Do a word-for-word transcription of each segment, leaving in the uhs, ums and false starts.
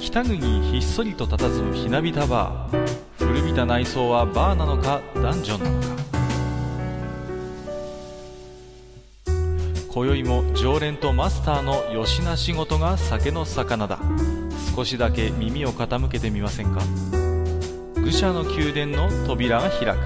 北国にひっそりと佇むひなびたバー。古びた内装はバーなのかダンジョンなのか。今宵も常連とマスターのよしな仕事が酒の魚だ。少しだけ耳を傾けてみませんか。愚者の宮殿の扉が開く。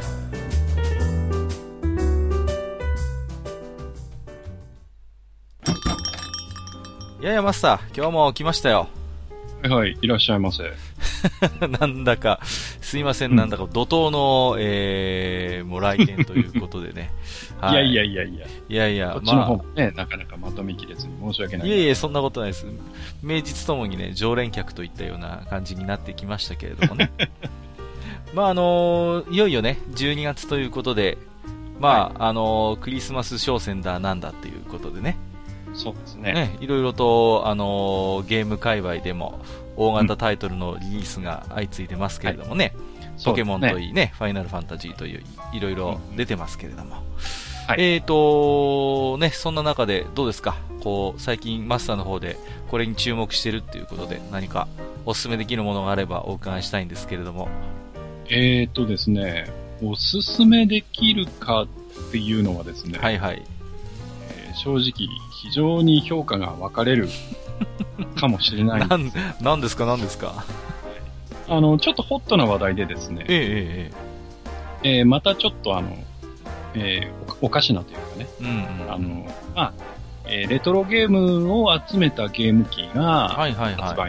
いやいやマスター、今日も来ましたよ。 はいはい、いらっしゃいませ。 なんだかすいません、うん、なんだか怒涛の、えー、もう来店ということでね。 はい、いやいやいやいや。 いやいや、 こっちの方もね、まあ、なかなかまとめきれずに申し訳ない。 いやいや、そんなことないです。名実ともにね、常連客といったような感じになってきましたけれどもね。まああのー、いよいよね、じゅうにがつということで、まあ、はい、あのー、クリスマス商戦だなんだっていうことでね。 そうですね。 ね、いろいろと、あのー、ゲーム界隈でも大型タイトルのリリースが相次いでますけれどもね、うんはい、ポケモンといいね、ねファイナルファンタジーといういろいろ出てますけれども、うんはい、えーとね、そんな中でどうですか、こう最近マスターの方でこれに注目してるっていうことで何かおすすめできるものがあればお伺いしたいんですけれども。 えーとですね、おすすめできるかっていうのはですね、 はいはい。 正直非常に評価が分かれるかもしれないんです。 なん、なんですかなんですか。 あのちょっとホットな話題でですね。 ええええー、またちょっとあの、えー、お, おかしなというかね。 うんうん、 あのまあ、えー、レトロゲームを集めたゲーム機が発売に。はいはいはい。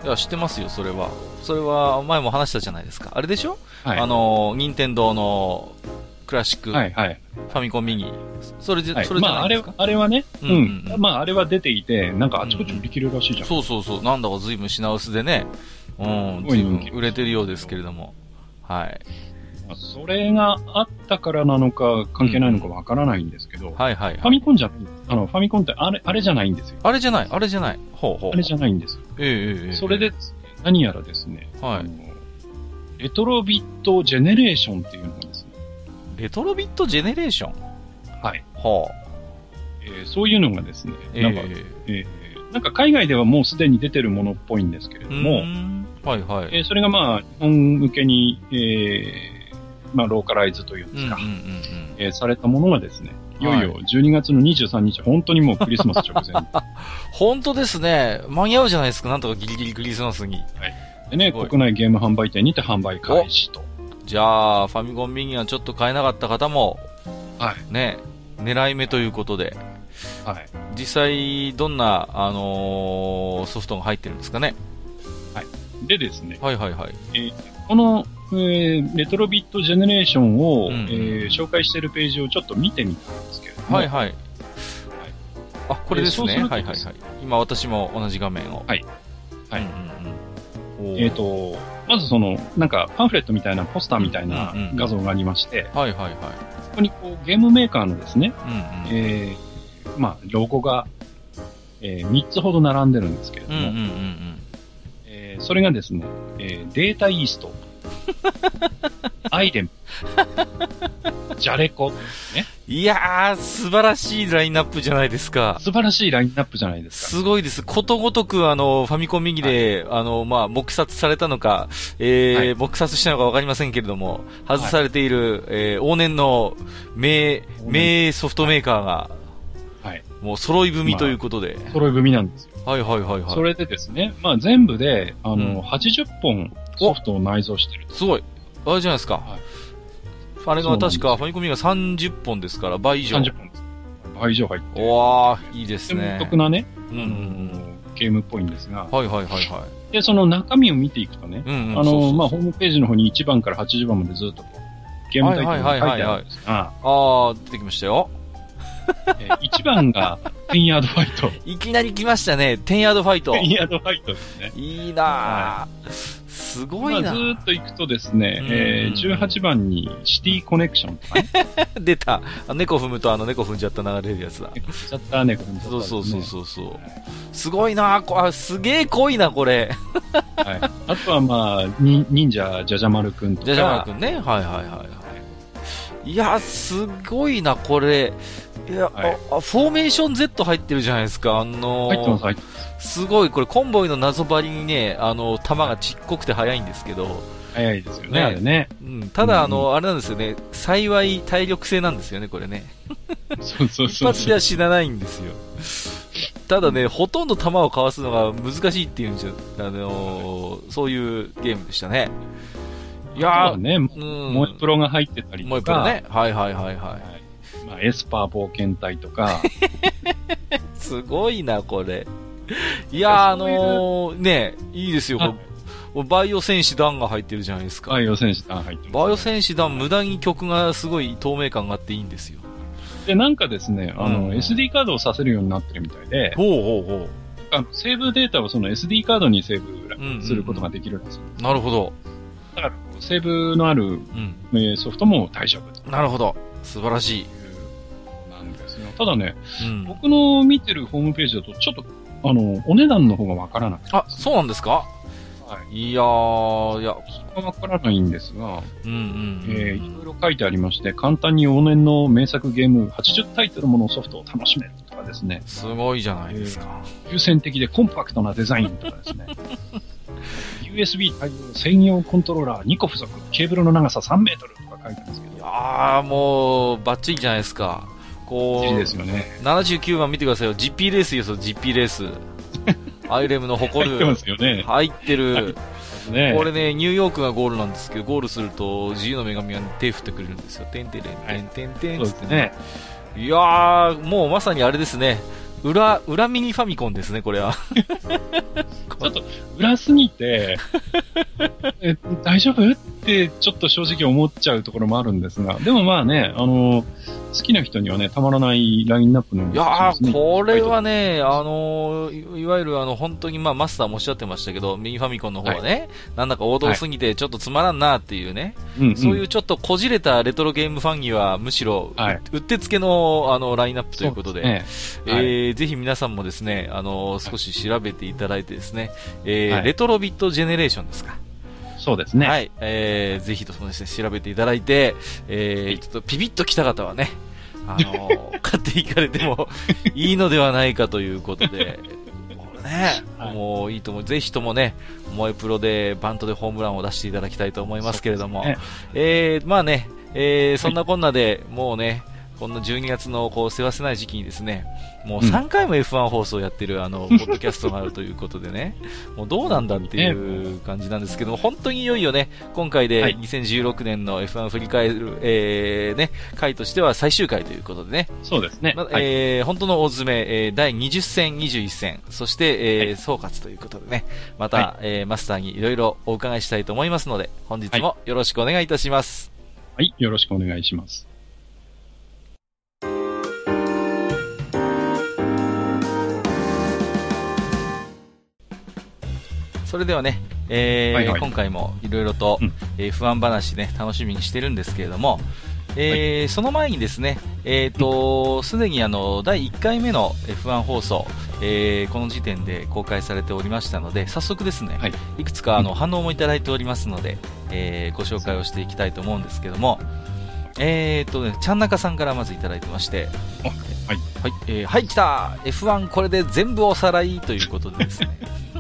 いや知ってますよそれは。それは前も話したじゃないですか。あれでしょ？はい、あの任天堂のクラシック、はいはい、ファミコンミニ、それで、はい、それじゃないですか。 まあ、あれ、あれはね、うん、うんうん、まあ、あれは出ていて、なんかあちこち売り切れるらしいじゃん。 うんうん、そうそうそう、なんだか随分品薄でね、うん、随分売れてるようですけれども、はい。 まあ、それがあったからなのか、関係ないのかわからないんですけど、うん、 はいはい、はい。 ファミコンじゃない、あの、ファミコンってあれ、あれじゃないんですよ。 あれじゃない、あれじゃない。ほうほうほう。 あれじゃないんですよ。 ええええ。 それで、何やらですね、 はい。 レトロビットジェネレーションっていうのがですね、 レトロビットジェネレーション、 はい。 はあえー、そういうのがですね、なんか、えーえー、なんか海外ではもうすでに出てるものっぽいんですけれども、 はいはい。 えー、それがまあ、日本向けに、えー、まあ、ローカライズというんですか、うんうんうんうん、えー、されたものがですね、いよいよじゅうにがつのにじゅうさんにち、本当にもうクリスマス直前。 本当ですね。間に合うじゃないですか、なんとかギリギリクリスマスに。はい。 でね、国内ゲーム販売店にて販売開始と。 じゃあ、ファミコンミニはちょっと買えなかった方も、 はい。 ね、狙い目ということで、 はい。 実際、どんな、あのー、ソフトが入ってるんですかね。 はい。でですね。 はいはいはい。 えー、この、えー、レトロビットジェネレーションを、うんうん、えー、紹介しているページをちょっと見てみたんですけれども。 はいはい。はい、あ、これですね。はいはいはい。今私も同じ画面を。 はい。はい。うんうんうん、えっ、ー、と、まずその、なんか、パンフレットみたいな、ポスターみたいな画像がありまして、 うんうん、はいはいはい。 ここにこう、ゲームメーカーのですね、 うんうん、 えー、まあ、ロゴが、えー、みっつほど並んでるんですけれども、 うんうんうんうん、 えー、それがですね、えー、データイースト、アイデン、ジャレコ、ね。 いやー、素晴らしいラインナップじゃないですか。 素晴らしいラインナップじゃないですか。 すごいです。ことごとく、あの、ファミコンミニで、はい、あの、まあ、黙殺されたのか、えー、はい、黙殺したのかわかりませんけれども、外されている、はい、えー、往年の名、名ソフトメーカーが、はい。もう揃い踏みということで。 まあ、揃い踏みなんですよ。 はいはいはいはい。 それでですね、まあ、全部で、あの、うん、はちじゅっぽんソフトを内蔵してる。 すごい。あれじゃないですか。はい、あれが確かファミコンミニがさんじゅっぽんですから倍以上。 さんじゅっぽんです。倍以上入ってる。 わー、いいですね。 独特なね、 うんうんうん、 ゲームっぽいんですが。 はいはいはいはい。 で、その中身を見ていくとね、うんうん、あの、そうそうそう、まあ、ホームページの方にいちばんからはちじゅうばんまでずっとこう、ゲームタイトルが書いてあるんですが。ああ、出てきましたよ。 えー、いちばんが、テンヤードファイト。 いきなり来ましたね。テンヤードファイト。 テンヤードファイトですね。 いいなぁ、はい。すごいな。 まあ、ずーっと行くとですね、うんうん、えー、じゅうはちばんにシティコネクションとかね。 出た。猫踏むとあの猫踏んじゃった流れるやつだ。 猫踏んじゃった、猫踏んじゃった、ね。 そうそうそうそう。はい、すごいなぁ。あ、すげえ濃いな、これ。 はい。あとはまあ、に忍者ジャジャマルくんとか。 ジャジャマルくんね。はいはいはいはい。いや、すごいな、これ。 いや、はい、あ、フォーメーション Z 入ってるじゃないですか。あのー、 入ってます、入ってます。 すごい、これコンボイの謎張りにね、あの、弾がちっこくて速いんですけど。 速いですよね、ねあれね。 うん。ただ、あの、うんうん、あれなんですよね。幸い体力性なんですよね、これね。 そうそうそうそう。 一発では死なないんですよ。ただね、ほとんど弾をかわすのが難しいっていうんじゃ、あのー、そういうゲームでしたね。 いやー、ね、うん、モエプロが入ってたりとか。 モエプロね。はいはいはいはい。 はい、まあ、エスパー冒険隊とか。 すごいな、これ。いやー、あのー、ね、いいですよ、これ。バイオ戦士団が入ってるじゃないですか。 バイオ戦士団入ってる、ね。 バイオ戦士団、無駄に曲がすごい透明感があっていいんですよ。 で、なんかですね、あの、うん、エスディー カードをさせるようになってるみたいで。 ほうほうほう。 あセーブデータをその エスディー カードにセーブすることができるんですよ。 うんうん、なるほど。 だから、セーブのある、うんえー、ソフトも大丈夫。 なるほど。素晴らしい。 なんですよ。ただね、うん、僕の見てるホームページだと、ちょっと、あの、お値段の方がわからなくて。 あ、そうなんですか？はい。いやー、いや。 そこはわからないんですが、 うんうん、 えー、いろいろ書いてありまして、簡単に往年の名作ゲームはちじゅうタイトルものソフトを楽しめるとかですね。 すごいじゃないですか。 えー、優先的でコンパクトなデザインとかですね。ユーエスビー 対応専用コントローラーにこ付属、ケーブルの長ささんメートルとか書いてますけど。 いやー、もう、バッチリじゃないですか。こう、 いいですよね。 ななじゅうきゅうばん見てくださいよ。ジーピー レースよ、ジーピー レース。アイレムの誇る。 入ってますよね。 入ってる。 はいね、 これね、ニューヨークがゴールなんですけど、ゴールすると、自由の女神が手振ってくれるんですよ。てんてれん、てんてんてんつってね。いやー、もうまさにあれですね。裏、裏ミニファミコンですね、これは。 ちょっと、裏すぎて、え、大丈夫ってちょっと正直思っちゃうところもあるんですが、でもまあね、あの、好きな人にはね、たまらないラインナップの、ね、 いやー、これはね、あのー、いわゆるあの、本当にまあ、マスターもおっしゃってましたけど、ミニファミコンの方はね、はい、なんだか王道すぎてちょっとつまらんなっていうね、はい、そういうちょっとこじれたレトロゲームファンには、むしろ、はい、うってつけの、あの、ラインナップということで、でねえーはい、ぜひ皆さんもですね、あのー、少し調べていただいてですね、えーはい、レトロビットジェネレーションですか。 そうですね。 はい。えー、ぜひともですね、調べていただいて、えー、ちょっとピピッと来た方はね、あのー、買っていかれてもいいのではないかということで、もうね、はい、もういいと思う。ぜひともね、モエプロでバントでホームランを出していただきたいと思いますけれども、ね、えー、まあね、えー、そんなこんなで、もうね、こんなじゅうにがつのこう、せわせない時期にですね、もうさんかいも エフワン 放送やってるあの、ポッドキャストがあるということでね、もうどうなんだっていう感じなんですけども、本当にいよいよね、今回でにせんじゅうろくねんの エフワン 振り返る、えー、ね、回としては最終回ということでね。 そうですね。 まあ、えー、本当の大詰め、えー、だいにじゅっせん、にじゅういっせん、そして、えーはい、総括ということでね、また、はい、えー、マスターにいろいろお伺いしたいと思いますので、本日もよろしくお願いいたします。 はい、よろしくお願いします。 それではね、えーはいはい、今回もいろいろと、うんえー、エフワン 話ね、楽しみにしてるんですけれども、えーはい、その前にですね、えーと、すでにあの、だいいっかいめの エフワン 放送、えー、この時点で公開されておりましたので、早速ですね、はい、いくつかあの、反応もいただいておりますので、えー、ご紹介をしていきたいと思うんですけども、えーとね、ちゃんなかさんからまずいただいてまして、 はい。 はい、えー、はい、来た エフワン これで全部おさらいということでですね。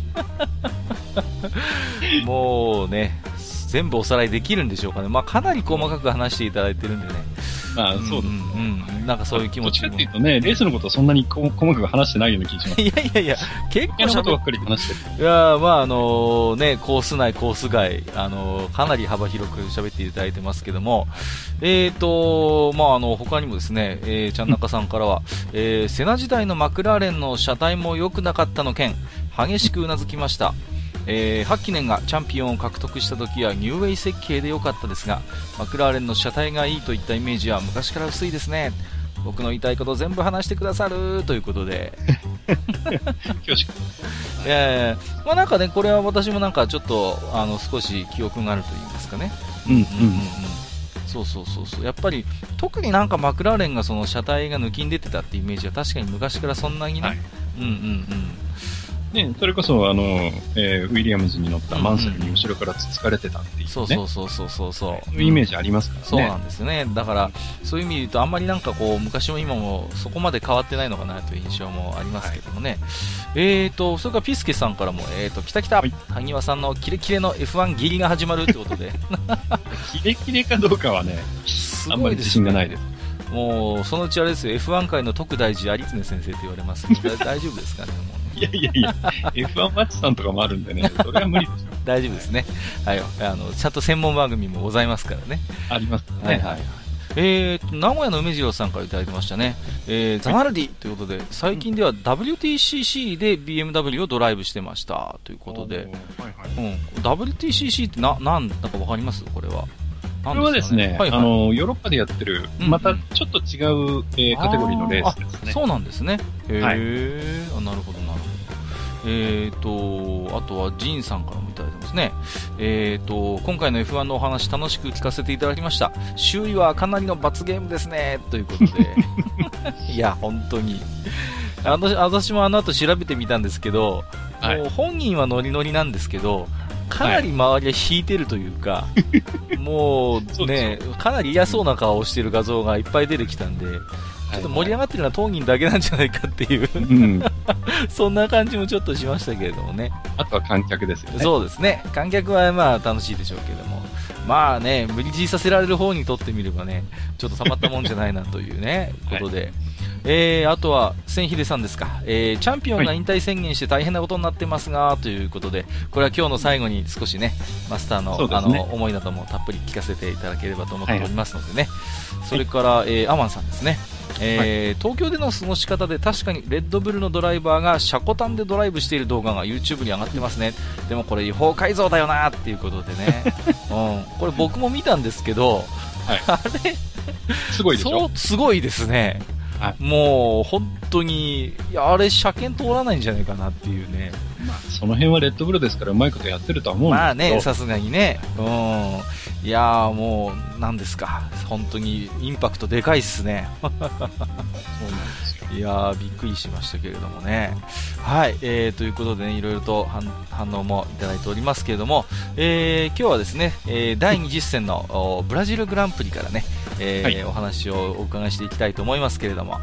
もうね、全部おさらいできるんでしょうかね。まあ、かなり細かく話していただいてるんでね。 まあ、そうです。うん、 うん。なんかそういう気持ちも。 どっちかっていうとね、レースのことはそんなに細かく話してないような気がします。 いやいやいや、結構しゃべばっかり話してる。 いやまああのー、ね、コース内、コース外、あのー、かなり幅広く喋っていただいてますけども、えーと、まああの、他にもですね、えー、ちゃんなかさんからは、えー、セナ時代のマクラーレンの車体も良くなかったの件、激しくうなずきました。えー、ハッキネンがチャンピオンを獲得した時はニューウェイ設計で良かったですが、マクラーレンの車体がいいといったイメージは昔から薄いですね。僕の言いたいこと全部話してくださるということで恐縮えー、まあなんかね、これは私もなんかちょっとあの少し記憶があると言いますかね。 うんうんうん、うん、 そうそうそうそう。やっぱり特になんかマクラーレンがその車体が抜きん出てたってイメージは確かに昔からそんなにね、はい、うんうんうん。 ね、それこそ、あの、えー、ウィリアムズに乗ったマンセルに後ろからつつかれてたっていうね。 そうそうそうそうそうそう。 そういうイメージありますからね。 そうなんですね。だから、そういう意味で言うと、あんまりなんかこう、昔も今もそこまで変わってないのかなという印象もありますけどもね。はい、えーと、それからピスケさんからも、えーと、きたきた、はい、萩和さんのキレキレの エフワン 切りが始まるってことで。 キレキレかどうかはね、すごいですね、あんまり自信がないです。 もう、そのうちあれですよ、エフワン 界の特大寺有常先生と言われますので、大丈夫ですかね、もう。 いやいやいや、エフワン マッチさんとかもあるんでね、それは無理でしょ。 大丈夫ですね。はい、あの、ちゃんと専門番組もございますからね。 ありますね。 はいはいはい。えーと、名古屋の梅次郎さんからいただきましたね。えー、ザナルディということで、最近では ダブリューティーシーシー で ビーエムダブリュー をドライブしてましたということで、はいはい、うん、ダブリューティーシーシー ってな、なんだかわかりますこれは。 これはですね、はいはい、あの、ヨーロッパでやってる、またちょっと違う、えー、カテゴリーのレースですね。 そうなんですね。へー、はい、あ、なるほどなるほど。えーと、あとはジンさんからもいただいてますね。えーと、今回の エフワン のお話楽しく聞かせていただきました。周囲はかなりの罰ゲームですね、ということで。いや、本当に。あの、私もあの後調べてみたんですけど、はい、もう本人はノリノリなんですけど、かなり周りが引いてるというか、はい、もうね、かなり嫌そうな顔をしている画像がいっぱい出てきたんで、ちょっと盛り上がってるのは当人だけなんじゃないかっていう、うん、そんな感じもちょっとしましたけれどもね。 あとは観客ですよね。 そうですね。観客はまあ楽しいでしょうけども。まあね、無理強いさせられる方にとってみればね、ちょっとたまったもんじゃないなというね、ことで。はい、えー、あとは、千秀さんですか。えー、チャンピオンが引退宣言して大変なことになってますが、ということで、これは今日の最後に少しね、マスターの、ね、あの、思いなどもたっぷり聞かせていただければと思っておりますのでね。はい、それから、えー、アマンさんですね。えーはい、東京での過ごし方で確かにレッドブルのドライバーがシャコタンでドライブしている動画が YouTube に上がってますね。でもこれ違法改造だよなっていうことでね、うん、これ僕も見たんですけど、はい、あれすごいでしょ。 そうすごいですね、はい、もう本当にいやあれ車検通らないんじゃないかなっていうね。 まあ、その辺はレッドブルですからうまいことやってるとは思うんですけど、 まあね、さすがにね、うん、いやーもうなんですか、本当にインパクトでかいっすね。そうなんですよ。いやーびっくりしましたけれどもね。はい、えー、ということでね、いろいろと反、反応もいただいておりますけれども、えー、今日はですね、えー、だいにじゅっ戦のブラジルグランプリからね、えーはい、お話をお伺いしていきたいと思いますけれども、はい、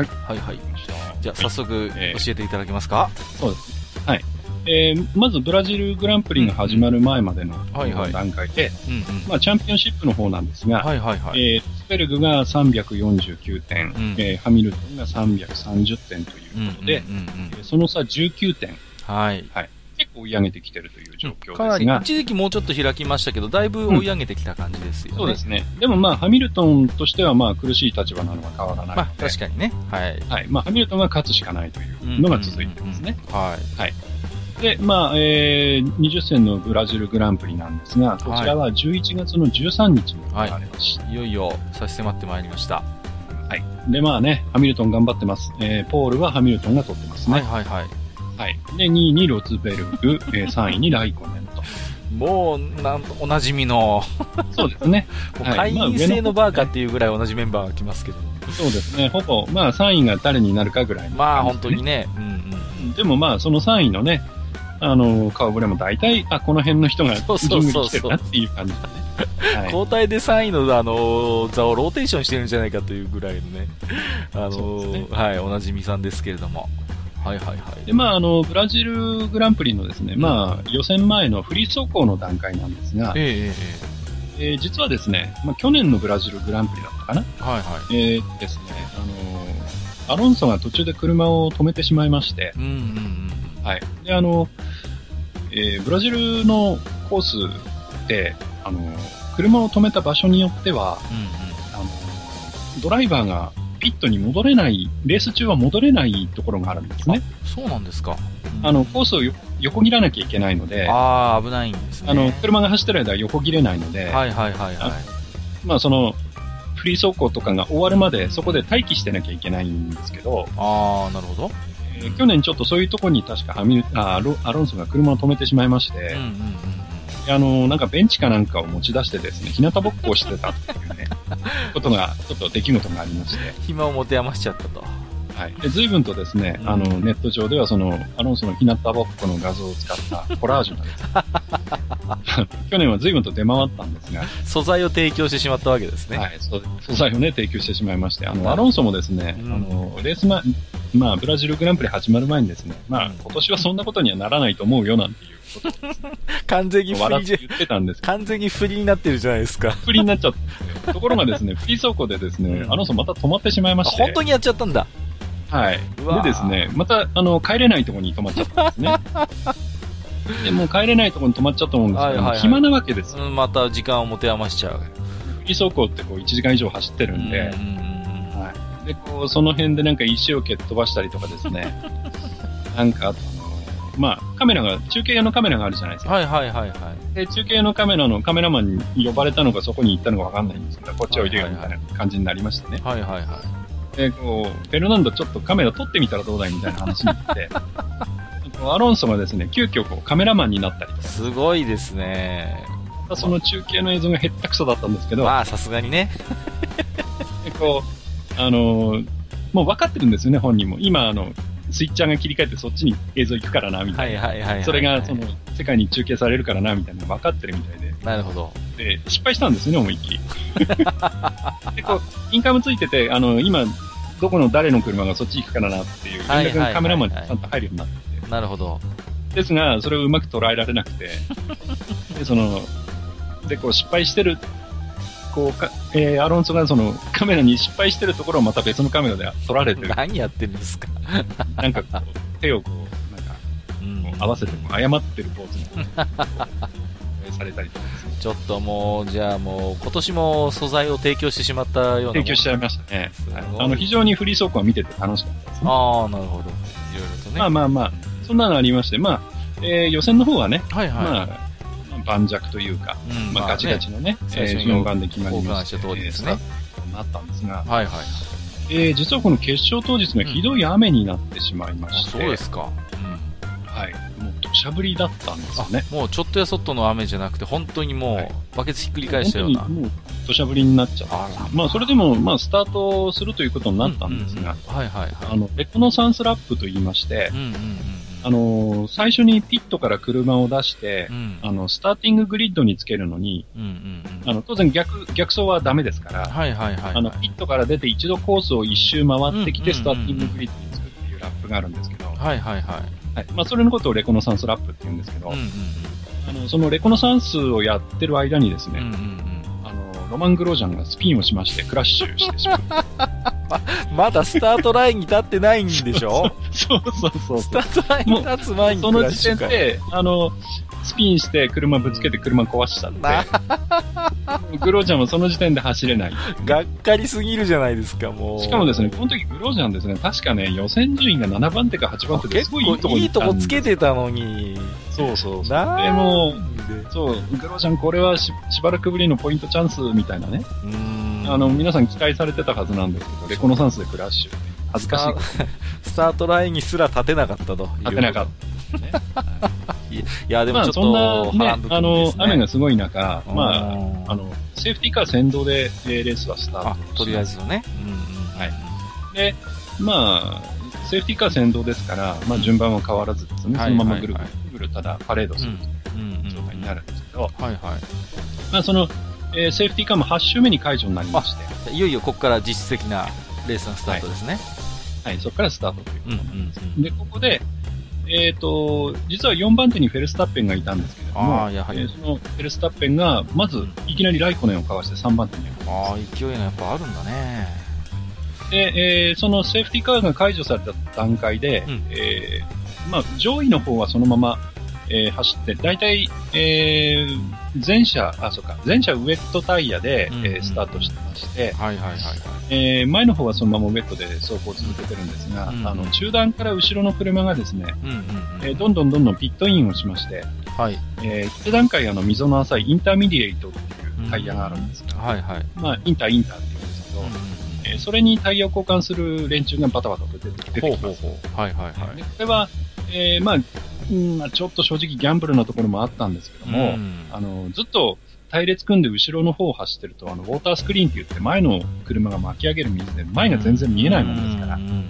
はいはい、じゃあ早速、はい、教えていただけますか。 そうです。はい。えー、まずブラジルグランプリが始まる前までの段階で、まあチャンピオンシップの方なんですが、はいはいはい、えー、スペルグがさんびゃくよんじゅうきゅうてん、うん、えー、ハミルトンがさんびゃくさんじゅってんということで、うんうんうんうん、その差じゅうきゅうてん、はいはい、結構追い上げてきてるという状況ですが、かなり一時期もうちょっと開きましたけど、だいぶ追い上げてきた感じですよね。 うん、そうですね。でもまあハミルトンとしてはまあ苦しい立場なのは変わらないので、まあ、 確かにね、はいはい、まあハミルトンが勝つしかないというのが続いてますね。うんうんうんうん、はいはい。で、まあ、えー、にじゅっ戦のブラジルグランプリなんですが、こちらはじゅういちがつのじゅうさんにちに行われました。 はい、いよいよ差し迫ってまいりました。 はい。で、まあね、ハミルトン頑張ってます。えー、ポールはハミルトンが取ってますね。 はいはいはい。 はい。で、にいにロツベルグ、えー、さんいにライコネンと。 もう、なんおなじみの。 そうですね。 もう会員制のバーかっていうぐらい同じメンバーが来ますけど。 そうですね。ほぼ、まあさんいが誰になるかぐらいの、ね。 まあ本当にね。うんうん。でもまあそのさんいのね、あの、顔ぶれも大体、あ、この辺の人が順繰り来てるなっていう感じでね。 はい、交代でさんいの、あの、座をローテーションしてるんじゃないかというぐらいのね、あの、ね、はい、おなじみさんですけれども。はいはいはい。 で、まあ、あの、ブラジルグランプリのですね、うん、まあ、予選前のフリー走行の段階なんですが、えー、えー、実はですね、まあ、去年のブラジルグランプリだったかな。はいはい。えー、ですね、あの、アロンソが途中で車を止めてしまいまして、うんうんうん、はい。で、あの、えー、ブラジルのコースで、あの、車を止めた場所によっては、うんうん、あの、ドライバーがピットに戻れない、レース中は戻れないところがあるんですね。 そうなんですか。 うん、あの、コースをよ横切らなきゃいけないので、 ああ、危ないんですね。 あの、車が走ってる間は横切れないので、 はいはいはいはい。 まあ、その、フリー走行とかが終わるまでそこで待機してなきゃいけないんですけど、 ああ、なるほど。 えー、去年ちょっとそういうところに確かハミルあアロアロンソが車を止めてしまいまして、うんうんうん、あの、なんかベンチかなんかを持ち出してですね、日向ぼっこをしてたっていうね、ことが、ちょっと出来事がありまして。 暇を持て余しちゃったと。 はい。で、随分とですね、あの、ネット上ではその、アロンソの日向ぼっこの画像を使ったコラージュがですね、去年は随分と出回ったんですが、 素材を提供してしまったわけですね。 はい、そ素材をね、提供してしまいまして、あの、アロンソもですね、うん、あの、レース前、まあ、ブラジルグランプリ始まる前にですね、まあ、今年はそんなことにはならないと思うよ、なんていうことです、ね、 完全にフリーじ言ってたんです完全にフリーになってるじゃないですか。 フリーになっちゃった。ところがですね、フリー走行でですね、アロンソまた止まってしまいまして。 本当にやっちゃったんだ。 はい。でですね、また、あの、帰れないところに止まっちゃったんですね。で、もう帰れないところに止まっちゃったと思うんですけど、はいはいはい、暇なわけですよ、 うん。また時間を持て余しちゃう。 フリー走行ってこういちじかん以上走ってるんで、うんうんうん、はい。で、こう、その辺でなんか石を蹴っ飛ばしたりとかですね、なんか、あの、まあ、カメラが、中継用のカメラがあるじゃないですか。 はいはいはいはい。 で、中継用のカメラのカメラマンに呼ばれたのかそこに行ったのかわかんないんですけど、こっちおいでよみたいな感じになりましてね。 はいはいはい。 で、こう、フェルナンドちょっとカメラ撮ってみたらどうだいみたいな話になって、アロンソがですね、急遽こうカメラマンになったりとか。 すごいですね。 その中継の映像がへったくそだったんですけど。 まあ、さすがにね。 で、こう、あのー、もう分かってるんですよね、本人も。今、あの、スイッチャーが切り替えてそっちに映像行くからな、みたいな。はいはいはい、はい。それが、その、世界に中継されるからな、みたいなの分かってるみたいで。 なるほど。 で、失敗したんですよね、思いっきり。で、こう、インカムついてて、あの、今、どこの誰の車がそっち行くからなっていう連絡がカメラマンにちゃんと入るようになってて。 なるほど。 ですが、それをうまく捉えられなくて、で、その、で、こう失敗してる、こうか、えー、アロンソがそのカメラに失敗してるところをまた別のカメラで撮られてる。 何やってるんですかなんかこう、手をこう、なんか、こう合わせてこう謝ってるポーズが、されたりとかですね。 ちょっともう、じゃあもう、今年も素材を提供してしまったような。 提供しちゃいましたね。はい、あの、非常にフリー走行は見てて楽しかったですね。 ああ、なるほど。いろいろとね。 まあまあまあ、そんなのありまして、まあ、えー、予選の方はね、 はいはい。 まあ、盤石というか、うん、まあ、ガチガチのね、 最初に順番で決まりまして、 通りですね。 なったんですが、 はいはい。 えー、実はこの決勝当日がひどい雨になってしまいまして、 うん、そうですか。うん、 はい。もう土砂降りだったんですよね。 もうちょっとやそっとの雨じゃなくて、本当にもう、はい、バケツひっくり返したような。 本当にもう土砂降りになっちゃった。まあ、それでも、まあ、スタートするということになったんですが、 うんうんうん、はいはいはい。 あの、レコノサンスラップと言いまして、 うんうんうん、 あのー、最初にピットから車を出して、うん、あの、スターティンググリッドにつけるのに、うんうんうん、あの、当然逆、逆走はダメですから、 はいはいはい、はい、 あの、ピットから出て一度コースを一周回ってきて、スターティンググリッドにつくっていうラップがあるんですけど、 はいはいはい。 はい。まあ、それのことをレコノサンスラップって言うんですけど、うんうんうん、あの、そのレコノサンスをやってる間にですね、うんうんうん、あの、ロマン・グロージャンがスピンをしまして、クラッシュしてしまう。 ま, まだスタートラインに立ってないんでしょそうそうそう。 スタートラインに立つ前にその時点で、あの、スピンして車ぶつけて車壊したんで、グロージャンもその時点で走れない、ね。 がっかりすぎるじゃないですか、もう。 しかもですね、この時グロージャンですね、確かね、予選順位がななばん手かはちばん手ですごいいいとこいいとこつけてたのに。 そうそうそう。でも、そう、グロージャンこれは し, しばらくぶりのポイントチャンスみたいなね。うーんあの、皆さん期待されてたはずなんですけど、レコノサンスでクラッシュ。恥ずかしい。 スタートラインにすら立てなかったと。 立てなかった。ね、 いや、でもちょっと、 まあ、そんなね、あの、雨がすごい中、まあ、あの、セーフティーカー先導でレースはスタート。 とりあえずね。 うんうん。はい。で、まあ、セーフティーカー先導ですから、まあ順番は変わらずですね、そのままぐるぐるぐるただパレードするという状態になるんですけど、はいはい。まあその、えー、セーフティーカーもはち周目に解除になりまして。 いよいよここから実質的なレースのスタートですね。 はい、はい、そこからスタートということなんです。うんうんうん、で、ここで、えっ、ー、と、実はよんばん手にフェルスタッペンがいたんですけれども、あやはりえー、そのフェルスタッペンが、まず、いきなりライコネンをかわしてさんばん手にああ、勢いがやっぱあるんだね。 で、えー、そのセーフティーカーが解除された段階で、うん、えー、まあ、上位の方はそのまま、えー、走って、だいたい、えー、前車、あ、そうか、前車ウェットタイヤで、うんうん、えー、スタートしてまして、はいはいはい、はい。えー、前の方はそのままウェットで走行を続けてるんですが、うんうん、あの、中段から後ろの車がですね、うんうんうん、えー、どんどんどんどんピットインをしまして、はい。えー、一段階あの、溝の浅いインターミディエイトっていうタイヤがあるんですが、うん、はいはい。まあ、インターインターって言うんですけど、うんうん、えー、それにタイヤを交換する連中がバタバタと出て出てきます。ほうほうほう。はいはいはい。でこれは、えー、まあ、うん、ちょっと正直ギャンブルなところもあったんですけども、うん、あの、ずっと隊列組んで後ろの方を走ってると、あの、ウォータースクリーンって言って前の車が巻き上げる水で前が全然見えないもんですから、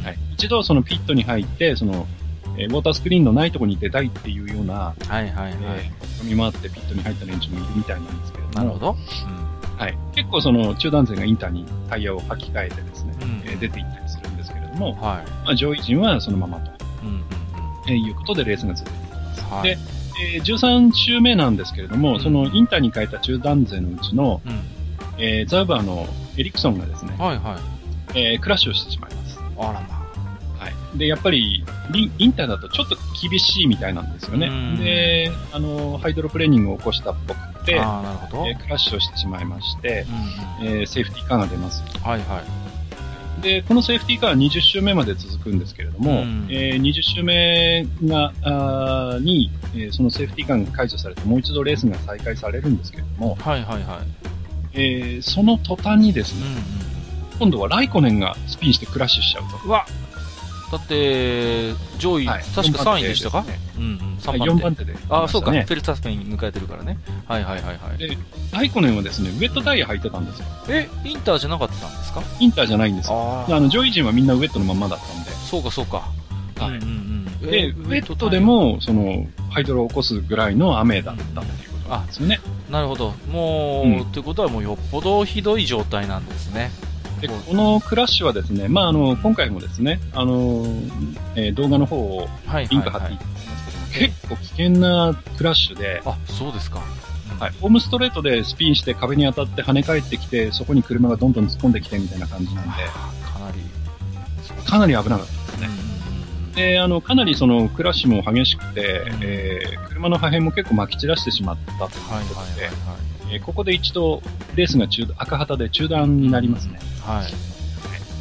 はい。一度そのピットに入って、その、えー、ウォータースクリーンのないところに出たいっていうような、 はいはいはい。 えー、飛び回ってピットに入った連中もいるみたいなんですけれども。 なるほど。 うん、はい。結構その中段勢がインターにタイヤを履き替えてですね、うん、えー、出ていったりするんですけれども、はい。まあ、上位陣はそのままと、うんうんうん、えー、いうことでレースが続いていきます。はい。で、えー、じゅうさん周目なんですけれども、うん、そのインターに変えた中段勢のうちの、うん、えー、ザウバーのエリクソンがですね、はいはい。えー、クラッシュをしてしまいます。あらまあ。はい。で、やっぱり、インターだとちょっと厳しいみたいなんですよね。で、あの、ハイドロプレーニングを起こしたっぽくて、あ、なるほど。えー、クラッシュをしてしまいまして、うんうん、えー、セーフティーカーが出ます。はいはい。で、このセーフティーカーはにじゅっ周目まで続くんですけれども、うん、えー、にじゅっ周目が、あに、えー、そのセーフティーカーが解除されて、もう一度レースが再開されるんですけれども、はいはいはい。えー、その途端にですね、うんうん、今度はライコネンがスピンしてクラッシュしちゃうと。うわだって、上位、はい、確かさんいでしたか、ね、うんうん、さんばん手。よんばん手で、ね。ああ、そうか。フェルスタッペンに迎えてるからね。はいはいはいはい。で、ライコネンはですね、ウェットタイヤ履いてたんですよ。え、インターじゃなかったんですか？インターじゃないんですよ。あの、上位陣はみんなウェットのまんまだったんで。そうかそうか。はい。うんうんうん、で、ウェットでも、その、ハイドロを起こすぐらいの雨だったっていうことなんですよね。なるほど。もう、うん、ってことはもうよっぽどひどい状態なんですね。で、このクラッシュはですね、まあ、あの、今回もですね、あの、えー、動画の方をリンク貼っていただきますけども、結構危険なクラッシュで、あ、そうですか。はい。ホームストレートでスピンして壁に当たって跳ね返ってきて、そこに車がどんどん突っ込んできてみたいな感じなんで、かなり、かなり危なかったですね。うん、で、あの、かなりそのクラッシュも激しくて、うん、えー、車の破片も結構撒き散らしてしまったということで、はいはいはいはい、えー、ここで一度レースが中赤旗で中断になりますね。はい。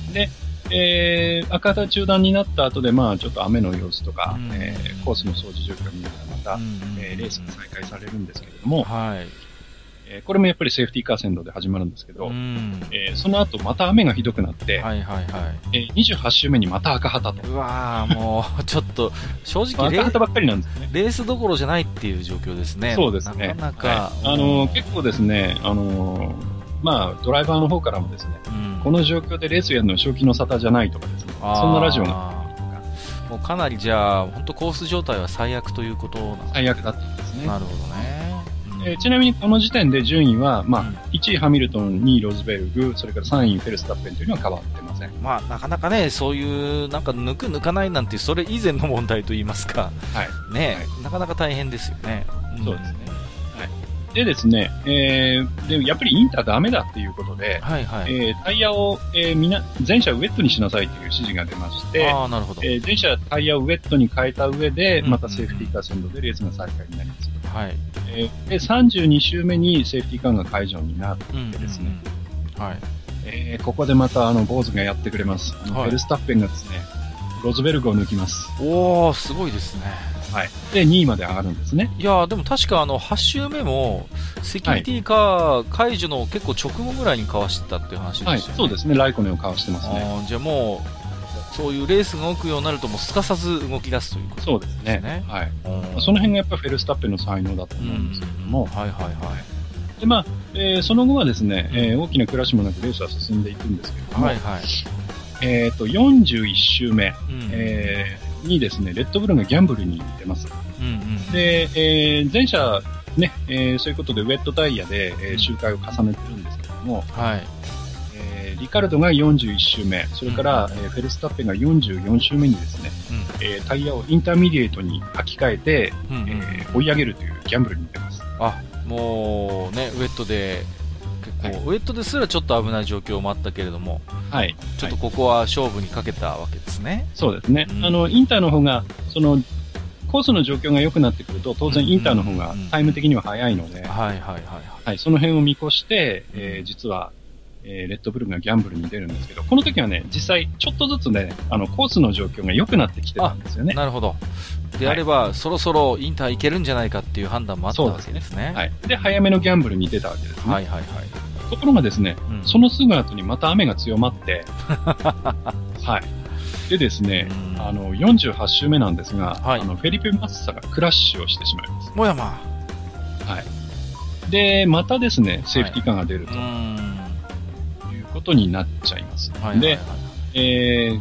で、えー、赤旗中断になった後で、まあちょっと雨の様子とか、うん、えー、コースの掃除状況を見ながらまた、うん、えー、レースが再開されるんですけれども、はい。えー、これもやっぱりセーフティーカー先導で始まるんですけど、うん、えー、その後また雨がひどくなって、はいはいはい。えー、にじゅうはち周目にまた赤旗と。うわー、もう、ちょっと、正直赤旗ばっかりなんですね。レースどころじゃないっていう状況ですね。そうですね。なかなか。はい、あのー、結構ですね、あのー、まあ、ドライバーの方からもですね、うん、この状況でレースやるのは正気の沙汰じゃないとかですね、そんなラジオが。もうかなりじゃあ、本当コース状態は最悪ということなんですね。最悪だったんですね。なるほどね。えー、ちなみにこの時点で順位は、まあ、うん、いちいハミルトン、にいロズベルグ、それからさんいフェルスタッペンというのは変わってません。まあ、なかなかね、そういう、なんか抜く抜かないなんて、それ以前の問題といいますか、はい。ね、はい、なかなか大変ですよね。うん、そうですね。はい。でですね、えー、で、やっぱりインターダメだっていうことで、はいはい。えー、タイヤを、えー、みな、全車ウェットにしなさいという指示が出まして、ああ、なるほど。えー、全車タイヤをウェットに変えた上で、またセーフティーカー先導でレースが再開になります。はい。えー、で、さんじゅうに周目にセーフティーカーが解除になってですね、うんうんうん、はい。えー、ここでまたあの、坊主がやってくれます。あの、はい、フェルスタッペンがですね、ロズベルグを抜きます。おー、すごいですね。はい。で、にいまで上がるんですね。いやー、でも確かあの、はち周目も、セキュリティカー解除の結構直後ぐらいにかわしてたっていう話でしたよね。はい、そうですね。ライコネをかわしてますね。あじゃあもう、そういうレースが動くようになるともうすかさず動き出すということですね。そうですね。はい。その辺がやっぱフェルスタッペンの才能だと思うんですけれども。はいはいはい。で、まあ、えー、その後はですね、えー、大きなクラッシュもなくレースは進んでいくんですけれども、はいはい。えっと、よんじゅういち周目、うん、えー、にですね、レッドブルがギャンブルに出ます。うんうん、で、えー、前者ね、えー、そういうことでウェットタイヤで、えー、周回を重ねてるんですけれども、はい。リカルドがよんじゅういち周目、それから、うん、えー、フェルスタッペンがよんじゅうよん周目にですね、うんえー、タイヤをインターミディエートに履き替えて、うんうんえー、追い上げるというギャンブルに出ます。あ、もうね、ウェットで、結構、はい、ウェットですらちょっと危ない状況もあったけれども、はい。ちょっとここは勝負にかけたわけですね。そうですね。うん、あの、インターの方が、その、コースの状況が良くなってくると、当然インターの方がタイム的には速いので、はいはいはい。はい、その辺を見越して、えー、実は、えー、レッドブルがギャンブルに出るんですけど、この時はね、実際ちょっとずつね、あの、コースの状況が良くなってきてたんですよね。なるほど。であれば、はい、そろそろインター行けるんじゃないかっていう判断もあったわけですね。はい。で、早めのギャンブルに出たわけですね。はいはいはい。ところがですね、うん、そのすぐ後にまた雨が強まって、はい。でですね、あの、よんじゅうはち周目なんですが、はい、あの、フェリペ・マッサがクラッシュをしてしまいます。もやま。はい。で、またですね、セーフティーカーが出ると。はい、ことになっちゃいます。はいはいはい、で、えー、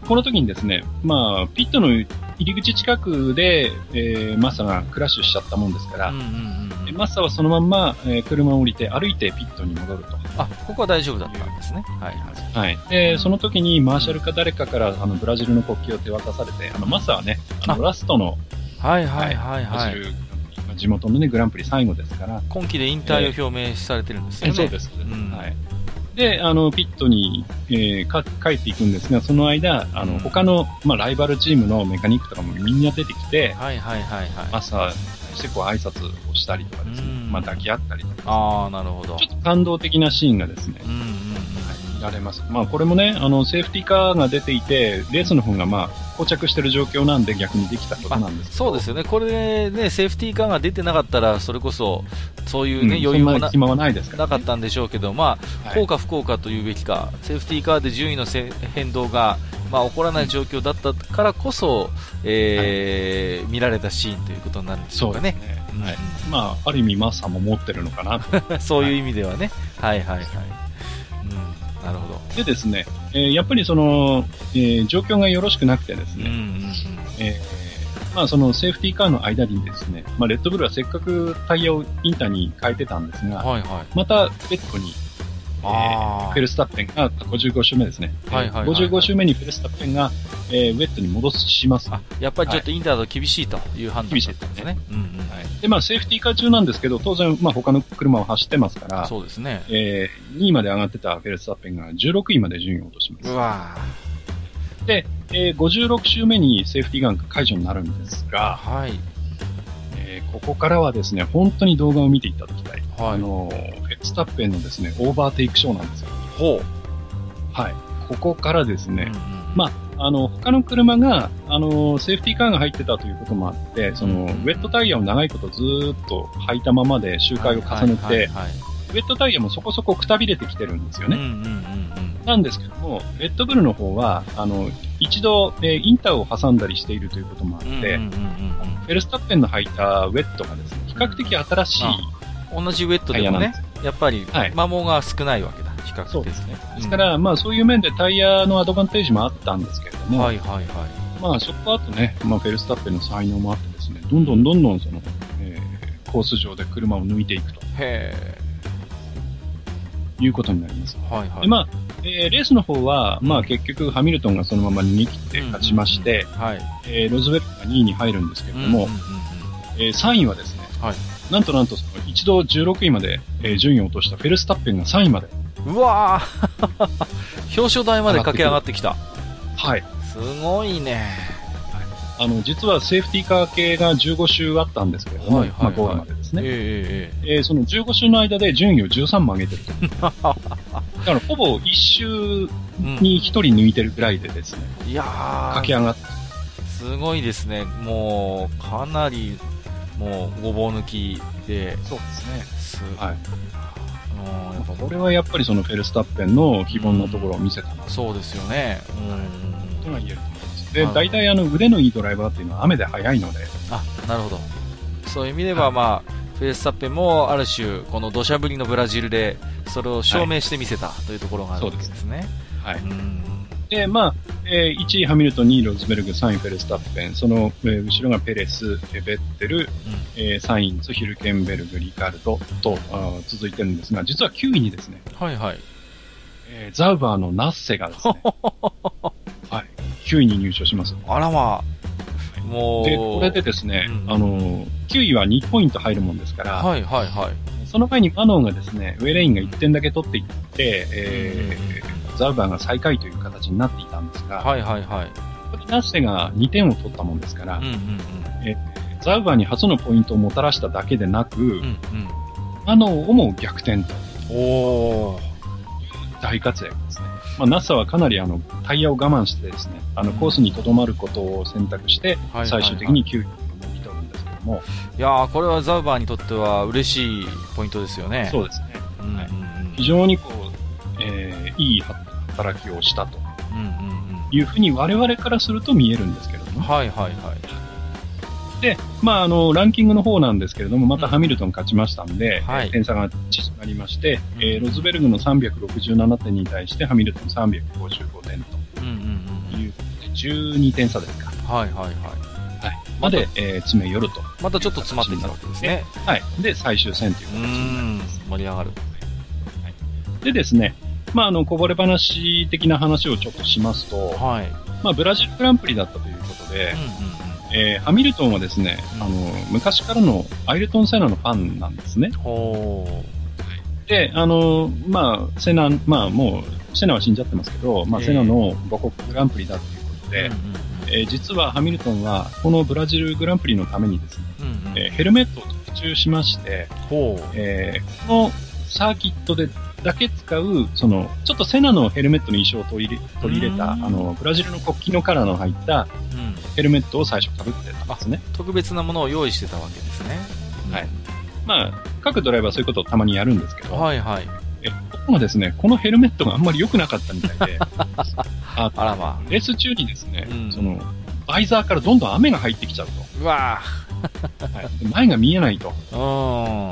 この時にですね、まあ、ピットの入り口近くで、えー、マッサがクラッシュしちゃったもんですから、うんうんうん、マッサはそのまんま、えー、車を降りて歩いてピットに戻ると。 あ、ここは大丈夫だったんですね。はいはい。はい。で、その時にマーシャルか誰かから、あの、ブラジルの国旗を手渡されて、あの、マッサはね、あの、ラストの、 はいはいはいはい。 地元のね、グランプリ最後ですから。 今季で引退を表明されてるんですよね。 そうです。うん、はい。で、あの、ピットに、えー、か帰っていくんですが、その間、あの、他の、まあ、ライバルチームのメカニックとかもみんな出てきて、 はいはいはいはい。 朝、してこう挨拶をしたりとかですね、まあ、抱き合ったりとか、ね。 ああ、なるほど。 ちょっと感動的なシーンがですね、うんうんうん、見られます。まあ、これもね、あの、セーフティーカーが出ていて、レースの方がまあ、膠着してる状況なんで逆にできたことなんですけど。 そうですよね。これでね、セーフティーカーが出てなかったら、それこそ、そういうね、うん、余裕も な, 暇はないですから、 ね、なかったんでしょうけど、まあ、幸か不幸かというべきか、セーフティーカーで順位の変動が、まあ、起こらない状況だったからこそ、えーはい、見られたシーンということになるんでしょうかね。 そうですね。はい。まあ、ある意味、マッサも持ってるのかなと。 そういう意味ではね。はい、はい、はいはい。うん、なるほど。 でですね、えー、やっぱりその、えー、状況がよろしくなくてですね、うんうんうんえー、まあそのセーフティーカーの間にですね、まあレッドブルはせっかくタイヤをインターに変えてたんですが、はいはい、またベッドに、えー、フェルスタッペンがごじゅうご周目ですね。はいはいはいはい、ごじゅうご周目にフェルスタッペンが、えー、ウェットに戻します。 あ、やっぱりちょっとインターだと厳しいという判断だったんですね。うんうんはい、で、まあセーフティーカー中なんですけど、当然、まあ他の車を走ってますから、 そうですね。 えー、にいまで上がってたフェルスタッペンがじゅうろくいまで順位を落とします。 うわで、えー、ごじゅうろく周目にセーフティーガンが解除になるんですが、はい。えー、ここからはですね、本当に動画を見ていただきたい。はい。あの、フェルスタッペンのですね、オーバーテイクショーなんですよ。 ほう。 はい。ここからですね、うんうん、まあ、あの、他の車が、あの、セーフティーカーが入ってたということもあって、その、うんうん、ウェットタイヤを長いことずーっと履いたままで周回を重ねて、はいはいはいはい、ウェットタイヤもそこそこくたびれてきてるんですよね。うんうんうんうん、なんですけども、レッドブルの方は、あの、一度、えー、インターを挟んだりしているということもあって、うんうんうんうん、フェルスタッペンの履いたウェットがですね、比較的新しい、 うん、同じウェットでもね、やっぱり摩耗が少ないわけだ、比較的。 そうですね。ですから、うん、まあそういう面でタイヤのアドバンテージもあったんですけれども、はいはいはい。まあそこはあとね、まあフェルスタッペンの才能もあってですね、どんどんどんどんその、えー、コース上で車を抜いていくと。へー。いうことになります。はいはい。で、まあ、えー、レースの方は、まあ結局ハミルトンがそのまま逃げ切って勝ちまして、うんうんうん、はい。えー、ロズウェルがにいに入るんですけれども、うんうんうんえー、さんいはですね、はい。なんとなんとその一度じゅうろくいまで、えー、順位を落としたフェルスタッペンがさんいまで。 うわぁ表彰台まで駆け上がってきた。 はい。 すごいね。 あの、実はセーフティーカー系がじゅうご周あったんですけれども、はいはいはい、まあゴールまでですね。えーえーえー、そのじゅうご周の間で順位をじゅうさんも上げてると。だからほぼいち周にひとり抜いてるぐらいでですね。うん、いやー。駆け上がって。 すごいですね。もう、かなり、もう、ごぼう抜きで。 そうですね。はい。やっぱこれはやっぱりそのフェルスタッペンの非凡なところを見せたな、うん、 そうですよね。 うん。とが言えると思います。で、大体あの腕のいいドライバーっていうのは雨で速いので。 あ、なるほど。そういう意味では、はい、まあ、フェルスタッペンもある種、この土砂降りのブラジルで、それを証明してみせたというところがあるわけですね。 はい。うんで、まあ、えー、いちいハミルトン、にいロズベルグ、さんいフェルスタッペン、その、えー、後ろがペレス、ベッテル、うんえー、サインズ、ヒルケンベルグ、リカルドとあ続いてるんですが、実はきゅういにですね、はいはい。えー、ザウバーのナッセがですね、はい、きゅういに入賞します。 あらまあ。もう。 で、これでですね、うん、あの、きゅういはにポイント入るもんですから、はいはいはい。その前にマノンがですね、ウェレインがいってんだけ取っていって、えー、ザウバーが最下位という形になっていたんですが、はいはいはい。ここでナッセがにてんを取ったもんですから、うんうんうんえー、ザウバーに初のポイントをもたらしただけでなく、うんうん、マノンをも逆転と。おー。大活躍ですね。まあ、ナッサはかなりあの、タイヤを我慢してですね、あの、コースに留まることを選択して、最終的にきゅういを抜き取るんですけども。 いやー、これはザウバーにとっては嬉しいポイントですよね。 そうですね。うんうんうん、非常にこう、えー、いい働きをしたと、うんうんうん、いうふうに我々からすると見えるんですけれども、はいはいはい。で、まああのランキングの方なんですけれども、またハミルトン勝ちましたんで、うんはい、点差が縮まりまして、うん、えー、ロズベルグのさんびゃくろくじゅうななてんに対してハミルトンさんびゃくごじゅうごてんということでじゅうにてん差ですか。 はいはいはい。 はい。まで、えー、詰め寄ると。 またちょっと詰まってきたわけですね。 はい。で、最終戦という形になります。 盛り上がる。 はい。でですね、まあ、あの、こぼれ話的な話をちょっとしますと、 はい。 まあ、ブラジルグランプリだったということで、うんうんうんえー、ハミルトンはですね、うん、あの、昔からのアイルトン・セナのファンなんですね。 ほー。で、あの、まあ、セナ、まあ、もう、セナは死んじゃってますけど、まあ、セナの母国グランプリだということで、うんうんうんえー、実はハミルトンは、このブラジルグランプリのためにですね、うんうんえー、ヘルメットを特注しまして、ほうえー、このサーキットでだけ使う、その、ちょっとセナのヘルメットの衣装を取り入れ、取り入れた、あの、ブラジルの国旗のカラーの入った、ヘルメットを最初被ってたんですね、 うん。特別なものを用意してたわけですね。 うん、はい。まあ、各ドライバーはそういうことをたまにやるんですけど、 はいはい。 え、ところがですね、このヘルメットがあんまり良くなかったみたいで、 あ, あらまあ。レース中にですね、うん、その、バイザーからどんどん雨が入ってきちゃうと。 うわぁ。はい、前が見えないと。 うん。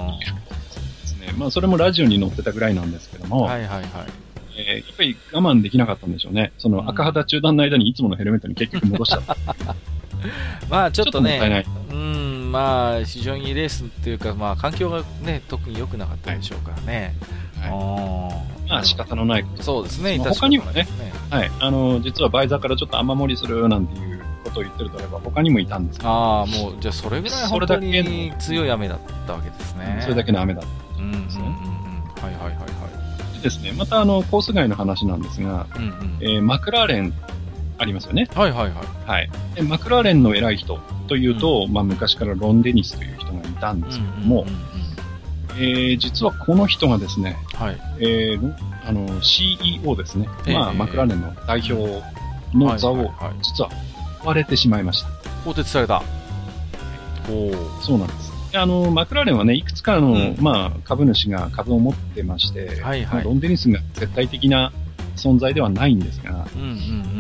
まあ、それもラジオに載ってたぐらいなんですけども、 はいはいはい。 えー、やっぱり我慢できなかったんでしょうね。その赤旗中断の間にいつものヘルメットに結局戻しちゃった。 まあちょっとね、ちょっとうん、まあ非常にレースっていうか、まあ環境がね、特に良くなかったでしょうからね。 はい。はい、まあ仕方のないこと。 そうですね。 まあ、他にもね、はい、あの、実はバイザーからちょっと雨漏りするなんていうことを言ってるドライバー他にもいたんですけど。 ああ、もう、じゃあそれぐらい本当に強い雨だったわけですね。 それだけの雨だった。 うんうんうんうん。はいはいはいはい。 でですね、またあの、コース外の話なんですが、うんうんえー、マクラーレンありますよね。 はいはいはい。 はい。でマクラーレンの偉い人というと、うん、まあ昔からロン・デニスという人がいたんですけども、うんうんうんうんえー、実はこの人がですね、はいえー、あの シーイーオー ですね、えー、まあ、マクラーレンの代表の座を実は割れてしまいました。 更迭された。 おそうなんです。あのマクラーレンはね、いくつかの、うん、まあ、株主が株を持ってまして、はいはいまあ、ロン・デニスが絶対的な存在ではないんですが、うんうんうん、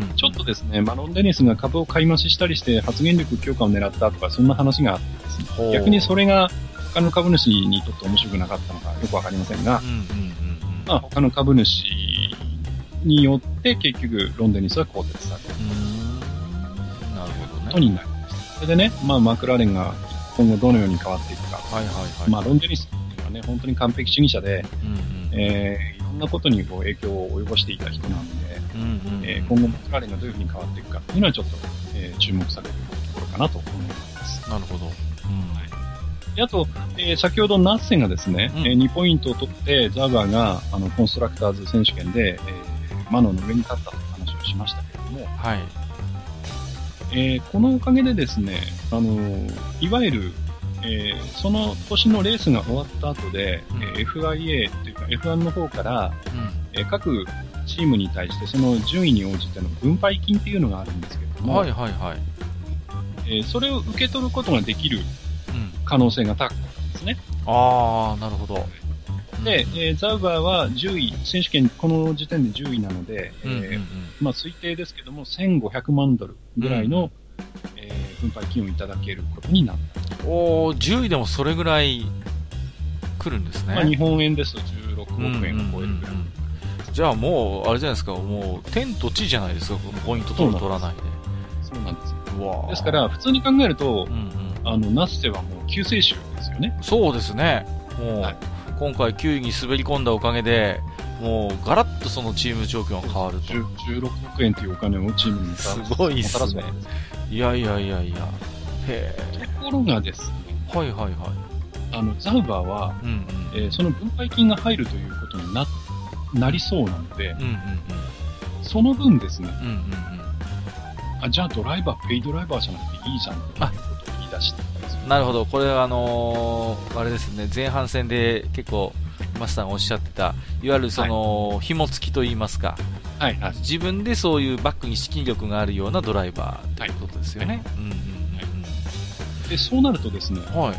ちょっとですね、まあ、ロン・デニスが株を買い増ししたりして発言力強化を狙ったとか、そんな話があってですね、逆にそれが他の株主にとって面白くなかったのかよくわかりませんが、うんうんうんうんまあ、他の株主によって結局ロン・デニスは更迭されたなるほどね。 ことになりました。それでね、まあ、マクラーレンが今後どのように変わっていくか。はいはいはい。まあ、ロン・デニスっていうのはね、本当に完璧主義者で、うんうんえー、いろんなことにこう影響を及ぼしていた人なんで、うんうんうんえー、今後マクラーレンがどういうふうに変わっていくかっていうのはちょっと、えー、注目されるところかなと思います。 なるほど。うんはいであと、えー、先ほどナッセがですね、うんえー、にポイントを取ってザーバーがあのコンストラクターズ選手権で、えー、マノの上に立ったという話をしましたけれども、はいえー、このおかげでですね、あのー、いわゆる、えー、その年のレースが終わった後で、うんえー、エフアイエー というか エフワン の方から、うんえー、各チームに対してその順位に応じての分配金っていうのがあるんですけれども、はいはいはいえー、それを受け取ることができる可能性が高かったんですね。 ああ、なるほど。 で、えー、ザウバーはじゅうい、選手権この時点でじゅういなので、うんうんうんえー、まあ推定ですけどもせんごひゃくまんドルぐらいの、うんえー、分配金をいただけることになった。 おー、じゅういでもそれぐらい来るんですね。 まあ日本円ですとじゅうろくおくえんを超えるぐらい、うんうんうん。 じゃあもう、あれじゃないですか、もう天と地じゃないですか、ポイント取る取らないで。 そうなんですよ。うわですから、普通に考えると、うんうんあの、ナッセはもう救世主ですよね。 そうですね。もう、はい、今回きゅういに滑り込んだおかげで、もうガラッとそのチーム状況が変わると。 じゅうろくおくえんというお金をチームにもたらすごいっすね。いやいやいやいや。 へところがですね。 はいはいはい。 あの、ザウバーは、うんうんえー、その分配金が入るということにな、なりそうなので、うんうんうん、その分ですね、うんうんうんあ、じゃあドライバー、ペイドライバーじゃなくていいじゃんということを言い出してたんですよ。 なるほど。これはあのー、あれですね、前半戦で結構、マスターがおっしゃってた、いわゆるその、はい、紐付きといいますか、はいはい、自分でそういうバックに資金力があるようなドライバーということですよね。 で、そうなるとですね、はい、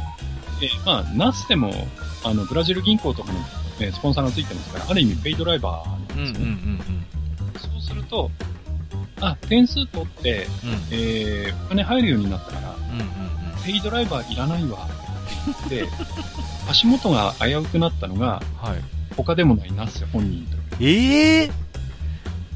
えまあ、ナスでも、あの、ブラジル銀行とかの、えー、スポンサーがついてますから、ある意味ペイドライバーなんですよね。うんうんうんうん、そうすると、あ、点数取って、うん、えー、お金入るようになったから、うんうんうん、ペイドライバーいらないわって言って、足元が危うくなったのが、はい、他でもないナッセ本人という。 ええー、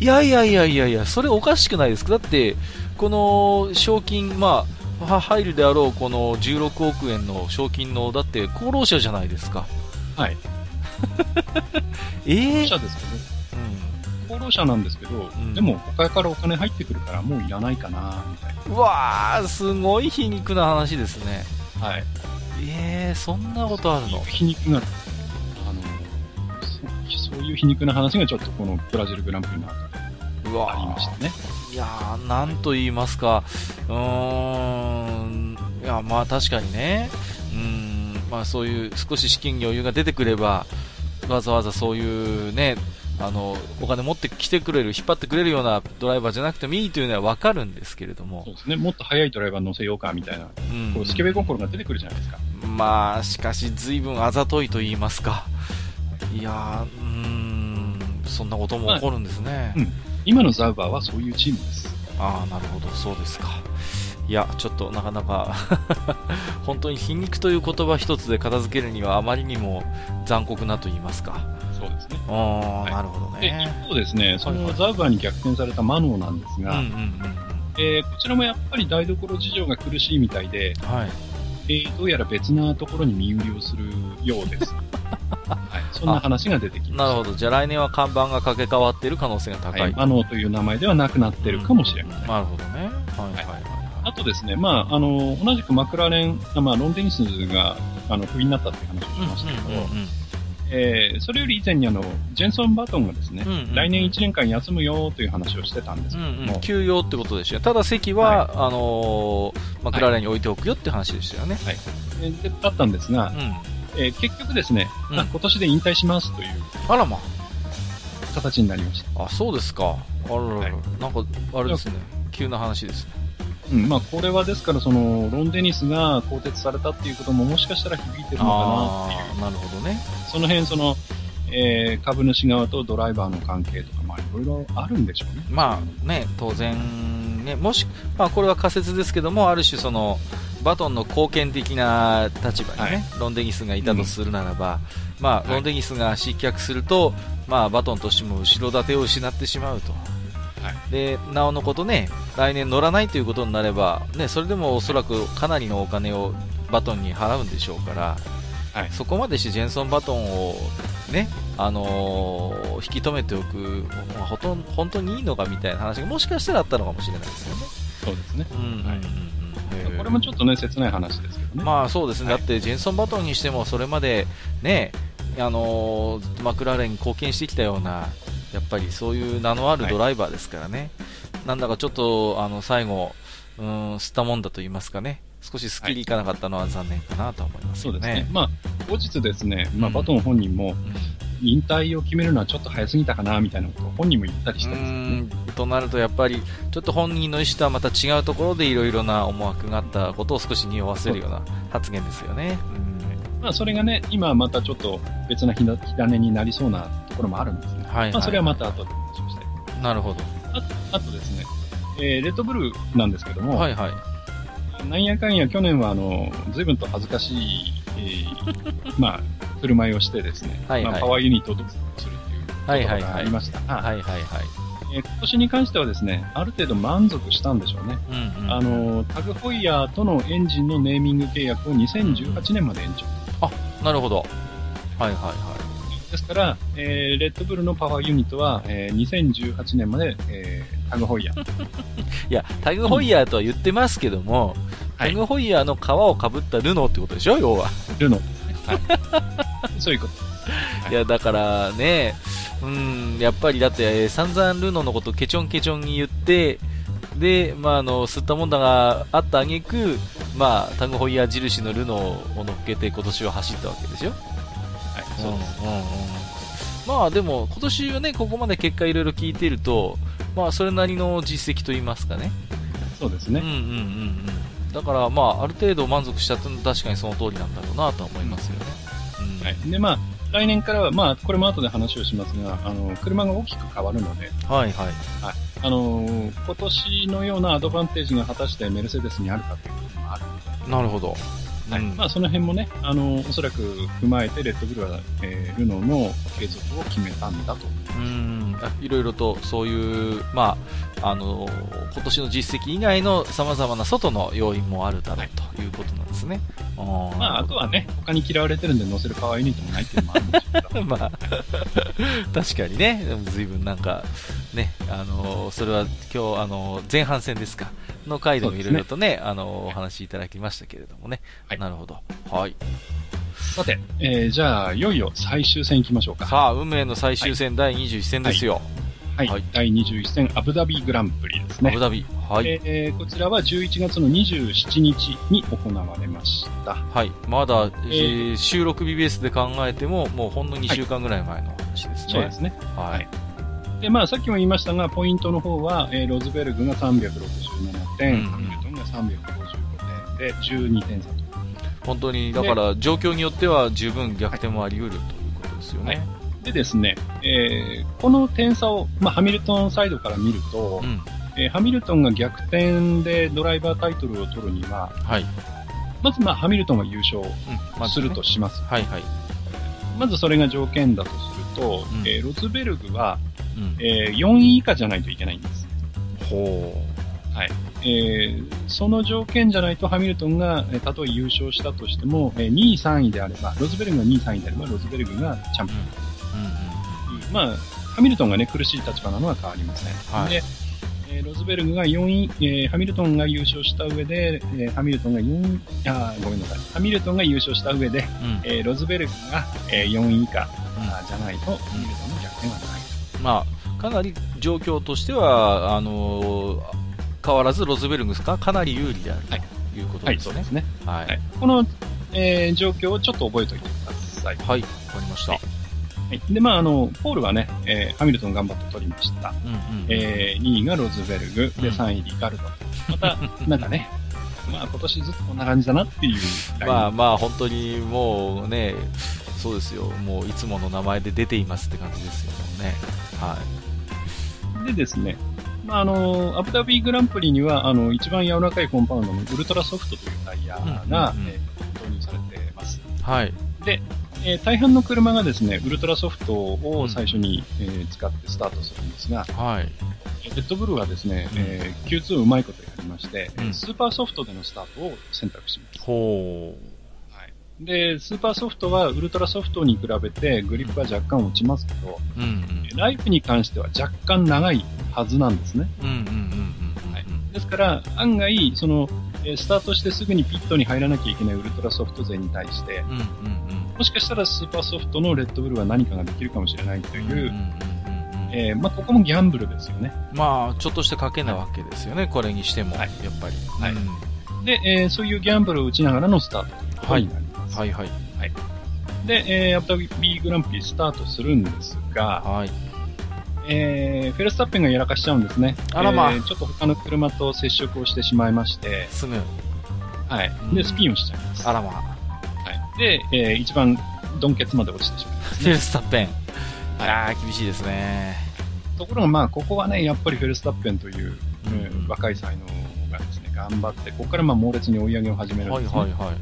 いやいやいやいやいや、それおかしくないですか。だって、この賞金、まあ、入るであろう、このじゅうろくおくえんの賞金の、だって厚労省じゃないですか。 はい。 えー、 厚労省ですけど、 うん、 厚労省なんですけど、うん、でも他からお金入ってくるからもういらないかな、みたいな。 うわー、すごい皮肉な話ですね。 はい。 えー、そんなことあるの？ 皮肉な、あの、そ、そういう皮肉な話がちょっとこのブラジルグランプリの後でありましたね。 いやー、なんと言いますか、うーん、いや、まあ確かにね、うーん、まあそういう少し資金に余裕が出てくれば、わざわざそういうね、あの、お金持ってきてくれる、引っ張ってくれるようなドライバーじゃなくてもいいというのはわかるんですけれども。 そうですね、もっと速いドライバー乗せようかみたいな、うん、こうスケベ心が出てくるじゃないですか。 まあ、しかし随分あざといと言いますか。いやー、うーん、そんなことも起こるんですね。 まあうん、今のザウバーはそういうチームです。 ああ、なるほど、そうですか。いや、ちょっとなかなか本当に皮肉という言葉一つで片付けるにはあまりにも残酷なと言いますか。 そうですね。 ああ、 はい、 なるほどね。 で、一方ですね、そのザウバーに逆転されたマノーなんですが、うんうんうん、えー、こちらもやっぱり台所事情が苦しいみたいで、はい、えー、どうやら別なところに身売りをするようです。はい、そんな話が出てきました。 なるほど。じゃあ来年は看板が掛け替わっている可能性が高い。はい、 マノーという名前ではなくなっているかもしれません。 うん、なるほどね。はいはいはい。 あとですね、まあ、あの、同じくマクラーレン、まあ、ロンデニスが、あの、クビになったっていう話をしましたけど、うんうんうんうん、えー、それより以前にあの、ジェンソン・バトンがですね、うんうんうん、来年いちねんかん休むよという話をしてたんですけども、うんうん、 休養ってことでしたよ。ただ席は、はい、あのー、マクラーレンに置いておくよって話でしたよね。はい。 で、だったんですが、うん、えー、結局ですね、うん、今年で引退しますという、 あらま。 形になりました。 あ、そうですか。あららら、はい、なんか、あれですね、急な話ですね。 うん、まあ、これはですから、その、ロンデニスが更迭されたっていうことももしかしたら響いてるのかなっていう。 なるほどね。 その辺、その、えー、株主側とドライバーの関係とか、まあ、いろいろあるんでしょうね。 まあ、ね、当然、ね、もし、まあ、これは仮説ですけども、ある種その、バトンの貢献的な立場にね、はい、ロンデニスがいたとするならば、うん、まあ、ロンデニスが失脚すると、まあ、バトンとしても後ろ盾を失ってしまうと。はい、でなおのことね、来年乗らないということになれば、ね、それでもおそらくかなりのお金をバトンに払うんでしょうから、はい、そこまでしてジェンソン・バトンを、ね、あのー、引き止めておく、まあ、ほとん本当にいいのかみたいな話がもしかしたらあったのかもしれないですよね。 そうですね、うんうんうん、はい、これもちょっとね切ない話ですけどね。 まあそうですね、はい、だってジェンソン・バトンにしてもそれまでね、あのー、マクラーレンに貢献してきたようなやっぱりそういう名のあるドライバーですからね、はい、なんだかちょっとあの最後うーん吸ったもんだと言いますかね、少しスッキリいかなかったのは残念かなと思いますよね。 そうですね。まあ後日ですね、まあ、バトン本人も引退を決めるのはちょっと早すぎたかなみたいなことを本人も言ったりしてますよね。うーんとなるとやっぱりちょっと本人の意思とはまた違うところでいろいろな思惑があったことを少し匂わせるような発言ですよね。 うん、まあそれがね今またちょっと別な火種になりそうなところもあるんですね。はいはいはい、まあそれはまた後で話をしたいと思います。 なるほど。 あ, あとですね、えー、レッドブルなんですけども、はいはい、なんやかんや去年はあの随分と恥ずかしい、えー、まあ振る舞いをしてですね、はいはい、まあ、パワーユニットをするっていうことがありましたが、はいはいはいはい、えー、今年に関してはですね、ある程度満足したんでしょうね。うんうん、あのタグホイヤーとのエンジンのネーミング契約をにせんじゅうはちねんまで延長。 あ、なるほど。はいはいはい。 ですから、えー、レッドブルのパワーユニットは、えー、にせんじゅうはちねんまで、えー、タグホイヤー。 いや、タグホイヤーとは言ってますけども、うん、タグホイヤーの皮をかぶったルノーってことでしょ、要は。 ルノー。はい。そういうこと。 はい、いや、だからね、うん、やっぱりだって、えー、散々ルノーのことケチョンケチョンに言って、で、まあ、あの、吸ったもんだがあった挙句、まあ、タグホイヤー印のルノーを乗っけて今年は走ったわけですよ。はい、そうです。うんうんうん、まあでも今年はねここまで結果いろいろ聞いていると、まあそれなりの実績といいますかね。 そうですね。 うんうんうんうん。だからまあある程度満足したと確かにその通りなんだろうなと思いますよね。 うんうん、はい。でまあ来年からはまあこれも後で話をしますが、あの車が大きく変わるので、はいはい。はい。あの今年のようなアドバンテージが果たしてメルセデスにあるかということもある。 なるほど。 はい、まあその辺もね、あのおそらく踏まえてレッドブルは、えー、ルノーの継続を決めたんだと。 うん、 いろいろとそういう、まあ、あの、今年の実績以外の様々な外の要因もあるだろうということなんですね。 はい、あまあ、あとはね、他に嫌われてるんで乗せるパワーユニットもないっていうのもあるんですけど。まあ、 確かにね、でも随分なんか、ね、あの、それは今日、あの、前半戦ですか、の回でもいろいろとね、あの、お話しいただきましたけれどもね。はい、なるほど。はい。 さて、えー、じゃあ、いよいよ最終戦行きましょうか。 さあ、運命の最終戦、はい、だいにじゅういち戦ですよ。 はい。はい、だいにじゅういち戦、アブダビグランプリですね。 アブダビ。はい。 えー、こちらはじゅういちがつのにじゅうしちにちに行われました。 はい。まだ、えー、収録日ベースで考えても、もうほんのにしゅうかんぐらい前の話ですね。はい、 そうですね。 はい。 で、まあ、さっきも言いましたが、ポイントの方は、えー、ロズベルグがさんびゃくろくじゅうななてん、うんうん、ハミルトンがさんびゃくごじゅうごてんでじゅうにてん差と。 本当に、だから、状況によっては十分逆転もあり得るということですよね。はい、 でですね、えー、この点差を、まあ、ハミルトンサイドから見ると、うん、えー、ハミルトンが逆転でドライバータイトルを取るには、はい、まず、まあ、ハミルトンが優勝するとします。うん、まずね、はいはい。まずそれが条件だとすると、うん、えー、ロズベルグは、うん、えー、よんい以下じゃないといけないんです。ほう。はい。えー、その条件じゃないとハミルトンが、えー、たとえ優勝したとしても、えー、にい、さんいであれば、ロズベルグがにい、さんいであれば、ロズベルグがチャンピオン。うんうんうん、まあ、ハミルトンがね、苦しい立場なのは変わりません。はい、で、えー、ロズベルグがよんい、えー、ハミルトンが優勝した上で、えー、ハミルトンがよんい、あ、ごめんなさい。ハミルトンが優勝した上で、うん、えー、ロズベルグが、えー、よんい以下、うん、じゃないと、ハミルトンの逆転はない。 まあ、かなり状況としては、あのー、変わらずロズベルグがかなり有利であるということですね。はい、はい、そうですね。はい。はい、 この、えー、状況をちょっと覚えておいてください。 はい、わかりました。はいはい、で、まあ、あの、ポールはね、えー、ハミルトン頑張って取りました。うんうん、えー、にいがロズベルグ、で、さんいリカルド。また、なんかね、まあ、今年ずっとこんな感じだなっていう。 まあまあ、本当にもうね、そうですよ。もういつもの名前で出ていますって感じですよね。はい。 でですね、まあ、あの、アブダビグランプリには、あの、一番柔らかいコンパウンドのウルトラソフトというタイヤが、うんうんうん、えー、導入されています。はい。で、えー、大半の車がですね、ウルトラソフトを最初に、うん、えー、使ってスタートするんですが、はい。レッドブルーはですね、うん、えー、キューツー うまいことやりまして、うん、スーパーソフトでのスタートを選択します。ほう。はい。で、スーパーソフトはウルトラソフトに比べてグリップは若干落ちますけど、うんうん、ライフに関しては若干長いはずなんですね。うんうんうんうん、はい。ですから、案外、その、スタートしてすぐにピットに入らなきゃいけないウルトラソフト勢に対して、うんうんうん、もしかしたらスーパーソフトのレッドブルは何かができるかもしれないという、うんうんうんうんえー、まあ、ここもギャンブルですよね。 まあ、ちょっとした賭けなわけですよね、はい、これにしても、はい、やっぱり。はい。 うん、で、えー、そういうギャンブルを打ちながらのスタートということになります。はい、はい、はい。はい。で、えー、アブダビグランプリスタートするんですが、はい。えー、フェルスタッペンがやらかしちゃうんですね。あらまあ。えー、ちょっと他の車と接触をしてしまいまして、すぐ。はい。で、スピンをしちゃいます。あらまあ。はい。で、えー、一番、ドンケツまで落ちてしまいます、ね。 フェルスタッペン。はい、ああ、厳しいですね。 ところがまあ、ここはね、やっぱりフェルスタッペンという、うんうん、若い才能がですね、頑張って、ここからまあ猛烈に追い上げを始めるんですね。はいはいはい。はい、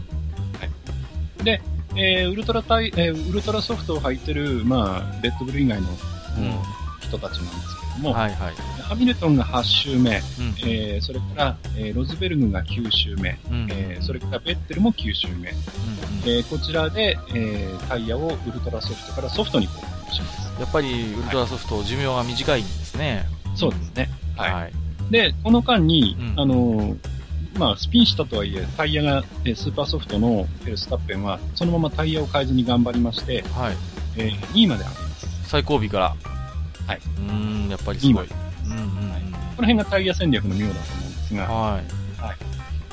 で、えー、ウルトラタイ、えー、ウルトラソフトを履いてる、まあ、レッドブル以外の、うん、人たちなんですけども、はいはい、ハミルトンがはち周目、うんえー、それから、えー、ロズベルグがきゅう周目、うんえー、それからベッテルもきゅう周目、うんえー、こちらで、えー、タイヤをウルトラソフトからソフトに交換します。 やっぱりウルトラソフト、寿命が短いんですね。 そうですね。はい。はい、で、この間に、うん、あの、まあ、スピンしたとはいえ、タイヤが、えー、スーパーソフトのフェルスタッペンは、そのままタイヤを変えずに頑張りまして、はい。えー、にいまで上げます。 最後尾から。はい。うーん、やっぱりすごい。うんうんうん、はい。 この辺がタイヤ戦略の妙だと思うんですが、はい。はい。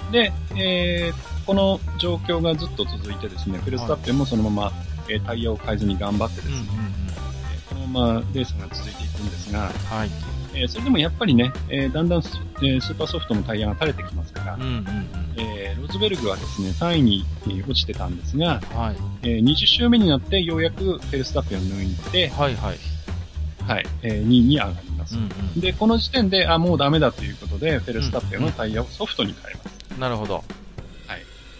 で、えー、この状況がずっと続いてですね、フェルスタッペンもそのまま、えー、タイヤを変えずに頑張ってですね、うんうんうんまあ、レースが続いていくんですが、はいえー、それでもやっぱりね、えー、だんだんス、えー、スーパーソフトのタイヤが垂れてきますから、うんうんうんえー、ロズベルグはですね、さんいに落ちてたんですが、はいえー、にじゅっ周目になってようやくフェルスタッペンを抜いて、はいはいはいえー、にいに上がります、うんうん。で、この時点で、あ、もうダメだということで、フェルスタッペンのタイヤをソフトに変えます。 うん、なるほど。 はい。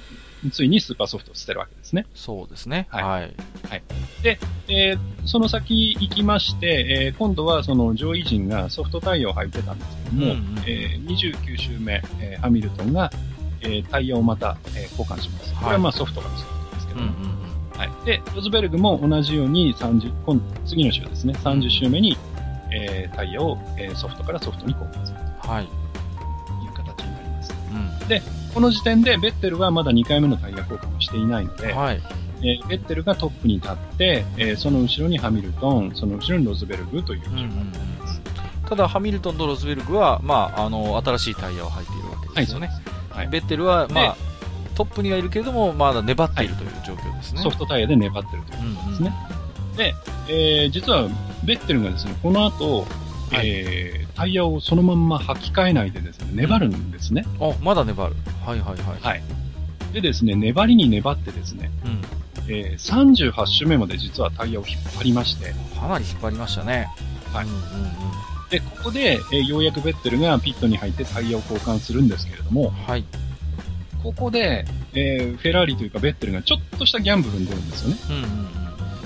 ついにスーパーソフトを捨てるわけですね。 そうですね。 はい。 はい。 はい。で、えー、その先行きまして、えー、今度はその上位陣がソフトタイヤを履いてたんですけども、うんうん、えー、にじゅうきゅう周目、えー、ハミルトンが、えー、タイヤをまた、えー、交換します。これはまあソフトからソフトですけども、うんうんうん、はい。で、ロズベルグも同じようにさんじゅう、今次の週ですね、さんじゅう周目に、えー、タイヤを、えー、ソフトからソフトに交換すると。はい。いう形になります。うん。で、この時点でベッテルはまだにかいめのタイヤ交換をしていないので、はい。えー、ベッテルがトップに立って、えー、その後ろにハミルトン、その後ろにロズベルグという順番になります。 ただ、ハミルトンとロズベルグは、まあ、あの、新しいタイヤを履いているわけですよね。はい、ベッテルは、まあ、トップにはいるけれども、まだ粘っているという状況ですね。 ソフトタイヤで粘っているということですね。うんうん、で、えー、実は、ベッテルがですね、この後、はい、えー、タイヤをそのまんま履き替えないでですね、粘るんですね。 あ、まだ粘る。はいはいはい。 はい。でですね、粘りに粘ってですね、うん、えー、さんじゅうはち周目まで実はタイヤを引っ張りまして。 かなり引っ張りましたね。 はい。うんうんうん、で、ここで、えー、ようやくベッテルがピットに入ってタイヤを交換するんですけれども、はい。ここで、えー、フェラーリというかベッテルがちょっとしたギャンブルに出るんですよね。うんうんうん。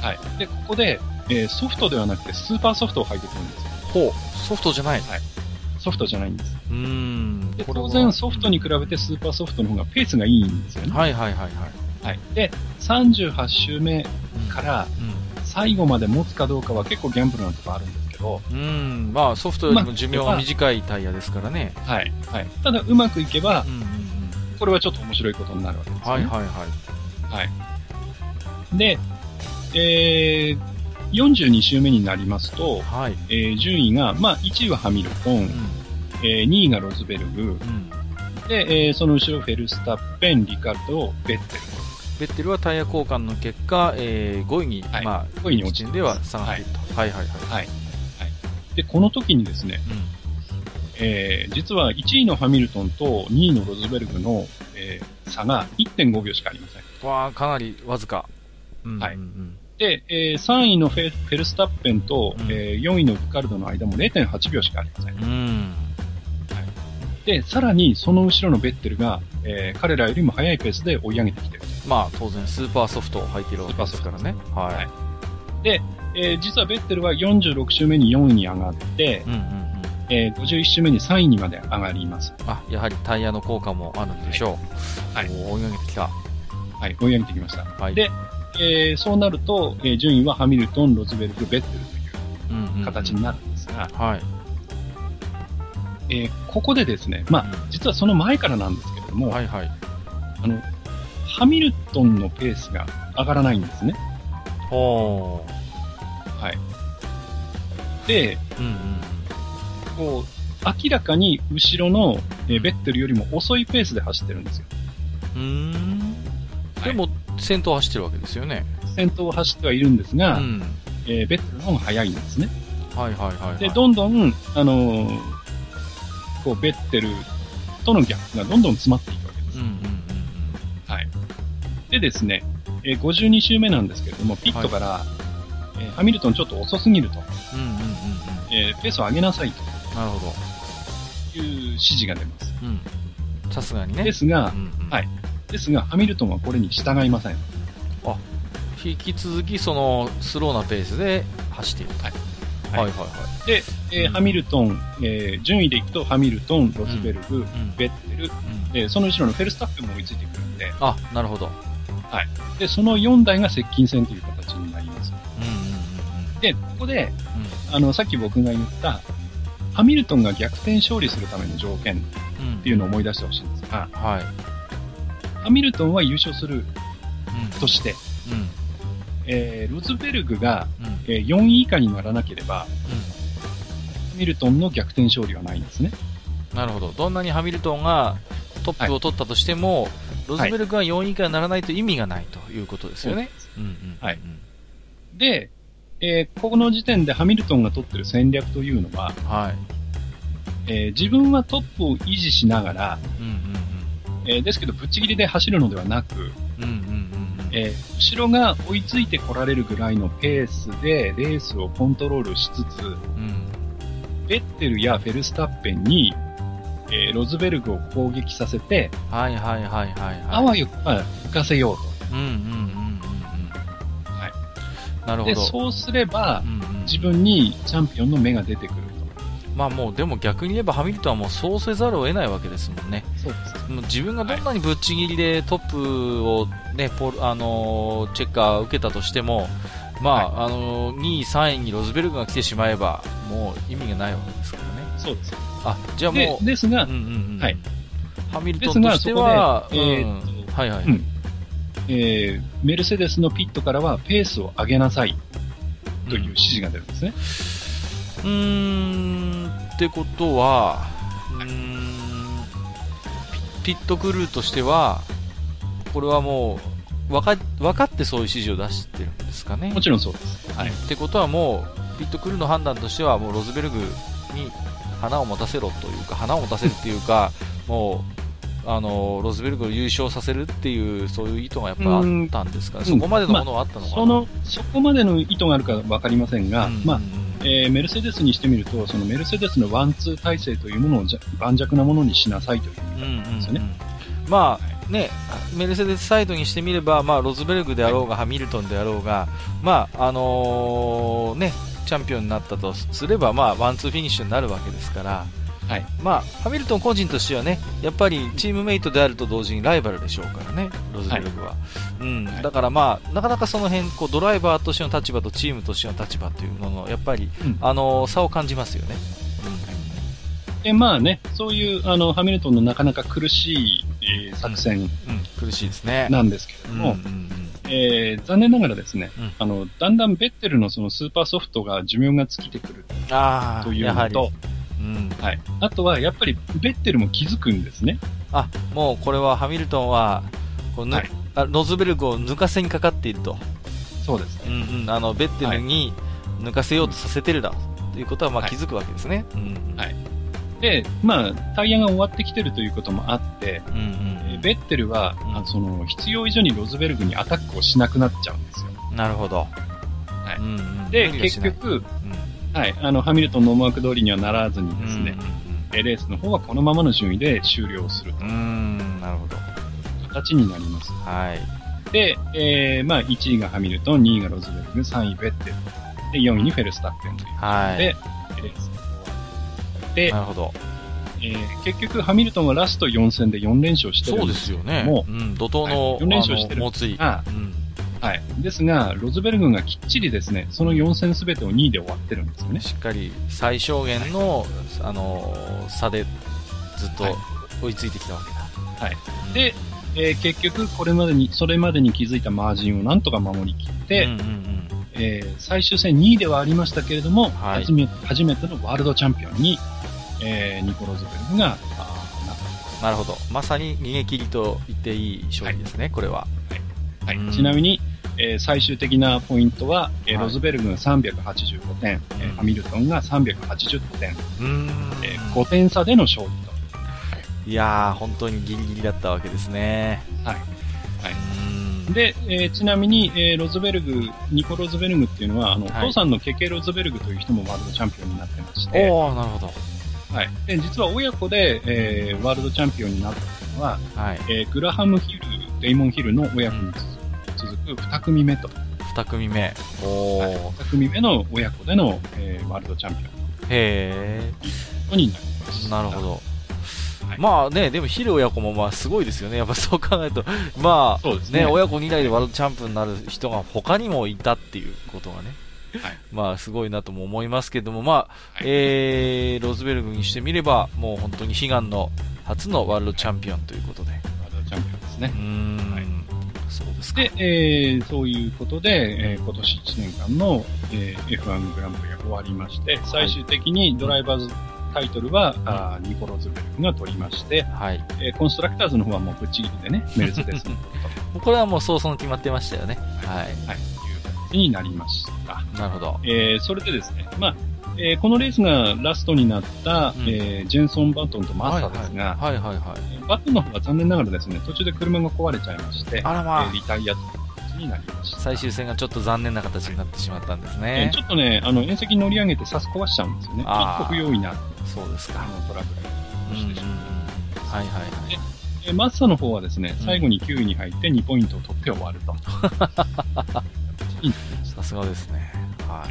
はい。で、ここで、えー、ソフトではなくてスーパーソフトを履いてくるんですよ。 ほう。ソフトじゃない。はい。 ソフトじゃないんです。うーん。で、当然ソフトに比べてスーパーソフトの方がペースがいいんですよね。 はいはいはいはい。 はい。で、さんじゅうはち周目から最後まで持つかどうかは結構ギャンブルなとこあるんですけど。 うん。まあソフトよりも寿命が短いタイヤですからね。 はい。はい。ただうまくいけば、うんうんうん、これはちょっと面白いことになるわけですね。 はいはいはい。 はい。で、えー、よんじゅうに周目になりますと、はい、えー、順位が、まあ、いちいはハミルトン、うん、えー、にいがロズベルグ、うん、で、えー、その後ろフェルスタッペン、リカルド、ベッテル。 ベッテルはタイヤ交換の結果、えー、ごいに、はい、まあ、ごいに落ちてでは下がっていると。はい、はい、はいはいはい。はい。 で、この時にですね、うん、えー、実はいちいのハミルトンとにいのロズベルグの、えー、差がいってんごびょうしかありません。 わあ、かなりわずか。 うんうんうん、はい。で、えー、さんいのフェ、フェルスタッペンと、うん、えー、よんいのリカルドの間も れいてんはちびょうしかありません。うん、はい。で、さらにその後ろのベッテルが、えー、彼らよりも速いペースで追い上げてきてる。 まあ当然スーパーソフトを履いているわけですからね。はい。はい。 で、えー、実はベッテルはよんじゅうろく周目によんいに上がって、うんうんうん、えー、ごじゅういち周目にさんいにまで上がります。 あ、やはりタイヤの効果もあるんでしょう。はい。はい、追い上げてきた。 はい、追い上げてきました。はい。で、えー、そうなると、えー、順位はハミルトン、ロズベルグ、ベッテルという形になるんですが、うんうんうん、はい。えー、ここでですね、まあ、実はその前からなんですけれども、はいはい。あの、ハミルトンのペースが上がらないんですね。ほー。はい。で、うんうん、こう、明らかに後ろの、えー、ベッテルよりも遅いペースで走ってるんですよ。うーん。 はい、でも、先頭走ってるわけですよね。 先頭を走ってはいるんですが、うん、えー、ベッテルの方が速いんですね。はいはいはい、はい。で、どんどん、あのー、こう、ベッテルとのギャップがどんどん詰まっていくわけです。うんうんうんうん、はい。でですね、えー、ごじゅうに周目なんですけれども、ピットから、はい、えー、ハミルトンちょっと遅すぎると。うんうんうんうん、えー、ペースを上げなさいと。なるほど。いう指示が出ます。 うん。さすがにね。 ですが、うんうん、はい。ですが、ハミルトンはこれに従いません。 あ、引き続きそのスローなペースで走っている。はい。 はいはいはい。で、えーうん、ハミルトン、えー、順位でいくとハミルトン、ロズベルグ、うん、ベッテル、うんえー、その後ろのフェルスタッフも追いついてくるんで。 あ、なるほど。 はい。で、そのよんだいが接近戦という形になります。うんうんうん、で、ここで、うん、あの、さっき僕が言った、ハミルトンが逆転勝利するための条件っていうのを思い出してほしいんですが、うん、はい。ハミルトンは優勝するとして、うんうんえー、ロズベルグが、うんえー、よんい以下にならなければ、うん、ハミルトンの逆転勝利はないんですね。 なるほど。どんなにハミルトンがトップを取ったとしても、はい、ロズベルグがよんい以下にならないと意味がないということですよね。うんうんうん、 はい。で、えー、この時点でハミルトンが取ってる戦略というのは、はいえー、自分はトップを維持しながら、うんうんうんえー、ですけどぶっちぎりで走るのではなく、うんうんうんえー、後ろが追いついてこられるぐらいのペースでレースをコントロールしつつ、うん、ベッテルやフェルスタッペンにえー、ロズベルグを攻撃させて、 はいはいはいはい、はい。 あわよくば浮かせようと。 うんうんうんうんうん。 はい。 なるほど。 で、そうすれば、 うんうん、 自分にチャンピオンの目が出てくると。 まあもう、でも逆に言えばハミルトンはもうそうせざるを得ないわけですもんね。 そうです。 もう自分がどんなにぶっちぎりでトップをね、ポル、あのー、チェッカー受けたとしても、まあ、はい、あのー、にい、さんいにロズベルグが来てしまえば、もう意味がないわけですからね。 そうです。 あ、じゃあもう、 でですが、 うんうんうん、 はい。 ハミルトンとしては、 えーうん、はいはい、うん、えー、メルセデスのピットからはペースを上げなさいという指示が出るんですね。 うーん、ってことは、うーん、ピットクルーとしては、これはもう、わか、分かってそういう指示を出してるんですかね。 もちろんそうです。 はい。ってことはもう、ピットクルーの判断としては、もうロズベルグに花を持たせろというか、花を持たせるっていうか、もう、あの、ロズベルグを優勝させるっていう、そういう意図がやっぱあったんですかね。そこまでのものはあったのかな、まあ、 その、そこまでの意図があるかわかりませんが、うんうん、まあ、えー、メルセデスにしてみると、そのメルセデスのワンツー体制というものをじゃ盤石なものにしなさいという意味なんですよね。うんうんうん、 まあね、メルセデスサイドにしてみれば、まあ、ロズベルグであろうが、はい、ハミルトンであろうが、まああのー、ね、チャンピオンになったとすれば、まあ、ワンツーフィニッシュになるわけですから、はい、まあ、ハミルトン個人としてはね、やっぱりチームメイトであると同時にライバルでしょうからね、ロズベルグは。はい、うん、はい、だからまあ、なかなかその辺、こうドライバーとしての立場とチームとしての立場というのの、やっぱり、うん、あのー、差を感じますよね。 うん、で、まあね、そういう、あの、ハミルトンのなかなか苦しい、えー、作戦、うんうん、 苦しいですね。 なんですけれども、うんうんうん、えー、残念ながらですね、うん、あの、だんだんベッテルのそのスーパーソフトが寿命が尽きてくるというのと、うん、はい。あとは、やっぱり、ベッテルも気づくんですね。 あ、もうこれはハミルトンは、こうぬ、はい、あロズベルグを抜かせにかかっていると。 そうですね。 うんうん。あの、ベッテルに抜かせようとさせてるだ、ということは、まあ気づくわけですね。 はい。うん、はい。で、まあ、タイヤが終わってきてるということもあって、うんうんえー、ベッテルは、うん、あその、必要以上にロズベルグにアタックをしなくなっちゃうんですよ。 なるほど。 はい。うんうん、で、結局、うんはい。あの、ハミルトンの思惑通りにはならずにですね、うんうん、レースの方はこのままの順位で終了すると。 うーん、なるほど。 形になります。 はい。 で、えー、まあ、いちいがハミルトン、にいがロズベルグ、さんいベッテル。で、よんいにフェルスタッペンという。 はい。 で、レースで、 なるほど。 えー、結局、ハミルトンはラストよん戦でよん連勝してるんですけども。 そうですよね。うん、怒涛の、はい、 よん連勝してる。 猛追。 うんはい。ですが、ロズベルグがきっちりですね、そのよん戦すべてをにいで終わってるんですよね。 しっかり最小限の、はい、あのー、差でずっと追いついてきたわけだ。はい。うん、で、えー、結局、これまでに、それまでに築いたマージンをなんとか守りきって、うんうんうんえー、最終戦にいではありましたけれども、はい、初め初めてのワールドチャンピオンに、えー、ニコ・ロズベルグが、あなった。なるほど。まさに逃げ切りと言っていい勝利ですね、はい、これは。 はい。はい、ちなみに、えー、最終的なポイントは、えーはい、ロズベルグがさんびゃくはちじゅうごてん、うん、えー、ハミルトンがさんびゃくはちじゅってん、うんえー、ごてん差での勝利と。 いやー、本当にギリギリだったわけですね。 はい。はい。で、えー、ちなみに、えー、ロズベルグ、ニコ・ロズベルグっていうのは、あの、はい、お父さんのケケ・ロズベルグという人もワールドチャンピオンになってまして。 おー、なるほど。 はい。で、実は親子で、えー、ワールドチャンピオンになったのは、はいえー、グラハム・ヒル、デイモン・ヒルの親子に続くに組目と。 に組目。おー。はい、 に組目の親子での、えー、ワールドチャンピオン。 へー。 ということになります。 なるほど。はい、まあね、でもヒル親子もまあすごいですよね。やっぱそう考えると、まあ、そうですね、ね、親子に代でワールドチャンピオンになる人が他にもいたっていうことがね。はい、まあすごいなとも思いますけども、まあ、はい、えー、ロズベルグにしてみれば、もう本当に悲願の初のワールドチャンピオンということで。 ワールドチャンピオンですね。 うーん、はい、そうですか。 で、えー、そういうことで、えー、今年いちねんかんの、えー、エフワン グランプリが終わりまして、最終的にドライバーズタイトルは、あニコ・ロズベルグが取りまして、はいえー、コンストラクターズの方はもうぶっちぎりでね、メルセデスのこと。これはもう早々決まってましたよね。はい。はい。 はいになりました。 なるほど。 えー、それでですね、まあ、えー、このレースがラストになった、うんえー、ジェンソン・バトンとマッサですが、 はいはいはいはい、 バトンの方は残念ながらですね、途中で車が壊れちゃいまして、 あらまあ、 えー、リタイアという形になりました。 最終戦がちょっと残念な形になってしまったんですね。 えー、ちょっとね、あの、縁石に乗り上げてサス壊しちゃうんですよね。ちょっと不用意な。 そうですか。 あのトラブルをしてしまう。 はいはいはい。 で、マッサの方はですね、最後にきゅういに入ってにポイントを取って終わると。 さすがですね。はい。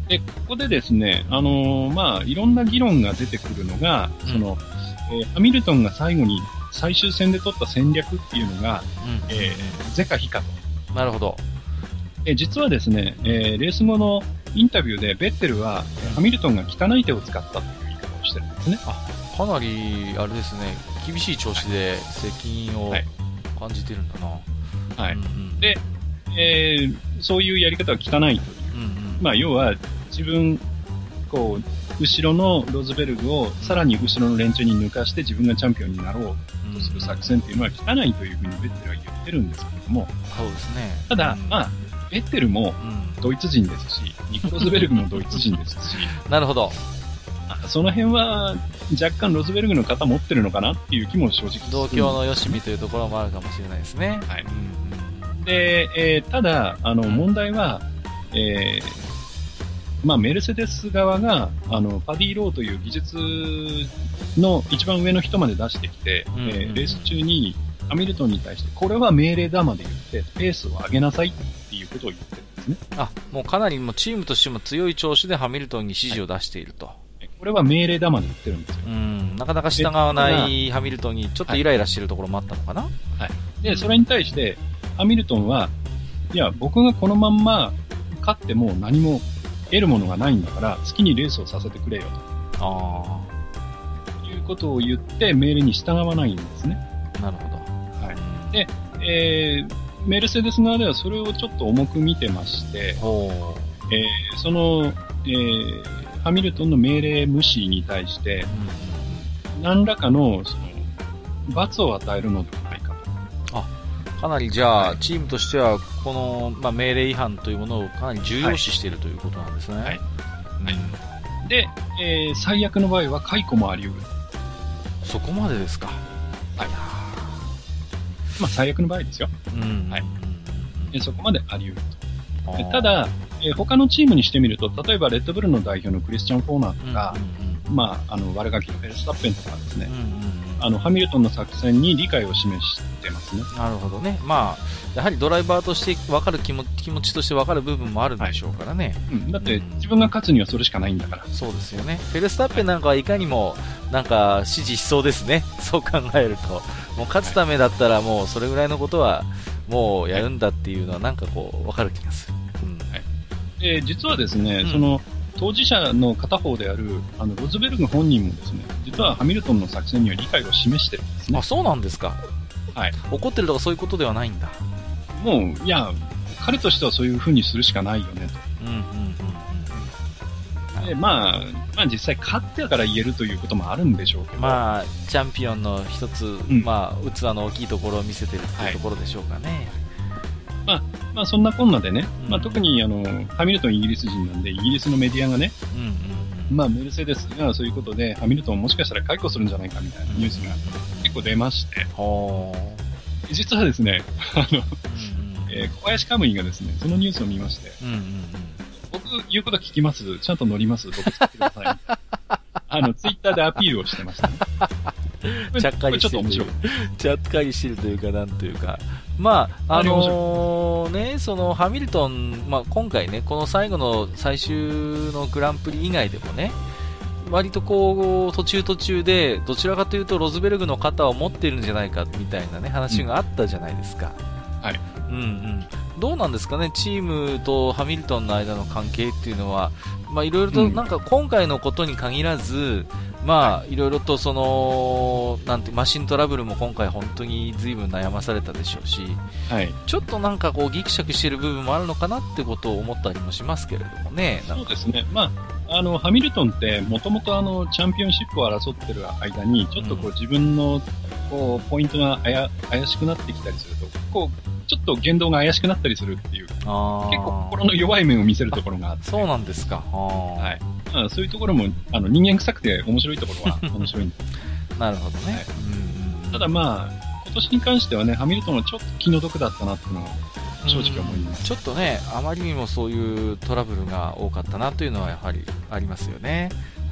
で、ここでですね、あのー、まあ、いろんな議論が出てくるのが、うん、その、えー、ハミルトンが最後に最終戦で取った戦略っていうのが、うん、えー、是か非かと。 なるほど。 え実はですね、えー、レース後のインタビューでベッテルは、うん、ハミルトンが汚い手を使ったっていう言い方をしてるんですね。 あ、かなり、あれですね、厳しい調子で責任を感じてるんだな。 はい。うんうん、で、えー、そういうやり方は汚いという。うんうん、まあ、要は、自分、こう、後ろのロズベルグをさらに後ろの連中に抜かして自分がチャンピオンになろうとする作戦っていうのは汚いというふうにベッテルは言ってるんですけれども。 そうですね。 ただ、うん、まあ、ベッテルもドイツ人ですし、うん、ニック・ロズベルグもドイツ人ですし。 なるほど。 その辺は若干ロズベルグの方持ってるのかなっていう気も正直する。 同郷のよしみというところもあるかもしれないですね。 はい。うん、で、えー、ただ、あの、問題は、えー、まあ、メルセデス側が、あの、パディローという技術の一番上の人まで出してきて、うんうん、えー、レース中にハミルトンに対して、これは命令だまで言って、ペースを上げなさいっていうことを言ってるんですね。 あ、もうかなりもうチームとしても強い調子でハミルトンに指示を出していると。はい、 これは命令だまで言ってるんですよ。 うん、なかなか従わないハミルトンにちょっとイライラしてるところもあったのかな。はい。 で、それに対して、ハミルトンは、いや、僕がこのまんま勝っても何も得るものがないんだから、好きにレースをさせてくれよと。ああ。いうことを言って命令に従わないんですね。 なるほど。 はい。で、えー、メルセデス側ではそれをちょっと重く見てまして、えー、その、えー、ハミルトンの命令無視に対して、うん、何らかの、その、罰を与えるのではないかと。 あ、かなりじゃあ、はい、チームとしては、この、まあ、命令違反というものをかなり重要視している、はい、ということなんですね。はい。はい。 うん、で、えー、最悪の場合は解雇もあり得る。 そこまでですか。 はい。まあ、最悪の場合ですよ。うん。はい。でそこまであり得ると。でただ、えー、他のチームにしてみると、例えばレッドブルの代表のクリスチャン・フォーナーとか、うんうんうん、まあ、あの、悪ガキのフェルスタッペンとかですね、うんうんうん、あの、ハミルトンの作戦に理解を示してますね。 なるほどね。まあ、やはりドライバーとして分かる気も気持ちとして分かる部分もあるんでしょうからね。 はい、うん、だって、自分が勝つにはそれしかないんだから。 そうですよね。フェルスタッペンなんかはいかにも、なんか、支持しそうですね。そう考えると。もう勝つためだったらもうそれぐらいのことは、もうやるんだっていうのはなんかこう、分かる気がする。うんはいで実はですね、うん、その当事者の片方であるあのロズベルグ本人もですね、実はハミルトンの作戦には理解を示してるんですね。 あ、そうなんですか。 はい。 怒ってるとかそういうことではないんだ。 もういや彼としてはそういう風にするしかないよねと。うんうんうんうん。でまあまあ実際勝ってから言えるということもあるんでしょうけど。 まあチャンピオンの一つ、うん、まあ器の大きいところを見せてるっていうところでしょうかね。はいまあ、まあそんなこんなでね、うん、まあ特にあの、ハミルトンイギリス人なんで、イギリスのメディアがね、うんうんうん、まあメルセデスがそういうことで、ハミルトンをもしかしたら解雇するんじゃないかみたいなニュースが結構出まして、うん、実はですね、あの、うんうんえー、小林カムイがですね、そのニュースを見まして、うんうんうん、僕言うこと聞きます、ちゃんと乗ります、僕使ってください。あの、ツイッターでアピールをしてましたね。 ちゃっかりしてる。ちょっと面白い。ちゃっかりしてるというか、なんというか。まあ、あのー、ね、その、ハミルトン、まあ、今回ね、この最後の最終のグランプリ以外でもね、割とこう、途中途中で、どちらかというと、ロズベルグの肩を持ってるんじゃないか、みたいなね、話があったじゃないですか。 うん、はい。 うんうん。どうなんですかね、チームとハミルトンの間の関係っていうのは、まあ、いろいろと、なんか今回のことに限らず、うんまあ、いろいろとその、なんて、マシントラブルも今回本当に随分悩まされたでしょうし、はい。ちょっとなんかこう、ギクシャクしてる部分もあるのかなってことを思ったりもしますけれどもね。 そうですね。まあ、あの、ハミルトンって、もともとあの、チャンピオンシップを争ってる間に、ちょっとこう、自分の、こう、ポイントがあや怪しくなってきたりすると、こう、ちょっと言動が怪しくなったりするっていう、あ結構心の弱い面を見せるところがあって。 そうなんですか。 はい。まあ、そういうところも、あの、人間臭くて面白いところは面白いんです。 なるほどね。はいうん、ただまあ、今年に関してはね、ハミルトンはちょっと気の毒だったなっていうのは、正直思います。 ちょっとね、あまりにもそういうトラブルが多かったなというのはやはりありますよね。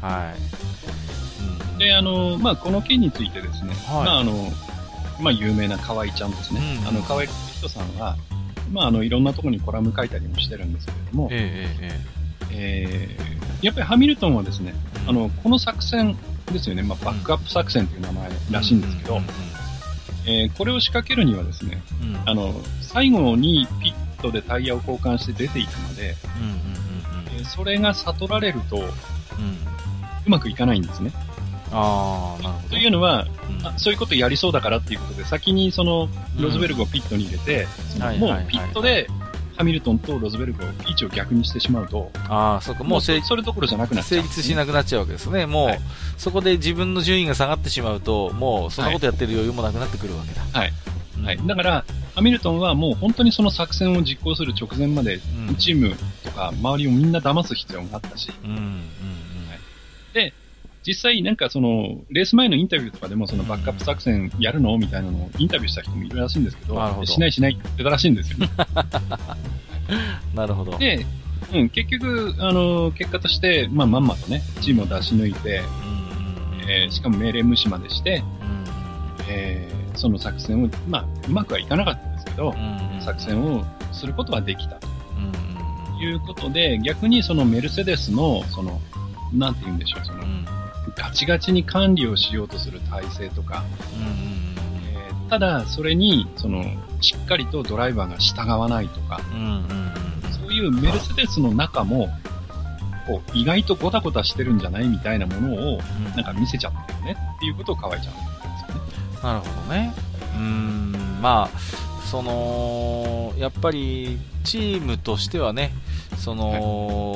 はい。 うん、で、あの、まあ、この件についてですね、はい、まあ、あの、まあ、有名な河合ちゃんですね。うん、あの、河合人さんは、まあ、あの、いろんなところにコラム書いたりもしてるんですけれども、えー、えー、えー、やっぱりハミルトンはですね、あの、この作戦ですよね、まあ、バックアップ作戦という名前らしいんですけど、えー、これを仕掛けるにはですね、うん、あの、最後にピットでタイヤを交換して出ていくまで、うんうんうんうんえー、それが悟られると、うん、うまくいかないんですね。 ああ、なるほど。 というのは、うん、そういうことやりそうだからっていうことで、先にその、ロズベルグをピットに入れて、うん、もうピットで、ハミルトンとロズベルグを位置を逆にしてしまうと、 ああ、そうか、もうそれどころじゃなくなっちゃう、ね。成立しなくなっちゃうわけですね。もう、はい、そこで自分の順位が下がってしまうと、もうそんなことやってる余裕もなくなってくるわけだ。 はい。はい。だから、ハミルトンはもう本当にその作戦を実行する直前まで、うん、チームとか周りをみんな騙す必要があったし、うんうんうんはい、で、実際なんかその、レース前のインタビューとかでもそのバックアップ作戦やるのみたいなのをインタビューした人もいるらしいんですけど、なるほどしないしないって言ってたらしいんですよね。 なるほど。 で、うん、結局、あの、結果として、まあまんまとね、チームを出し抜いて、うんえー、しかも命令無視までして、うんえー、その作戦を、まあ、うまくはいかなかったんですけど、うん作戦をすることはできたと、うん、いうことで、逆にそのメルセデスの、その、なんて言うんでしょう、その、うんガチガチに管理をしようとする体制とか、うんえー、ただそれにそのしっかりとドライバーが従わないとか、うんうんうん、そういうメルセデスの中もこう意外とゴタゴタしてるんじゃないみたいなものをなんか見せちゃってるねっていうことを河合ちゃんは言ってるんですよね。 なるほどね。うーんまあそのやっぱりチームとしてはねその、はい、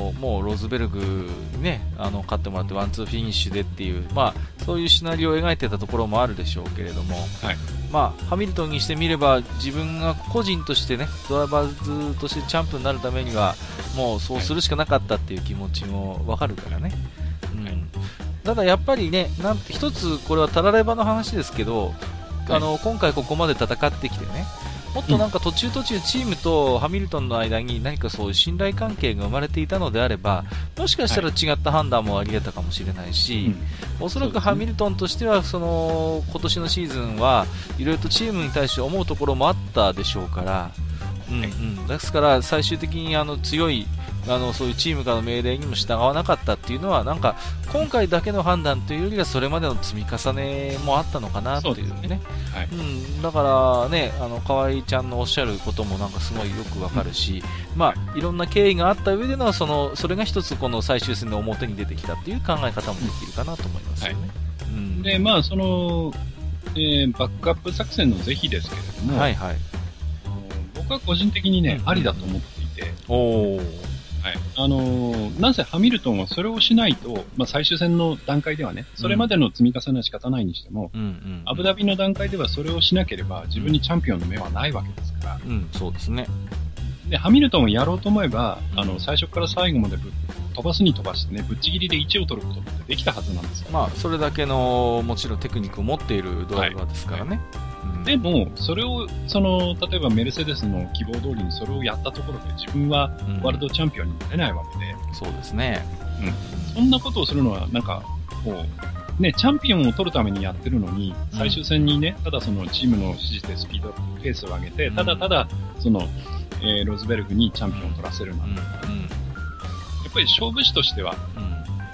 もうロズベルグにね、あの、勝ってもらってワンツーフィニッシュでっていう、まあ、そういうシナリオを描いてたところもあるでしょうけれども、はい、まあ、ハミルトンにしてみれば、自分が個人としてね、ドライバーズとしてチャンプになるためには、もうそうするしかなかったっていう気持ちもわかるからね。うん。ただやっぱりね、なんて一つこれはタラレバの話ですけど、はい、あの、今回ここまで戦ってきてね、もっとなんか途中途中チームとハミルトンの間に何かそういう信頼関係が生まれていたのであればもしかしたら違った判断もあり得たかもしれないし、はい、おそらくハミルトンとしてはその今年のシーズンはいろいろとチームに対して思うところもあったでしょうから、うんうん、ですから最終的にあの強いあのそういうチームからの命令にも従わなかったっていうのはなんか今回だけの判断というよりはそれまでの積み重ねもあったのかなというね、はいうん、だからねあの河合ちゃんのおっしゃることもなんかすごいよくわかるし、うん、まあいろんな経緯があった上でのそのそれが一つこの最終戦の表に出てきたっていう考え方もできるかなと思いますよね。はいうん、 でまあその、えー、バックアップ作戦の是非ですけれども、はいはい、僕は個人的にね、うん、ありだと思っていて。おはい。あのー、なぜハミルトンはそれをしないと、まあ、最終戦の段階ではね、それまでの積み重ねは仕方ないにしても、うんうんうん、アブダビの段階ではそれをしなければ自分にチャンピオンの目はないわけですから。 うん、そうですね。 で、ハミルトンをやろうと思えば、あの、最初から最後までぶ飛ばすに飛ばしてね、ぶっちぎりでいちを取ることってできたはずなんですよ。 まあ、それだけの、もちろんテクニックを持っているドライバーですからね。 はいはいうん、でも、それを、その、例えばメルセデスの希望通りにそれをやったところで自分はワールドチャンピオンになれないわけで。 うん、そうですね。 うん。そんなことをするのは、なんか、こう、ね、チャンピオンを取るためにやってるのに、最終戦にね、ただそのチームの指示でスピード、ペースを上げて、ただただ、その、えー、ロズベルグにチャンピオンを取らせるなんて、うんうん、やっぱり勝負師としては、うん、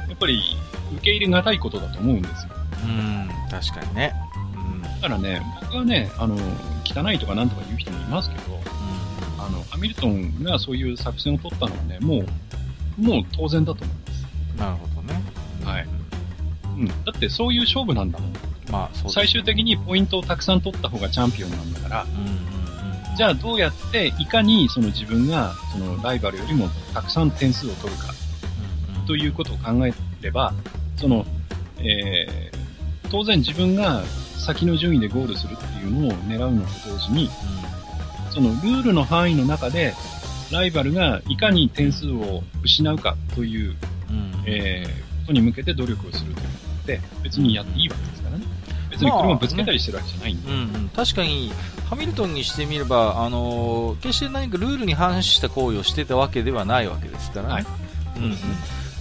やっぱり受け入れがたいことだと思うんですよ。 うん、確かにね。 うん、だからね、僕はね、あの、汚いとかなんとか言う人もいますけど、うん、あの、ハミルトンがそういう作戦を取ったのはね、もう、もう当然だと思います。 なるほどね。 はい。うん。だってそういう勝負なんだもん。まあ、そうですね。最終的にポイントをたくさん取った方がチャンピオンなんだから、うんじゃあどうやっていかにその自分がそのライバルよりもたくさん点数を取るかということを考えれば、その、えー、当然自分が先の順位でゴールするっていうのを狙うのと同時に、そのルールの範囲の中でライバルがいかに点数を失うかという、えー、ことに向けて努力をするというのって別にやっていいわけですからね。別に車ぶつけたりしてるわけじゃないんで、 まあねうんうん、確かにハミルトンにしてみれば、あのー、決して何かルールに反した行為をしてたわけではないわけですからね、はいうんうん、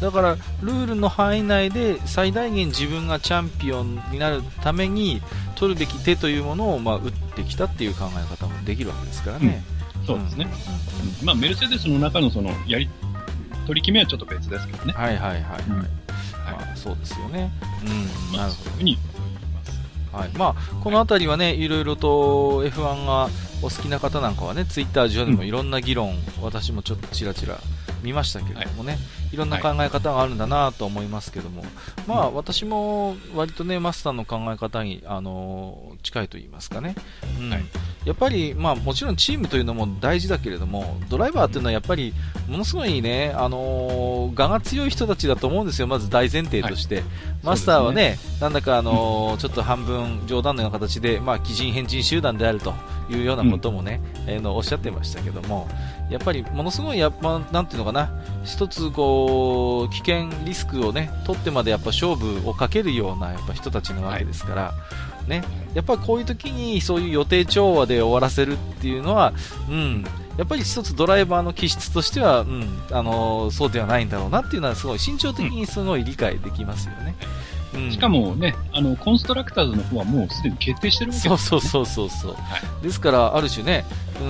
だからルールの範囲内で最大限自分がチャンピオンになるために取るべき手というものをまあ打ってきたっていう考え方もできるわけですからね、 うん、そうですね、うんうん、まあ、メルセデスの中のそのやり取り決めはちょっと別ですけどね。 はいはいはいはい、うん、まあ、 そうですよね、うん、 まあ、 なるほど。 そういうふうに思います。 はい、まあ、このあたりはね、いろいろと エフワン がお好きな方なんかはね、ツイッター上でもいろんな議論、うん、私もちょっとちらちら見ましたけれどもね、はい、いろんな考え方があるんだなと思いますけども、はい、まあ、私も割とね、マスターの考え方に、あのー、近いと言いますかね、うん、はい、やっぱり、まあ、もちろんチームというのも大事だけれども、ドライバーというのはやっぱりものすごいね、あのー、我が強い人たちだと思うんですよ、まず大前提として、はい、マスターはね、なんだか、あのーうん、ちょっと半分冗談のような形で、まあ、鬼人変人集団であるというようなこともね、うん、えー、のおっしゃってましたけども、やっぱりものすごいやっぱなんていうのかな、一つこう危険リスクをね取ってまでやっぱ勝負をかけるようなやっぱ人たちなわけですから、はい、ね、やっぱりこういう時にそういう予定調和で終わらせるっていうのは、うん、やっぱり一つドライバーの気質としては、うん、あのー、そうではないんだろうなっていうのはすごい慎重的にすごい理解できますよね。うん、しかもね、あのコンストラクターズの方はもうすでに決定してるわけですよね。そうそうそうそう、はい、ですからある種ね、うん、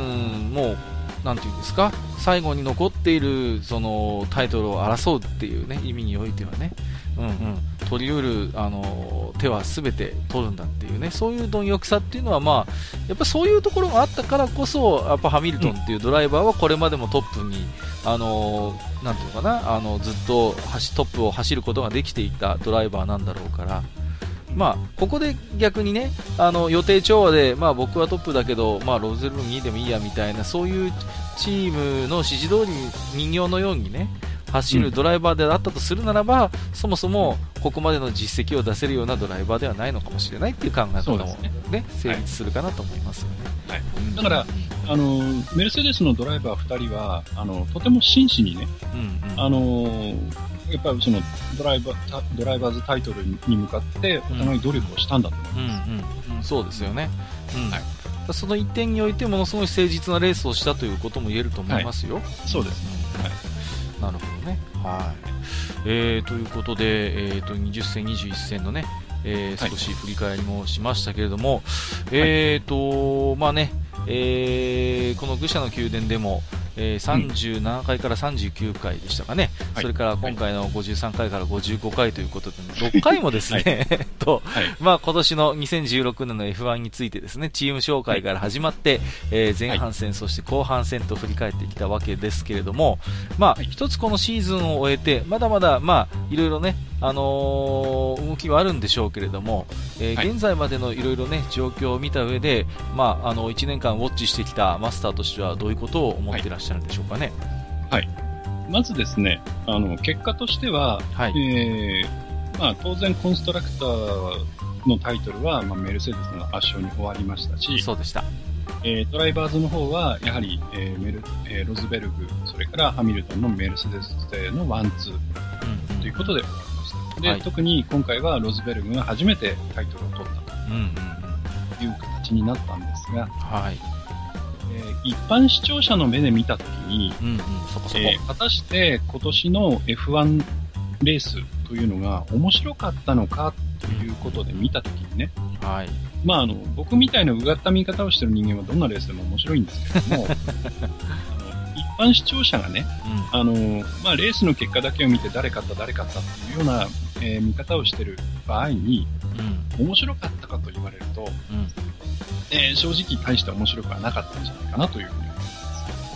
もうなんていうんですか、最後に残っているそのタイトルを争うっていう、ね、意味においてはね、うんうん、取り得るあの手は全て取るんだっていうね、そういう貪欲さっていうのは、まあ、やっぱそういうところがあったからこそ、やっぱハミルトンっていうドライバーはこれまでもトップに、あのなんていうのかな、あのずっとトップを走ることができていたドライバーなんだろうから。まあ、ここで逆にね、あの予定調和で、まあ、僕はトップだけど、まあ、ローゼルにいでもいいやみたいな、そういうチームの指示通りに人形のようにね走るドライバーであったとするならば、うん、そもそもここまでの実績を出せるようなドライバーではないのかもしれないっていう考え方も、ねね、成立するかなと思いますよね。 はいはい、だから、あのメルセデスのドライバーふたりはあのとても真摯にね、うんうん、あのやっぱりそのドライバー、ドライバーズタイトルに向かってお互い努力をしたんだと思います。うんうんうん、そうですよね。うん、はい、その一点においてものすごい誠実なレースをしたということも言えると思いますよ。はい、 そうですね。はい、 なるほどね。はい。えー、ということで、えー、とにじゅっ戦にじゅういち戦のね、えー、少し振り返りもしましたけれども、はい、えーとまあね、えー、この愚者の宮殿でも、えー、さんじゅうななかいからさんじゅうきゅうかいでしたかね、はい、それから今回のごじゅうさんかいからごじゅうごかいということで、ろっかいもですね、はいとはいまあ、今年のにせんじゅうろくねんの エフワン についてですね、チーム紹介から始まって、はいえー、前半戦、はい、そして後半戦と振り返ってきたわけですけれども、まあ、はい、一つこのシーズンを終えてまだまだ、まあ、いろいろね、あのー、動きはあるんでしょうけれども、えーはい、現在までのいろいろね状況を見た上で、まあ、あのいちねんかんウォッチしてきたマスターとしてはどういうことを思っていらっしゃるんでしょうかね。 はい、はい、まずですね、あの結果としては、はいえーまあ、当然コンストラクターのタイトルは、まあ、メルセデスの圧勝に終わりましたし、 そうでした。 えー、ドライバーズの方はやはり、えーメルえー、ロズベルグ、それからハミルトンのメルセデス製のワンツー、うん、ということで終わりました。で、はい、特に今回はロズベルグが初めてタイトルを取ったという形になったんですが、はいえー、一般視聴者の目で見たときに、うんうんそこそこえー、果たして今年の エフワン レースというのが面白かったのかということで見たときにね、はいまあ、あの僕みたいなうがった見方をしている人間はどんなレースでも面白いんですけどもあの一般視聴者がね、うんあのまあ、レースの結果だけを見て誰勝った誰勝ったっていうような、えー、見方をしている場合に、うん、面白かったかと言われると、うんえー、正直大して面白くはなかったんじゃないかなというふうに思います。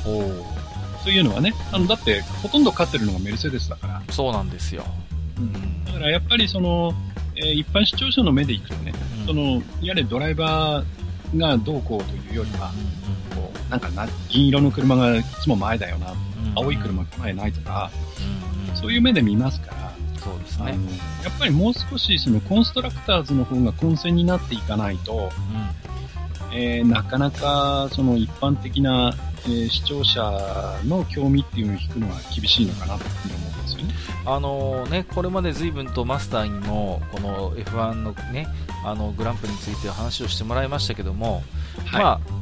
おというのはねあのだってほとんど勝ってるのがメルセデスだからそうなんですよ、 うん、だからやっぱりそのえー、一般視聴者の目でいくとね、うん、そのやれドライバーがどうこうというよりは、うん、こうなんかな銀色の車がいつも前だよな、うん、青い車が前ないとか、うん、そういう目で見ますから、そうですね、あのやっぱりもう少しそのコンストラクターズの方が混戦になっていかないと、うんえー、なかなかその一般的な、えー、視聴者の興味っていうのを引くのは厳しいのかなというふうに思うんですよね。 あのね、これまで随分とマスターにもこの エフワン のね、あのグランプリについて話をしてもらいましたけども、はい、まあ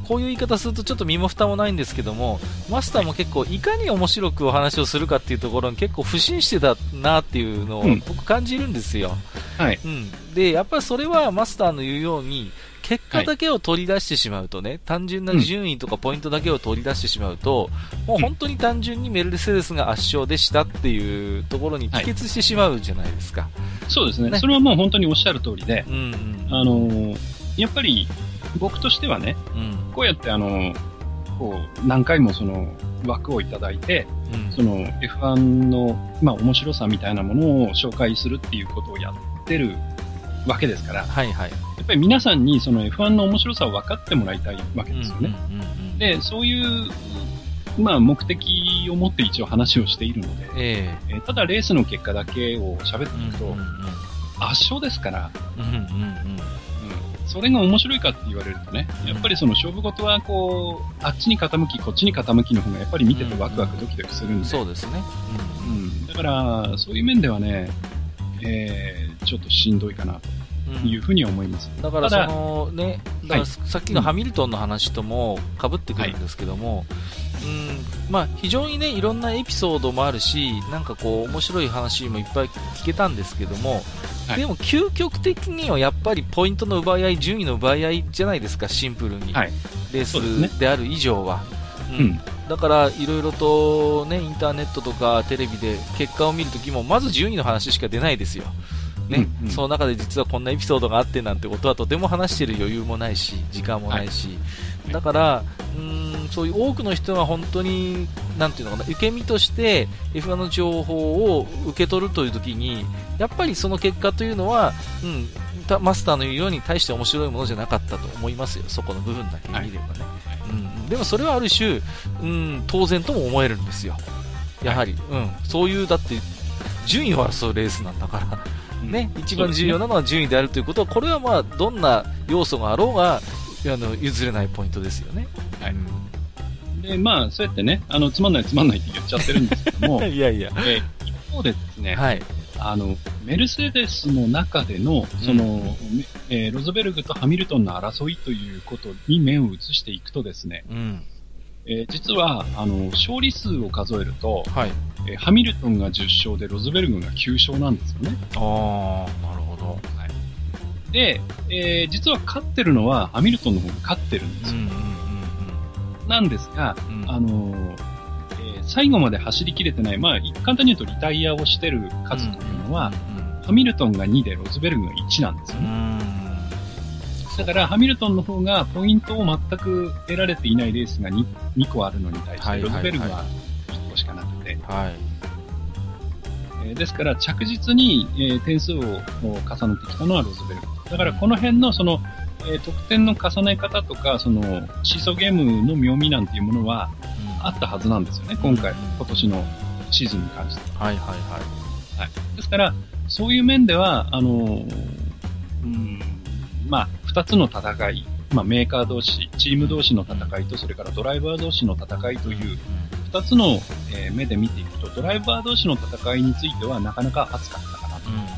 こういう言い方するとちょっと身も蓋もないんですけども、マスターも結構いかに面白くお話をするかっていうところに結構不信してたなっていうのを僕感じるんですよ。 はい。 うん。で、やっぱりそれはマスターの言うように、結果だけを取り出してしまうとね、はい、単純な順位とかポイントだけを取り出してしまうと、うん、もう本当に単純にメルセデスが圧勝でしたっていうところに帰結してしまうじゃないですか。はい、 そうですね、ね。それはもう本当におっしゃる通りで、 うんうん、 あのー、やっぱり僕としてはね、うん、こうやってあのー、こう何回もその枠をいただいて、うん、その エフワン の、まあ、面白さみたいなものを紹介するっていうことをやってるわけですから、 はいはい、 やっぱり皆さんにその エフワン の面白さを分かってもらいたいわけですよね。うんうんうんうん、で、そういう、まあ、目的を持って一応話をしているので、えーえー、ただレースの結果だけを喋っていくと、うんうんうん、圧勝ですから、うんうんうんうん、それが面白いかって言われるとね、やっぱりその勝負事はこう、あっちに傾き、こっちに傾きの方がやっぱり見ててワクワクドキドキするんで。 そうですね。 うんうん、だから、そういう面ではね、えー、ちょっとしんどいかなと。いうふうに思います。 だからそのね、だからさっきのハミルトンの話とも被ってくるんですけども、はい、うんまあ非常にねいろんなエピソードもあるし、なんかこう面白い話もいっぱい聞けたんですけども、はい、でも究極的にはやっぱりポイントの奪い合い、順位の奪い合いじゃないですか、シンプルに、はい、レースである以上は。うん、だからいろいろとねインターネットとかテレビで結果を見るときもまず順位の話しか出ないですよ。ね、うんうん、その中で実はこんなエピソードがあってなんてことはとても話している余裕もないし時間もないし、はい、だからうーんそういう多くの人が本当になんていうのかな受け身として エフワン の情報を受け取るという時にやっぱりその結果というのは、うん、マスターの言うように大して面白いものじゃなかったと思いますよ、そこの部分だけ見ればね、はいうん、でもそれはある種、うん、当然とも思えるんですよやはり、はいうん、そういうだって順位を争うレースなんだからね、一番重要なのは順位であるということは、これはまあどんな要素があろうがあの譲れないポイントですよね。 はい。で、まあそうやってね、あのつまんないつまんないって言っちゃってるんですけども、 いやいや。 えー、一方でですね、 はい、 あのメルセデスの中でのその、うんえー、ロズベルグとハミルトンの争いということに面を移していくとですね、うんえー、実はあの勝利数を数えると。はいえー、ハミルトンがじゅっ勝でロズベルグがきゅう勝なんですよね。 ああ、なるほど。 はい、で、えー、実は勝ってるのはハミルトンの方が勝ってるんですよ。うんうんうんうん、なんですが、うん、あのーえー、最後まで走り切れてない、まあ簡単に言うとリタイアをしてる数というのは、うんうんうん、ハミルトンがにでロズベルグがいちなんですよね。うんだからハミルトンの方がポイントを全く得られていないレースが 2, に個あるのに対して、はいはいはい、ロズベルグはいっこしかなくて、はいえー、ですから着実に、えー、点数を重ねてきたのはロズベルグ。だからこの辺のその、えー、得点の重ね方とかそのシーソーゲームの妙味なんていうものはあったはずなんですよね、うん、今回今年のシーズンに関しては。はいはいはい。はい、ですからそういう面ではあのー、うんまあ二つの戦い、まあメーカー同士、チーム同士の戦いとそれからドライバー同士の戦いという二つの、えー、目で見ていくと、ドライバー同士の戦いについてはなかなか熱かったかなと。うんうんうんうん、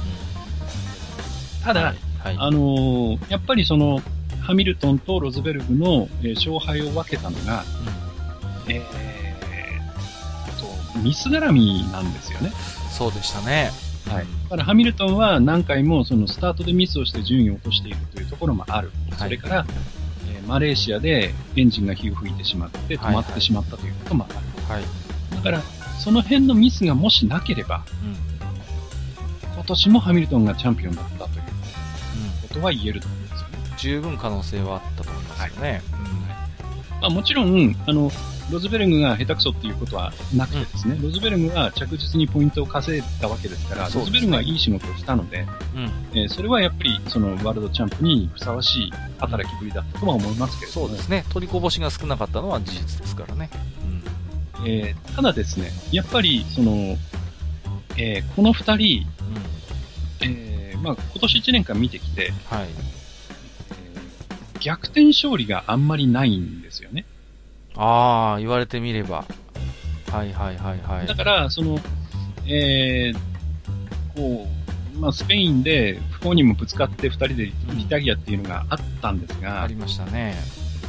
ただ、はいはい、あのー、やっぱりそのハミルトンとロズベルグの、えー、勝敗を分けたのが、うん、えー、とミス絡みなんですよね。 そうでしたね。 はい。だからハミルトンは何回もそのスタートでミスをして順位を落としているというところもある。はい、それから、えー、マレーシアでエンジンが火を吹いてしまって止まってしまったということもある。はいはい、だから、その辺のミスがもしなければ、うん、今年もハミルトンがチャンピオンだったということは言えると思うんですよね。 十分可能性はあったと思いますよね。はいうんまあ、もちろん、あの、ロズベルグが下手くそっていうことはなくてですね、うん、ロズベルグが着実にポイントを稼いだわけですから、ね、ロズベルグがいい仕事をしたので、うんえー、それはやっぱりそのワールドチャンプにふさわしい働きぶりだったとは思いますけれども、 そうですね、取りこぼしが少なかったのは事実ですからね。 うんえー、ただですね、やっぱりその、えー、この二人、うんえーまあ、今年いちねんかん見てきて、はいえー、逆転勝利があんまりないんですよね。 ああ、言われてみれば。はいはいはいはい。 だから、その、えー、こう、まあ、スペインで不幸にもぶつかって二人でリタイアっていうのがあったんですが、 ありましたね。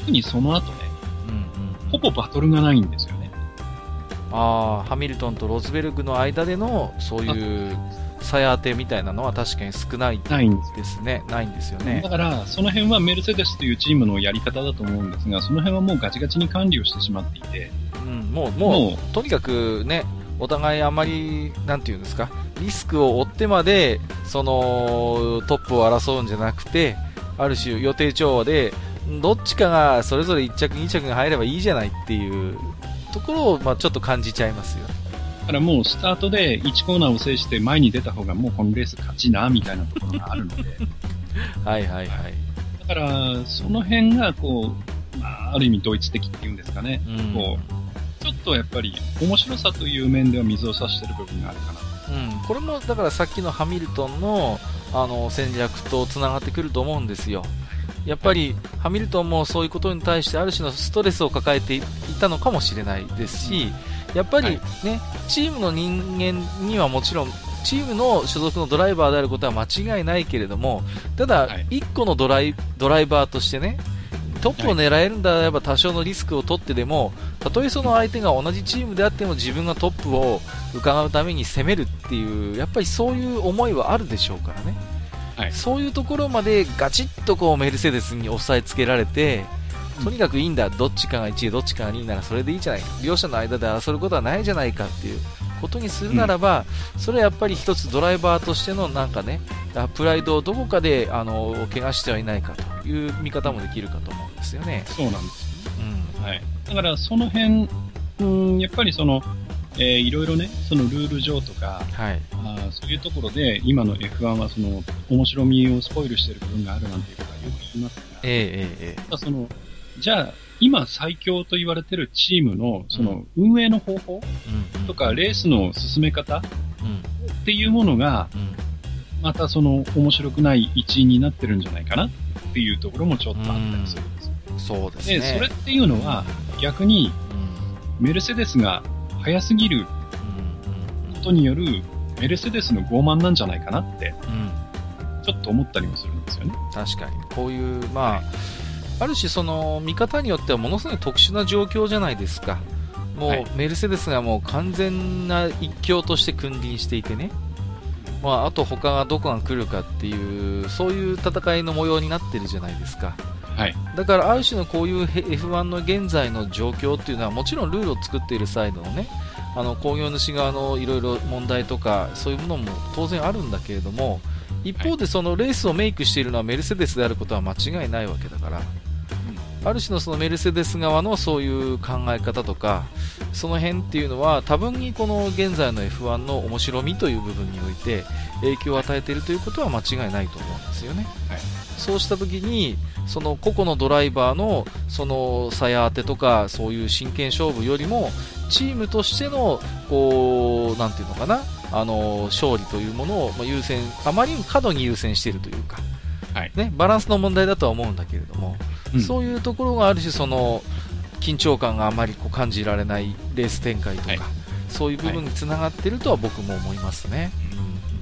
特にその後ね、 うんうんうん、 ほぼバトルがないんですよね。 ああ、ハミルトンとロズベルグの間でのそういう差当てみたいなのは確かに少ないですね。ないんですよね。 だからその辺はメルセデスというチームのやり方だと思うんですが、その辺はもうガチガチに管理をしてしまっていて、 うん、もうもうとにかくね、お互いあまりなんていうんですか、リスクを負ってまでそのトップを争うんじゃなくて、ある種予定調和でどっちかがそれぞれいっ着に着が入ればいいじゃないっていうところを、まあ、ちょっと感じちゃいますよ。 だからもうスタートでいちコーナーを制して前に出た方がもうこのレース勝ちなみたいなところがあるのではいはいはい。 だからその辺がこう、まあ、ある意味ドイツ的っていうんですかね、うん、こうちょっとやっぱり面白さという面では水を差してる部分があるかな。 うん、これもだからさっきのハミルトンの、あの戦略とつながってくると思うんですよ。やっぱりハミルトンもそういうことに対してある種のストレスを抱えていたのかもしれないですし、やっぱりね、はい、チームの人間にはもちろんチームの所属のドライバーであることは間違いないけれども、ただいっこのドライ、ドライバーとしてね、トップを狙えるんであれば多少のリスクを取ってでも、たとえその相手が同じチームであっても自分がトップを伺うために攻めるっていう、やっぱりそういう思いはあるでしょうからね。はい、そういうところまでガチッとこうメルセデスに押さえつけられて、とにかくいいんだ、どっちかがいちいどっちかがにいならそれでいいじゃない、両者の間で争うことはないじゃないかっていうことにするならば、うん、それはやっぱり一つドライバーとしてのなんかね、プライドをどこかであの怪我してはいないかという見方もできるかと思うんですよね。 そうなんですよ、うん、はい、だからその辺、うん、やっぱりそのえー、いろいろね、そのルール上とか、はい、あそういうところで今の エフワン はその面白みをスポイルしている部分があるなんていうことはよく言いますが、えーえー、そのじゃあ今最強と言われているチームのその運営の方法とか、うん、レースの進め方っていうものが、うん、またその面白くない一因になってるんじゃないかなっていうところもちょっとあったりするんですよ。 うん、そうですね。 で、それっていうのは逆にメルセデスが早すぎることによるメルセデスの傲慢なんじゃないかなって、うん、ちょっと思ったりもするんですよね。 確かにこういう、まあ、はい、ある種その見方によってはものすごい特殊な状況じゃないですか。もう、はい、メルセデスがもう完全な一強として君臨していてね、まあ、あと他がどこが来るかっていうそういう戦いの模様になってるじゃないですか。はい、だからある種のこういう エフワン の現在の状況っていうのはもちろんルールを作っているサイドのね、あの工業主側のいろいろ問題とかそういうものも当然あるんだけれども、一方でそのレースをメイクしているのはメルセデスであることは間違いないわけだから、ある種のそのメルセデス側のそういう考え方とかその辺っていうのは多分にこの現在の エフワン の面白みという部分において影響を与えているということは間違いないと思うんですよね。はい、そうした時にその個々のドライバーのその差や当てとかそういう真剣勝負よりもチームとしてのこうなんていうのかな、あの勝利というものを優先、あまりに過度に優先しているというか、はいね、バランスの問題だとは思うんだけれども、うん、そういうところがある種その緊張感があまりこう感じられないレース展開とか、はい、そういう部分につながっているとは僕も思いますね。はい、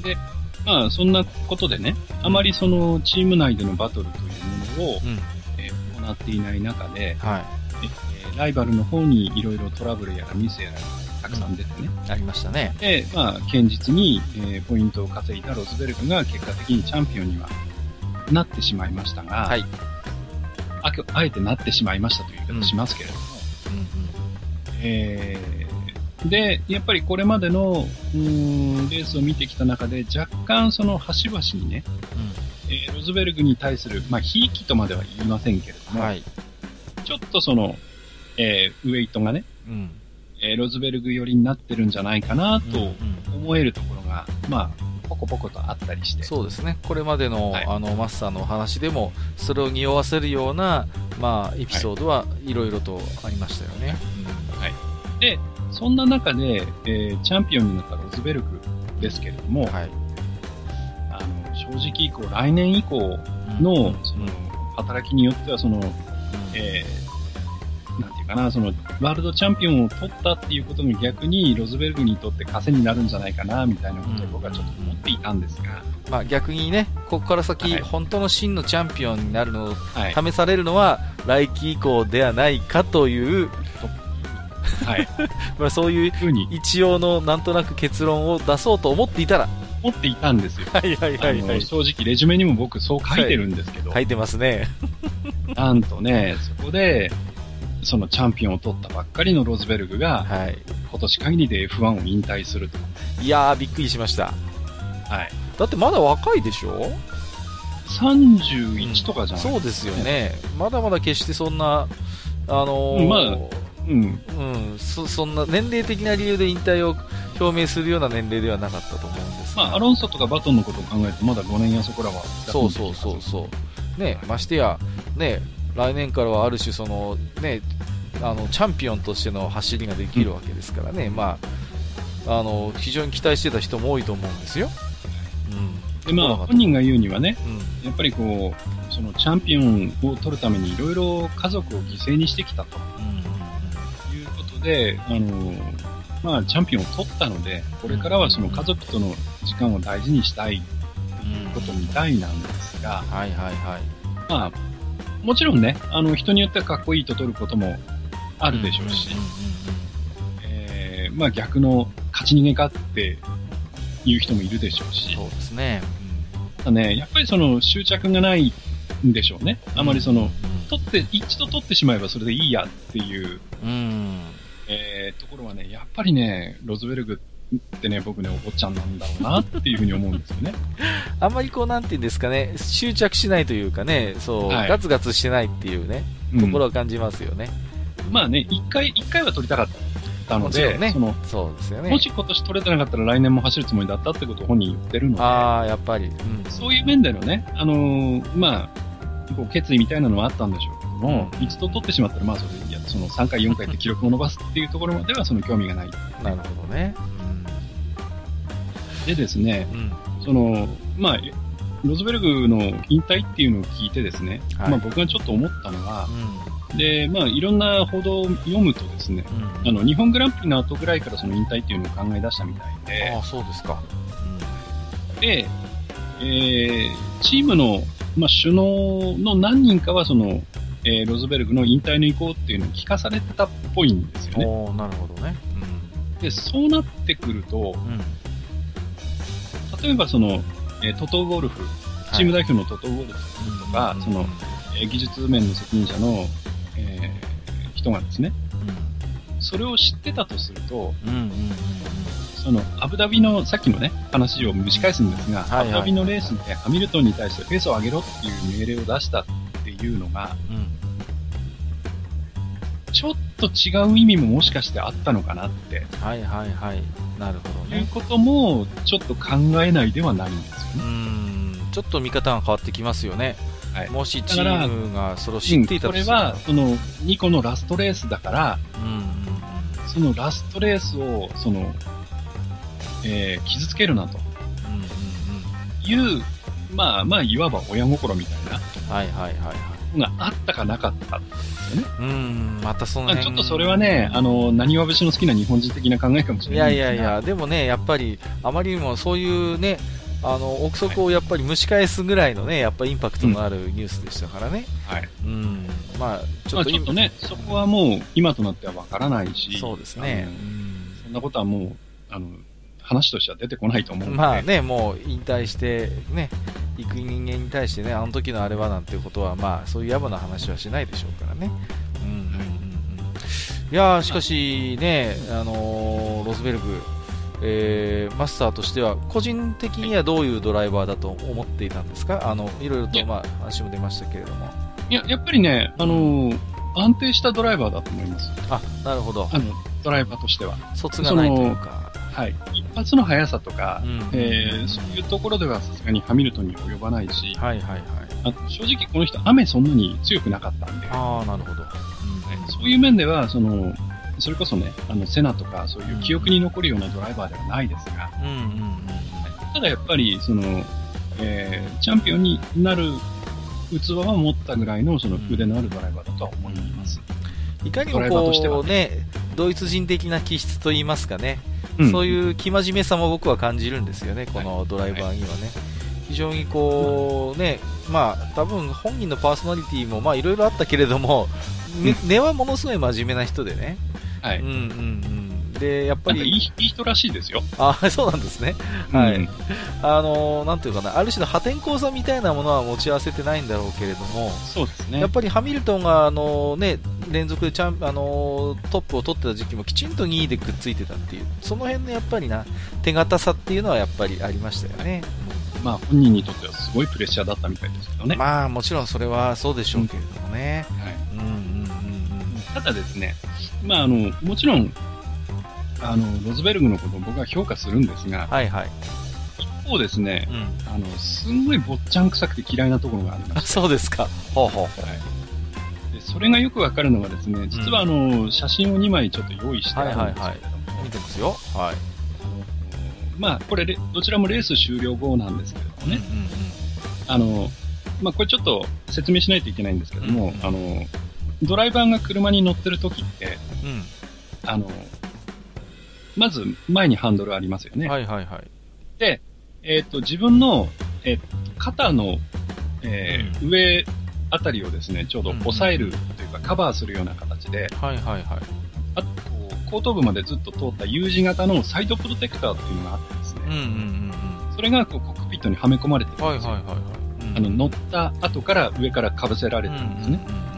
でまあ、そんなことでね、あまりそのチーム内でのバトルというものを、うんえー、行っていない中で、はいえー、ライバルの方にいろいろトラブルやらミスやらたくさん出てね、うん、 ありましたね。 で、まあ、堅実に、えー、ポイントを稼いだロズベルグが結果的にチャンピオンにはなってしまいましたが、はい、あ, あえてなってしまいましたという言い方をしますけれども、うんうんうんえーで、やっぱりこれまでのうーんレースを見てきた中で若干その端々にね、うんえー、ロズベルグに対する、まあ、ひいきとまでは言いませんけれども、はい、ちょっとその、えー、ウェイトがね、うんえー、ロズベルグ寄りになってるんじゃないかなと思えるところが、うんうん、まあ、ポコポコとあったりして。 そうですね。これまでの、はい、あのマスターの話でもそれを匂わせるような、まあ、エピソードはいろいろとありましたよね。はい。 うんはい、でそんな中で、えー、チャンピオンになったロズベルグですけれども、はい、あの正直以降、来年以降の、うん、その働きによってはその、うんえー、 なんていうかな、その、ワールドチャンピオンを取ったっていうことが逆にロズベルグにとって枷になるんじゃないかな、みたいなことを僕はちょっと思っていたんですが。 まあ逆にね、ここから先、はい、本当の真のチャンピオンになるのを、 はい、 試されるのは来季以降ではないかという、 はい。 まあそういう一応のなんとなく結論を出そうと思っていたら、 思っていたんですよ。 はいはいはい、はい、 正直レジュメにも僕そう書いてるんですけど。 はい、書いてますね。 なんとね、そこで、そのチャンピオンを取ったばっかりのロズベルグが、はい、今年限りで エフワン を引退すると。 いやー、びっくりしました。 はい。 だってまだ若いでしょ ? さんじゅういち とかじゃない、 うん、そうですよね。まだまだ決してそんな、あのー、 まあ、うん。 うんそ。そんな年齢的な理由で引退を表明するような年齢ではなかったと思うんですが。 まあ、アロンソとかバトンのことを考えると、まだごねんやそこらは。 そうそうそうそう。ね、ましてや、ね、来年からはある種その、ね、あの、チャンピオンとしての走りができるわけですからね。うん、まあ、あの、非常に期待してた人も多いと思うんですよ。 うん。で、まあ、本人が言うにはね、うん、やっぱりこう、そのチャンピオンを取るためにいろいろ家族を犠牲にしてきたと。うん、いうことで、あの、まあ、チャンピオンを取ったので、これからはその家族との時間を大事にしたいということみたいなんですが、 うん、はいはいはい。 まあ、もちろんね、あの、人によってはかっこいいと取ることもあるでしょうし、えー、まあ逆の勝ち逃げかっていう人もいるでしょうし、 そうですね。 ただね、やっぱりその執着がないんでしょうね。あまりその、うん、取って、一度取ってしまえばそれでいいやっていう、うんえー、ところはね、やっぱりね、ロズベルグってね、僕ね、お坊ちゃんなんだろうなっていうふうに思うんですよね。 あんまりこう、なんていうんですかね、執着しないというかね、そう、はい、ガツガツしてないっていうね、ところは感じますよね。 うん、まあね、一回、一回は取りたかったので、 ね、 その、 そうですよね。 もし今年取れてなかったら来年も走るつもりだったってことを本人言ってるので、 ああ、やっぱり、うん、 そういう面でのね、あのー、まあ、こう決意みたいなのはあったんでしょうけども、うん、一度取ってしまったら、まあそれ、いや、そのさんかい、よんかいって記録を伸ばすっていうところまではその興味がない。 なるほどね。 でですね、うん、その、まあ、ロズベルグの引退っていうのを聞いてですね、はい、まあ僕がちょっと思ったのは、うん、で、まあいろんな報道を読むとですね、うん、あの、日本グランプリの後ぐらいからその引退っていうのを考え出したみたいで、 ああ、そうですか。 うん、で、えー、チームの、まあ首脳の何人かはその、えー、ロズベルグの引退の意向っていうのを聞かされてたっぽいんですよね。 おー、なるほどね。 うん、で、そうなってくると、うん例えばその、えー、トトゴルフ、チーム代表のトトゴルフとか、はい、その、えー、技術面の責任者の、えー、人がですね、うん、それを知ってたとすると、うんうんうんうん、その、アブダビの、さっきのね、話を蒸し返すんですが、はいはい、アブダビのレースでハミルトンに対してペースを上げろっていう命令を出したっていうのが、うん、ちょっと違う意味ももしかしてあったのかなって。 はいはいはい。なるほどね。 いうことも、ちょっと考えないではないんですよね。 うん。ちょっと見方が変わってきますよね。はい。もしチームがそれを知っていたとしたら、うん、これは、その、にこのラストレースだから、うんうんうん、そのラストレースを、その、えー、傷つけるなと。うんうんうん。いう、まあまあ、いわば親心みたいな。 はいはいはいはい。 があったかなかったんですよね。 うん、またその辺。 ちょっとそれはね、あの、何わ節の好きな日本人的な考えかもしれない。 いやいやいや、でもね、やっぱり、あまりにもそういうね、あの、憶測をやっぱり蒸し返すぐらいのね、やっぱインパクトのあるニュースでしたからね。 はい。 うん。まあ、 ちょっと、まあ、ちょっとね、そこはもう、今となってはわからないし。 そうですね。 うん。そんなことはもう、あの、話としては出てこないと思うので。 まあね、もう引退して、ね、行く人間に対してね、あの時のあれはなんていうことは、まあ、そういう野暮な話はしないでしょうからね。うんうんうんうん。いやー、しかしね、あのー、ロズベルグ、えー、マスターとしては、個人的にはどういうドライバーだと思っていたんですか？あの、いろいろと、まあ、話も出ましたけれども。 いや、やっぱりね、あのー、安定したドライバーだと思います。 あ、なるほど。 あの、ドライバーとしては。 卒がないというか。 はい。一発の速さとか、うんえー、そういうところではさすがにハミルトンに及ばないし、 はいはいはい。 あ正直この人雨そんなに強くなかったんで。 ああ、なるほど、うんはい。そういう面では、その、それこそね、あの、セナとかそういう記憶に残るようなドライバーではないですが、うんうんうん、ただやっぱり、その、えー、チャンピオンになる器は持ったぐらいのその腕のあるドライバーだとは思います。 いかにもこうね、ドイツ人的な気質といいますかね、うん、そういう生真面目さも僕は感じるんですよね、このドライバーにはね。はい、非常にこうね、まあ多分本人のパーソナリティもまあいろいろあったけれども、ね、根はものすごい真面目な人でね。はい。うんうんうん。で、やっぱり。 いい、いい人らしいですよ。 あ、そうなんですね。はい。うん、あの、なんていうかな、ある種の破天荒さみたいなものは持ち合わせてないんだろうけれども、 そうですね。 やっぱりハミルトンが、あのね、連続でチャン、あのトップを取ってた時期もきちんとにいでくっついてたっていう、その辺のやっぱりな、手堅さっていうのはやっぱりありましたよね。 まあ本人にとってはすごいプレッシャーだったみたいですけどね。 まあもちろんそれはそうでしょうけれどもね。 うん、はい。うんうんうんうん。ただですね、まああの、もちろん、あの、ロズベルグのことを僕は評価するんですが、 はいはい。 一方ですね、うん、あの、すんごい坊ちゃん臭くて嫌いなところがあります。そうですか。ほうほうほう。はい。 で、それがよくわかるのがですね、実はあの、うん、写真をにまいちょっと用意してあるんですけれども。はいはいはい。 見てますよ。はい。 まあ、これ、どちらもレース終了後なんですけれどもね。うんうんうん、あの、まあ、これちょっと説明しないといけないんですけども、うん、あの、ドライバーが車に乗ってる時って、うん、あの、まず前にハンドルありますよね。 はいはいはい。 で、えっ、ー、と、自分の、えー、肩の、えーうん、上あたりをですね、ちょうど押さえるというか、カバーするような形で、 はいはいはい。 あと、後頭部までずっと通った U 字型のサイドプロテクターっていうのがあってですね。うんうんうん、それがこうコックピットにはめ込まれてるんですよ。はいはいはい、はいうん、あの乗った後から上から被せられてるんですね。うんうんうんうん、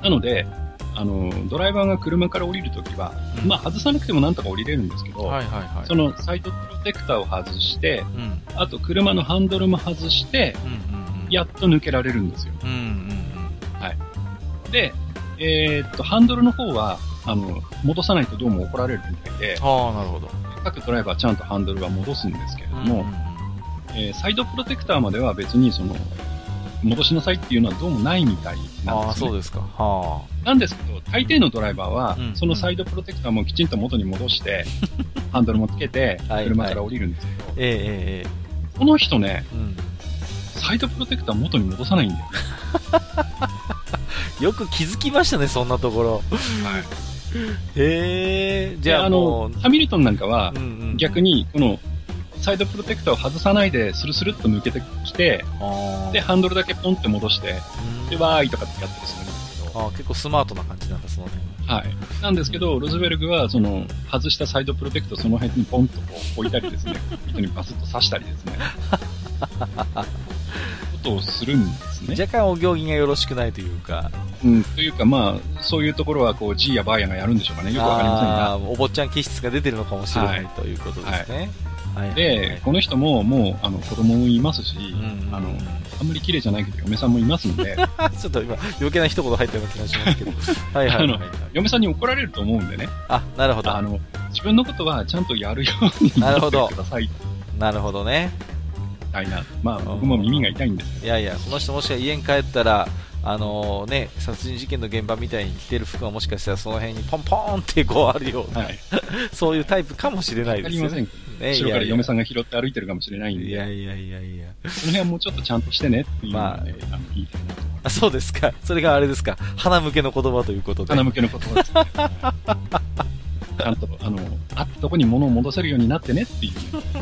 なので、あの、ドライバーが車から降りるときは、うん、まあ外さなくてもなんとか降りれるんですけど、はいはいはい、そのサイドプロテクターを外して、うん、あと車のハンドルも外して、うんうんうん、やっと抜けられるんですよ。うんうんうん、はい。で、えー、っと、ハンドルの方は、あの、戻さないとどうも怒られるみたいで、 ああ、なるほど。 各ドライバーはちゃんとハンドルは戻すんですけれども、うんうんうんえー、サイドプロテクターまでは別にその、戻しなさいっていうのはどうもないみたいなんですね。 ああ、そうですか。はあ。なんですけど、大抵のドライバーは、うんうん、そのサイドプロテクターもきちんと元に戻して、ハンドルもつけて、車から降りるんですけど、はいはい、えー、えー、この人ね、うん、サイドプロテクター元に戻さないんだよね。 よく気づきましたね、そんなところ。はい。へー、じゃあ、 あの、ハミルトンなんかは、うんうん、逆に、この、サイドプロテクターを外さないで、スルスルっと抜けてきて、で、ハンドルだけポンって戻して、で、わーいとかってやったりするんですけど。 あ結構スマートな感じなんだ、その辺。 はい。なんですけど、ロズベルグは、その、外したサイドプロテクトその辺にポンとこう置いたりですね、人にバスッと刺したりですね。ことをするんですね。 若干お行儀がよろしくないというか。 うん、というかまあ、そういうところはこう、G やバーヤがやるんでしょうかね。よくわかりませんが。 お坊ちゃん気質が出てるのかもしれない、はい、ということですね。はいはいはい、で、この人ももう、あの、子供もいますし、うんうん、あの、あんまり綺麗じゃないけど、嫁さんもいますんで。 ちょっと今、余計な一言入ったような気がしますけど。はいはい、はい、あの、 嫁さんに怒られると思うんでね。 あ、なるほど。 あの、自分のことはちゃんとやるようになってください。 なるほどね。 たいな。まあ、僕も耳が痛いんですけど。 いやいや、この人もしか家に帰ったら、あのー、ね、殺人事件の現場みたいに着てる服がもしかしたらその辺にポンポンってこうあるような、はい、そういうタイプかもしれないですよね。わかりません。 後ろから嫁さんが拾って歩いてるかもしれないんで。 いやいやいやいや。 その辺はもうちょっとちゃんとしてねっていうので、まあ、あの言いたいなと思います。あ、そうですか。それがあれですか。鼻向けの言葉ということで。 鼻向けの言葉ですね。ちゃんと、あの、あったとこに物を戻せるようになってねっていう。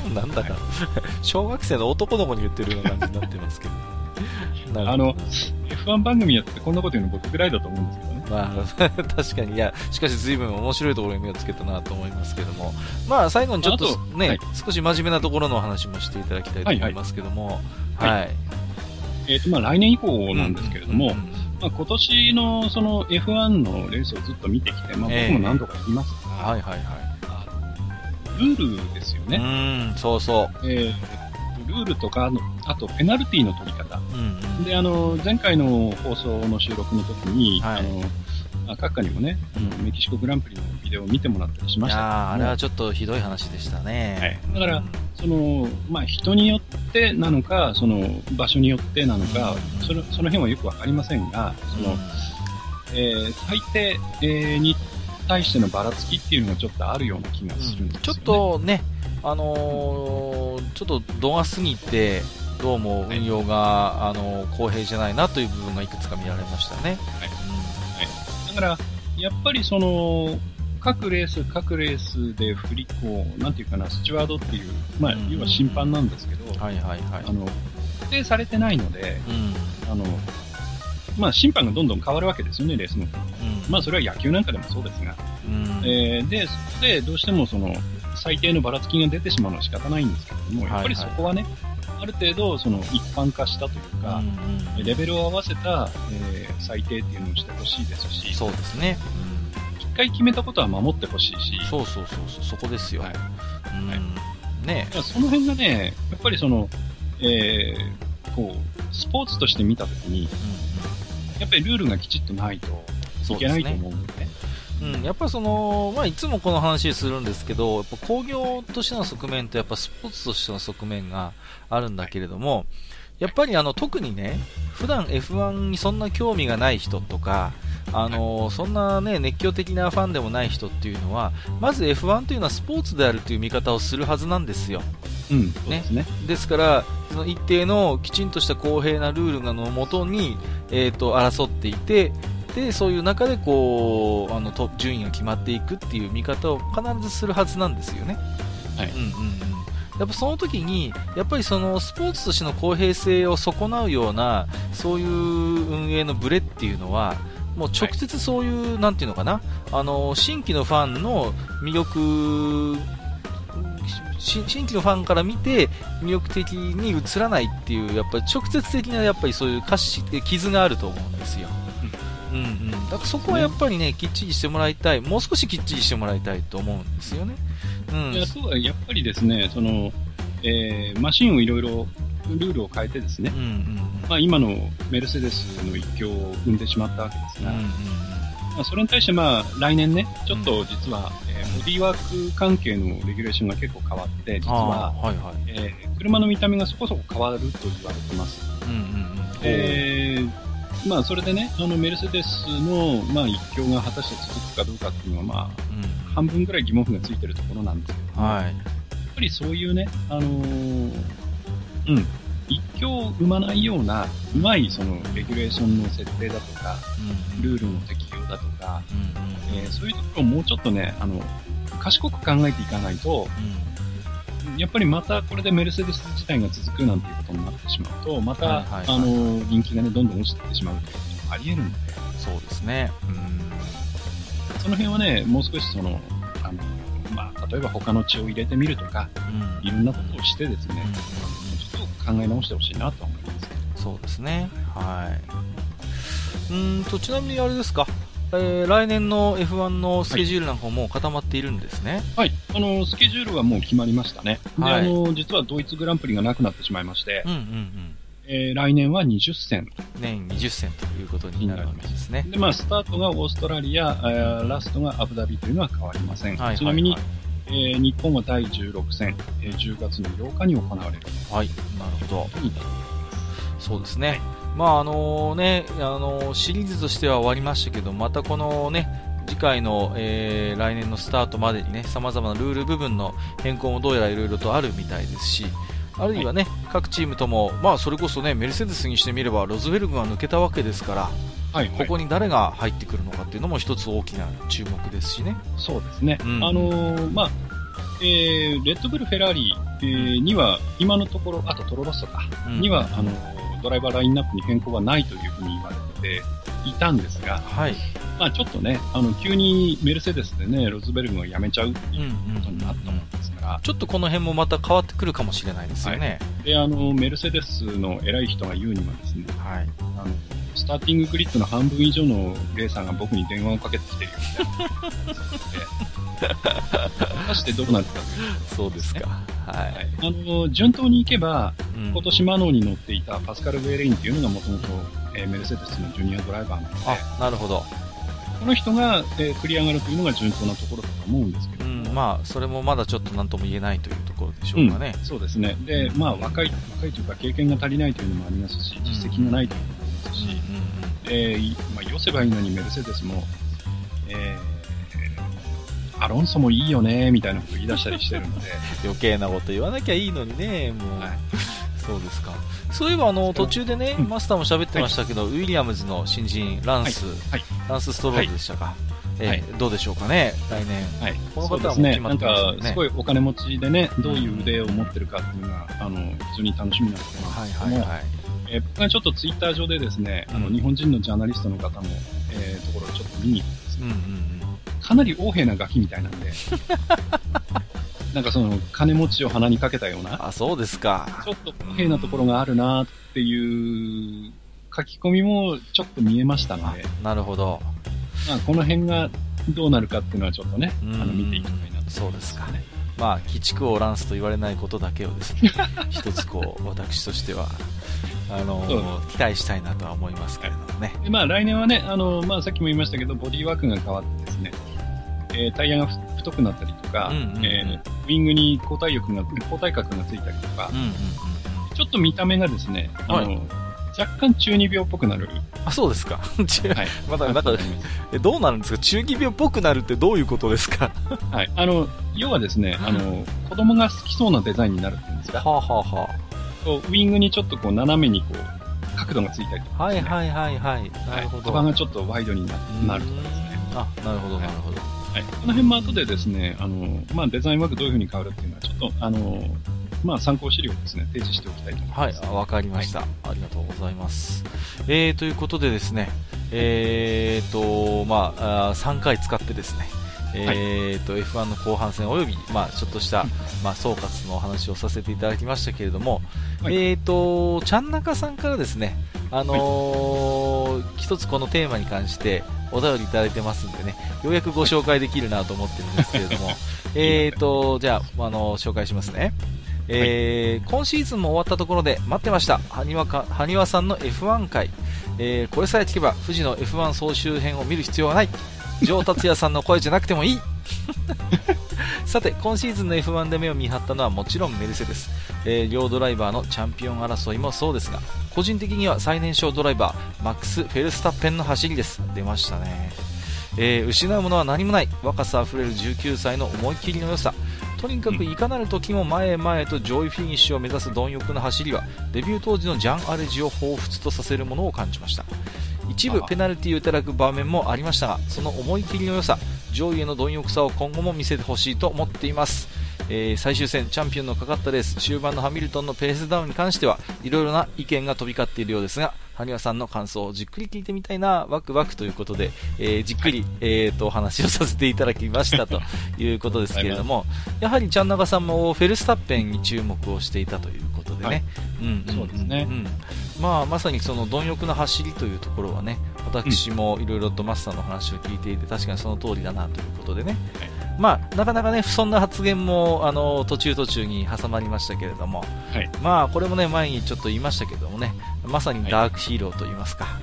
なんだか、はい、小学生の男の子に言ってるような感じになってますけど。 あの、エフワン 番組やってこんなこと言うの僕ぐらいだと思うんですけどね。 まあ、確かに、いや、しかし随分面白いところに目をつけたなと思いますけども。まあ、最後にちょっとね、はい、少し真面目なところのお話もしていただきたいと思いますけども。はい、はいはい。 えっ、ー、と、まあ、来年以降なんですけれども、うんうんうんまあ、今年のその エフワン のレースをずっと見てきて、まあ、僕も何度か言いますが、えー、はいはいはい。ルールですよね。 うん、そうそう。 えー、ルールとか、あとペナルティの取り方。うんうん、で、あの、前回の放送の収録の時に、はい、あの、閣下にもね、うん、メキシコグランプリのビデオを見てもらったりしましたけども。 いやあれはちょっとひどい話でしたね。 はい。だから、うん、その、まあ、人によってなのか、その、場所によってなのか、うん、その、その辺はよくわかりませんが、その、うん、えー、最低、えー、に対してのばらつきっていうのがちょっとあるような気がするんですよね。うん、 ちょっとね、あのー、ちょっと度が過ぎて、どうも運用が、はい、あのー、公平じゃないなという部分がいくつか見られましたね。はい。 うん、はい。だから、 やっぱりその、各レース、各レースで振り子、なんていうかな、スチュワードっていう、まあ、 うんうんうん要は審判なんですけど、 はいはいはい。 あの、固定されてないので、 うん。 あの、まあ、審判がどんどん変わるわけですよね、レースの。 うん。 まあ、それは野球なんかでもそうですが。 うん。 えーで、そこでどうしてもその、最低のばらつきが出てしまうのは仕方ないんですけれども、やっぱりそこはね、ある程度、その、一般化したというか、 うんうん、 レベルを合わせた、えー最低っていうのをしてほしいですし、 そうですね。 うん、一回決めたことは守ってほしいし、 そうそうそうそう、そこですよ。 はい、 うん、 はい、 ねだからその辺がね、やっぱりその、えー、こう、スポーツとして見たときに、 うんうん、 やっぱりルールがきちっとないといけないと思うんでね。 うん、やっぱりその、まあ、いつもこの話するんですけど、やっぱ工業としての側面とやっぱスポーツとしての側面があるんだけれども、やっぱりあの特にね、普段 エフワン にそんな興味がない人とか、あのそんなね、熱狂的なファンでもない人っていうのは、まず エフワン というのはスポーツであるという見方をするはずなんですよ。 うん、そうですね。 ですから、その一定のきちんとした公平なルールのもとに、えーと、争っていて、で、そういう中でこう、あの、と順位が決まっていくっていう見方を必ずするはずなんですよね。 はい。 うんうんうん。やっぱその時に、やっぱりそのスポーツとしての公平性を損なうような、そういう運営のブレっていうのは、もう直接そういう、はい、なんていうのかな、あの、新規のファンの魅力、新規のファンから見て魅力的に映らないっていう、やっぱり直接的なやっぱりそういう歌詞、傷があると思うんですよ。うんうん、だからそこはやっぱりね、きっちりしてもらいたい、もう少しきっちりしてもらいたいと思うんですよね。うん、 あとはやっぱりですね、その、えー、マシンをいろいろルールを変えてですね、うんうんうん、まあ、今のメルセデスの一強を生んでしまったわけですが、うんうんうん、まあ、それに対してまあ来年ね、ちょっと実は、うん、えー、ボディーワーク関係のレギュレーションが結構変わって、実は、はいはい、えー、車の見た目がそこそこ変わると言われてます。うんうんうん、えーまあ、それでね、あの、メルセデスの、まあ、一強が果たして続くかどうかっていうのは、まあ、うん、半分ぐらい疑問符がついてるところなんですけど、はい、やっぱりそういうね、あのー、うん、一強を生まないような、うまい、その、レギュレーションの設定だとか、うん、ルールの適用だとか、うん、えー、そういうところをもうちょっとね、あの、賢く考えていかないと、うん、やっぱりまたこれでメルセデス自体が続くなんていうことになってしまうと、また、はいはいはい、あの、人気がね、どんどん落ちていってしまうということもあり得るので。 そうですね。うん。 その辺はね、もう少しその、あの、まあ、例えば他の血を入れてみるとか、うん、いろんなことをしてですね、うん、ちょっと考え直してほしいなと思います。 そうですね。はい。うんと、ちなみにあれですか、えー、来年の エフワン のスケジュールなんかももう固まっているんですね。 はい。あの、スケジュールはもう決まりましたね。はい、で、あの、実はドイツグランプリがなくなってしまいまして、うんうんうん、えー、来年はにじゅっせん。 年にじゅっせんということになるわけですね。 で、まあ、スタートがオーストラリア、えー、ラストがアブダビというのは変わりません。はいはいはい、ちなみに、えー、日本はだいじゅうろく戦、えー、じゅうがつのようかに行われる。 はい。なるほど。そうですね。まああのね、あのー、シリーズとしては終わりましたけど、またこのね、次回の、えー、来年のスタートまでにね、様々なルール部分の変更もどうやらいろいろとあるみたいですし、あるいはね、はい、各チームとも、まあそれこそね、メルセデスにしてみればロズベルグが抜けたわけですから、はいはい、ここに誰が入ってくるのかっていうのも一つ大きな注目ですしね。 そうですね。うん、あのー、まあ、えー、レッドブル、フェラーリ、えー、には今のところ、あとトロロッソか、うん、には、あのー、ドライバーラインナップに変更はないというふうに言われていたんですが、はい、まあちょっとね、あの、急にメルセデスでね、ロズベルグが辞めちゃうっていうことになったもんですから、うんうんうん、 ちょっとこの辺もまた変わってくるかもしれないですよね。 はい、で、あの、メルセデスの偉い人が言うにはですね、はい、あの、スターティンググリッドの半分以上のレーサーが僕に電話をかけてきてるよみたいな。果たしてどうなるかという、ね。 そうですか。はい。はい、 あの、順当に行けば、うん、今年マノーに乗っていたパスカル・ベーレインっていうのがもともとメルセデスのジュニアドライバーなので、 あ、なるほど。 この人が、えー、繰り上がるというのが順当なところだと思うんですけど、うん、 まあ、それもまだちょっと何とも言えないというところでしょうかね。 うん、そうですね。で、まあ、若い、若いというか経験が足りないというのもありますし、実績がないというのもありますし、うんうんうん、えー、まあ、寄せばいいのにメルセデスも、えー、アロンソもいいよね、みたいなことを言い出したりしてるので。 余計なこと言わなきゃいいのにね、もう。はい、そうですか。そういえば、あの、途中でね、うん、マスターも喋ってましたけど、はい、ウィリアムズの新人、ランス、はいはい、ランスストロールでしたか。 えーはい、どうでしょうかね、来年。 はい。 この方はもう決まってますよね。 なんか、すごいお金持ちでね、どういう腕を持ってるかっていうのが、あの、非常に楽しみなところなんですけども、はいはいはい、えー、僕がちょっとツイッター上でですね、うん、あの、日本人のジャーナリストの方の、えー、ところをちょっと見に行ってですね、うんうんうん、かなり横柄なガキみたいなんで、なんかその、金持ちを鼻にかけたような、 あ、そうですか。 ちょっと横柄なところがあるなっていう書き込みもちょっと見えましたので、 なるほど。 まあ、この辺がどうなるかっていうのはちょっとね、あの見ていきたいなと、ね。 そうですかね。まあ、鬼畜王ランスと言われないことだけをですね、一つこう、私としては、あのー、期待したいなとは思いますけれどもね。 でまあ、来年はね、あのー、まあ、さっきも言いましたけど、ボディワークが変わってですね、えー、タイヤが太くなったりとか、うんうんうん、えー、ウィングに交代力が、交代角がついたりとか、うんうんうん、ちょっと見た目がですね、あのー、はい、若干中二病っぽくなる。 あ、そうですか。はい。まだ、なんか、え、どうなるんですか？中二病っぽくなるってどういうことですか？ はい。あの、要はですね、あの、子供が好きそうなデザインになるっていうんですか。 はあ、はあはあ、 こうウィングにちょっとこう斜めにこう、角度がついたりとか、ね。 はいはいはいはい。なるほど。 幅がちょっとワイドになるとかですね。 あ、なるほどなるほど。 はい。この辺も後でですね、あの、まあ、デザインワークどういう風に変わるっていうのは、ちょっと、あの、まあ、参考資料をですね、提示しておきたいと思います。 はい、わかりました、はい。ありがとうございます。えー、ということでですね、えーと、まあ、さんかい使ってですね、えーと、はい、エフワン の後半戦および、まあ、ちょっとした、まあ、総括のお話をさせていただきましたけれども、はい、えーと、ちゃんなかさんからですね、あのーはい、一つこのテーマに関してお便りいただいてますんでね、ようやくご紹介できるなと思ってるんですけれども、えーと、じゃあ、あのー、紹介しますね。えーはい、今シーズンも終わったところで待ってました。はにわか、はにわさんの エフワン 回、えー、これさえ聞けば富士の エフワン 総集編を見る必要はない。城達也さんの声じゃなくてもいい。さて、今シーズンの エフワン で目を見張ったのはもちろんメルセデス、えー、両ドライバーのチャンピオン争いもそうですが、個人的には最年少ドライバーマックス・フェルスタッペンの走りです。出ましたね。えー、失うものは何もない。若さあふれるじゅうきゅうさいの思い切りの良さ、とにかくいかなる時も前へ前へと上位フィニッシュを目指す貪欲な走りはデビュー当時のジャン・アレジを彷彿とさせるものを感じました。一部ペナルティーをいただく場面もありましたが、その思い切りの良さ、上位への貪欲さを今後も見せてほしいと思っています。えー、最終戦チャンピオンのかかったレース終盤のハミルトンのペースダウンに関してはいろいろな意見が飛び交っているようですが、羽生さんの感想をじっくり聞いてみたいな、ワクワクということで、えー、じっくり、えー、とお話をさせていただきましたということですけれども、やはりちゃんなかさんもフェルスタッペンに注目をしていたということでね、はい、うんうんうん、そうですね、うん、まあ、まさにその貪欲な走りというところはね、私もいろいろとマスターの話を聞いていて確かにその通りだなということでね、はい、まあ、なかなかねそんな発言もあの途中途中に挟まりましたけれども、はい、まあこれもね前にちょっと言いましたけどもね、まさにダークヒーローといいますか、はい、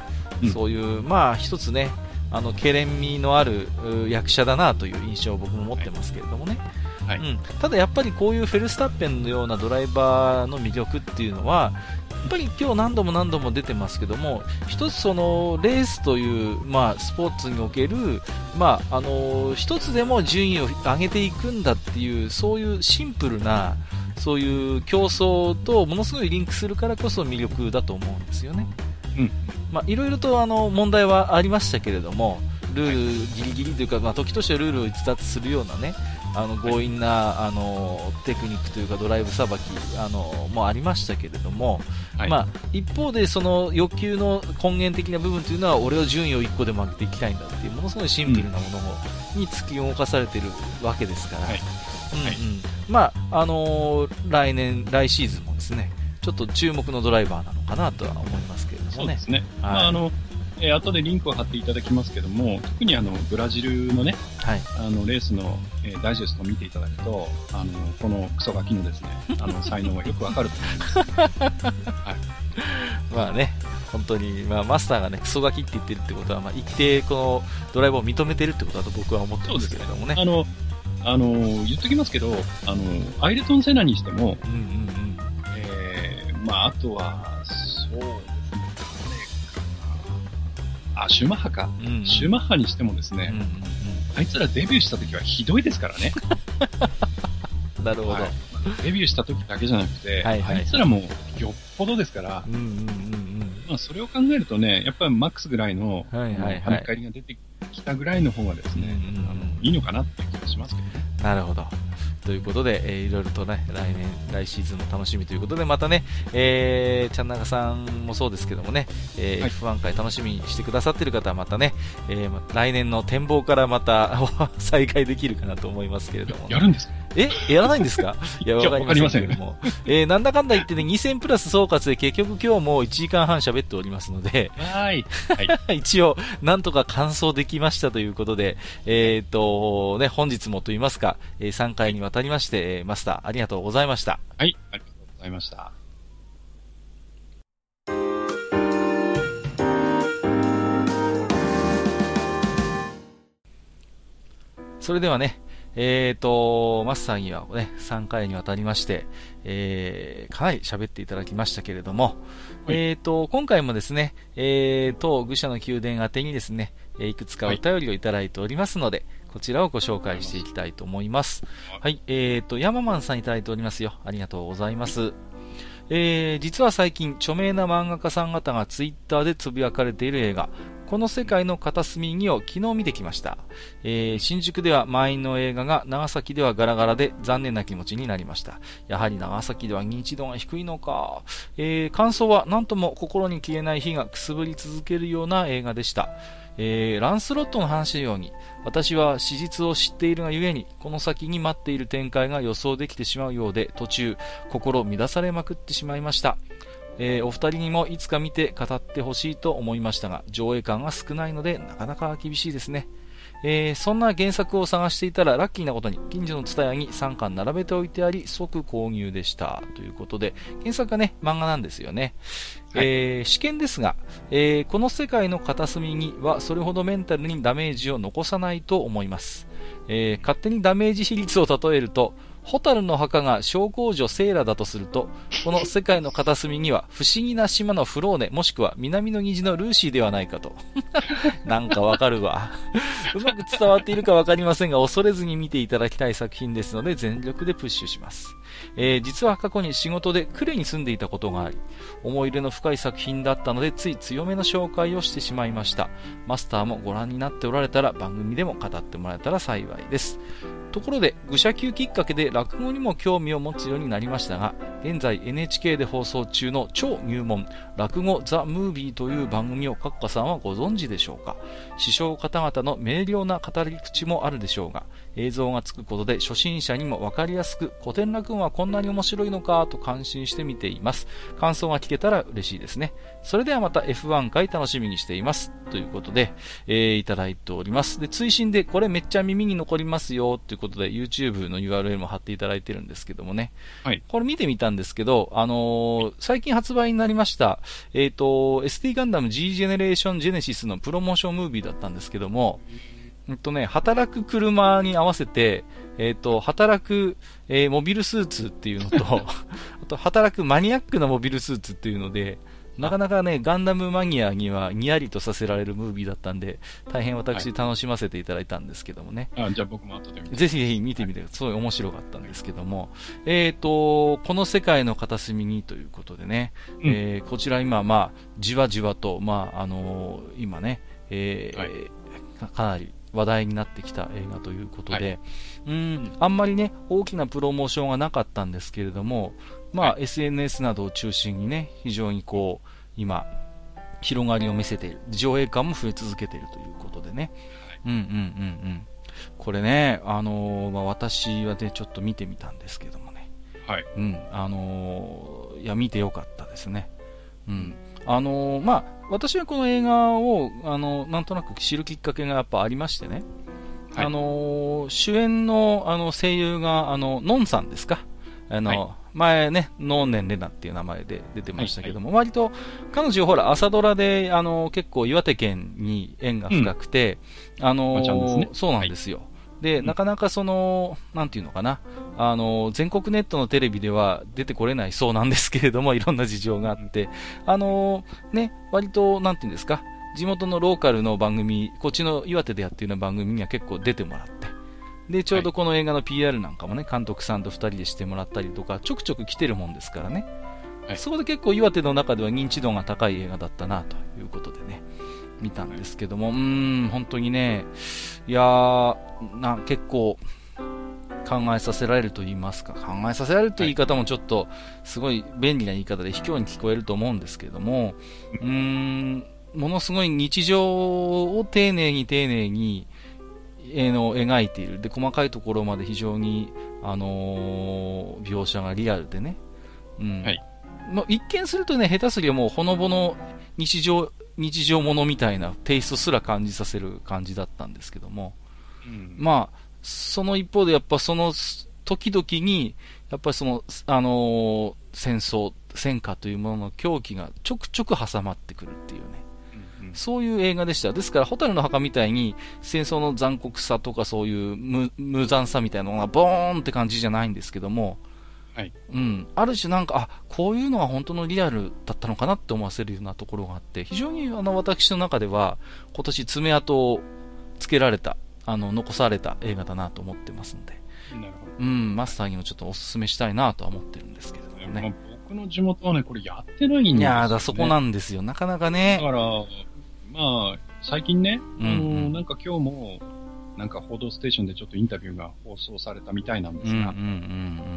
そういうまあ一つねあのけれん味のある役者だなという印象を僕も持ってますけれどもね、はい、うん、ただやっぱりこういうフェルスタッペンのようなドライバーの魅力っていうのはやっぱり今日何度も何度も出てますけども、一つそのレースという、まあ、スポーツにおける、まあ、あの一つでも順位を上げていくんだっていうそういうシンプルなそういう競争とものすごいリンクするからこそ魅力だと思うんですよね。うん、まあ、いろいろとあの問題はありましたけれども、ルールギリギリというか、まあ、時としてはルールを逸脱するようなねあの強引なあのテクニックというかドライブさばきあのもありましたけれども、はい、まあ、一方でその欲求の根源的な部分というのは俺は順位をいっこでも上げていきたいんだっていうものすごいシンプルなものに突き動かされているわけですから、はい、うんうん、まああのー、来年来シーズンもですねちょっと注目のドライバーなのかなとは思いますけれどもね。 そうですね、はい、まああのえー、後でリンクを貼っていただきますけども、特にあのブラジルのね、はい、あのレースの、えー、ダイジェストを見ていただくと、あのこのクソガキのですね、あの才能がよくわかると思います。はい、 まあね、本当に、まあ、マスターがねクソガキって言ってるってことは、まあ、一定このドライバーを認めてるってことだと僕は思ってますけれどもね。 あのあの言っときますけど、あのアイルトン・セナにしても、うんうんうん、えー、まああとはそう。あ、シュマッハか、うんうん、シュマッハにしてもですね、うんうんうん、あいつらデビューした時はひどいですからね。 なるほど、はい、 デビューした時だけじゃなくて、はいはい、あいつらもよっぽどですから、うんうんうんうん、まあ、それを考えるとね、やっぱりマックスぐらいの、はいはいはい、跳ね返りが出てきたぐらいの方がですね、うんうんうん、あのいいのかなって気がしますけどね。 なるほど。ということで、えー、いろいろとね、来年、来シーズンの楽しみということで、またね、えー、ちゃんなかさんもそうですけどもね、えーはい、エフワン 回楽しみにしてくださっている方はまたね、えー、来年の展望からまた再開できるかなと思いますけれども、ね。 やるんですか？ えやらないんですか？いや、わかりませんけども。えー、なんだかんだ言ってね、にせんプラス総括で結局今日もいちじかんはん喋っておりますので、 はい。 はい、一応、なんとか完走できましたということで、えっと、ね、本日もと言いますか、さんかいにわたりまして、マスター、ありがとうございました。 はい、ありがとうございました。 それではね、えーと、マスターにはね、さんかいにわたりまして、えー、かなり喋っていただきましたけれども、はい、えーと、今回もですね、えー、当愚者の宮殿宛てにですね、いくつかお便りをいただいておりますので、はい、こちらをご紹介していきたいと思います。はい、えーと、ヤママンさんいただいておりますよ。ありがとうございます。えー、実は最近、著名な漫画家さん方がツイッターでつぶやかれている映画、この世界の片隅にを昨日見てきました。えー、新宿では満員の映画が長崎ではガラガラで残念な気持ちになりました。やはり長崎では認知度が低いのか。えー、感想は何とも心に消えない火がくすぶり続けるような映画でした。えー、ランスロットの話のように、私は史実を知っているがゆえに、この先に待っている展開が予想できてしまうようで、途中、心乱されまくってしまいました。えー、お二人にもいつか見て語ってほしいと思いましたが、上映感が少ないので、なかなか厳しいですね。えー、そんな原作を探していたらラッキーなことに近所のツタヤにさんかん並べておいてあり即購入でしたということで、原作がね漫画なんですよね。はい、えー、試験ですが、えー、この世界の片隅にはそれほどメンタルにダメージを残さないと思います。えー、勝手にダメージ比率を例えると、ホタルの墓が小公女セイラだとすると、この世界の片隅には不思議な島のフローネ、もしくは南の虹のルーシーではないかと。なんかわかるわ。うまく伝わっているかわかりませんが、恐れずに見ていただきたい作品ですので、全力でプッシュします。えー、実は過去に仕事で呉に住んでいたことがあり、思い入れの深い作品だったので、つい強めの紹介をしてしまいました。マスターもご覧になっておられたら、番組でも語ってもらえたら幸いです。ところで、愚者級きっかけで落語にも興味を持つようになりましたが、現在 エヌエイチケー で放送中の超入門、落語ザ・ムービーという番組をカッカさんはご存知でしょうか。師匠方々の明瞭な語り口もあるでしょうが、映像がつくことで初心者にもわかりやすく、古典落語はこんなに面白いのかと感心して見ています。感想が聞けたら嬉しいですね。それではまた エフワン 回楽しみにしています。ということで、えー、いただいております。で、追伸でこれめっちゃ耳に残りますよということで YouTube の ユーアールエル も貼っていただいてるんですけどもね。はい。これ見てみたんですけど、あのー、最近発売になりました、えっと、エスティー ガンダム G ジェネレーションジェネシスのプロモーションムービーだったんですけども、うんとね、働く車に合わせて、えっと、働く、えー、モビルスーツっていうのと、あと、働くマニアックなモビルスーツっていうので、なかなかね、ガンダムマニアにはにやりとさせられるムービーだったんで、大変私楽しませていただいたんですけどもね。 はい、あ、じゃあ僕も後で見て。 ぜひぜひ見てみて、はい、すごい面白かったんですけども、えっと、この世界の片隅にということでね、うん、えー、こちら今、まあ、じわじわと、まあ、あのー、今ね、えーはい、かなり話題になってきた映画ということで、はい、うーん、あんまりね、大きなプロモーションがなかったんですけれども、まあ、はい、エスエヌエス などを中心にね、非常にこう、今、広がりを見せている。上映感も増え続けているということでね。はい、うんうんうんうん。これね、あのー、まあ、私はね、ちょっと見てみたんですけどもね。はい。うん、あのー、いや、見てよかったですね。うん。あのー、まあ、私はこの映画を、あの、なんとなく知るきっかけがやっぱありましてね。はい、あのー、主演の、あの、声優が、あの、ノンさんですか。あの、はい、前ね、ノーネンレナっていう名前で出てましたけども、はいはい、割と、彼女ほら、朝ドラで、あの、結構岩手県に縁が深くて、うん、あのーね、そうなんですよ。はい、で、なかなかその、なんていうのかな、あの、全国ネットのテレビでは出てこれないそうなんですけれども、いろんな事情があって、あの、ね、割と、なんていうんですか、地元のローカルの番組、こっちの岩手でやってるような番組には結構出てもらって、で、ちょうどこの映画の ピーアール なんかもね、監督さんと二人でしてもらったりとか、ちょくちょく来てるもんですからね。はい、そこで結構岩手の中では認知度が高い映画だったな、ということでね。 見たんですけども、うーん、本当にね、いやー、な、結構、考えさせられると言いますか、考えさせられるという言い方もちょっと、すごい便利な言い方で卑怯に聞こえると思うんですけども、うーん、ものすごい日常を丁寧に丁寧に、えー、の描いている。で、細かいところまで非常に、あのー、描写がリアルでね。うん。はい。まあ、一見するとね、下手すりゃもうほのぼの日常、日常ものみたいなテイストすら感じさせる感じだったんですけども。うん、まあ、その一方でやっぱその時々に、やっぱりその、あのー、戦争、戦火というものの狂気がちょくちょく挟まってくるっていうね。そういう映画でした。ですから、ホタルの墓みたいに、戦争の残酷さとかそういう無、無残さみたいなのがボーンって感じじゃないんですけども、はい。うん。ある種なんか、あ、こういうのは本当のリアルだったのかなって思わせるようなところがあって、非常にあの、私の中では、今年爪痕をつけられた、あの、残された映画だなと思ってますんで。なるほど。うん、マスターにもちょっとお勧めしたいなとは思ってるんですけどね。 まあ、僕の地元はね、これやってないんですよ、ね。 いやー、だ、そこなんですよ。なかなかね。 だから、まあ、最近ね、うんうん、あのなんか今日も、なんか報道ステーションでちょっとインタビューが放送されたみたいなんですが、うんうんうんうん、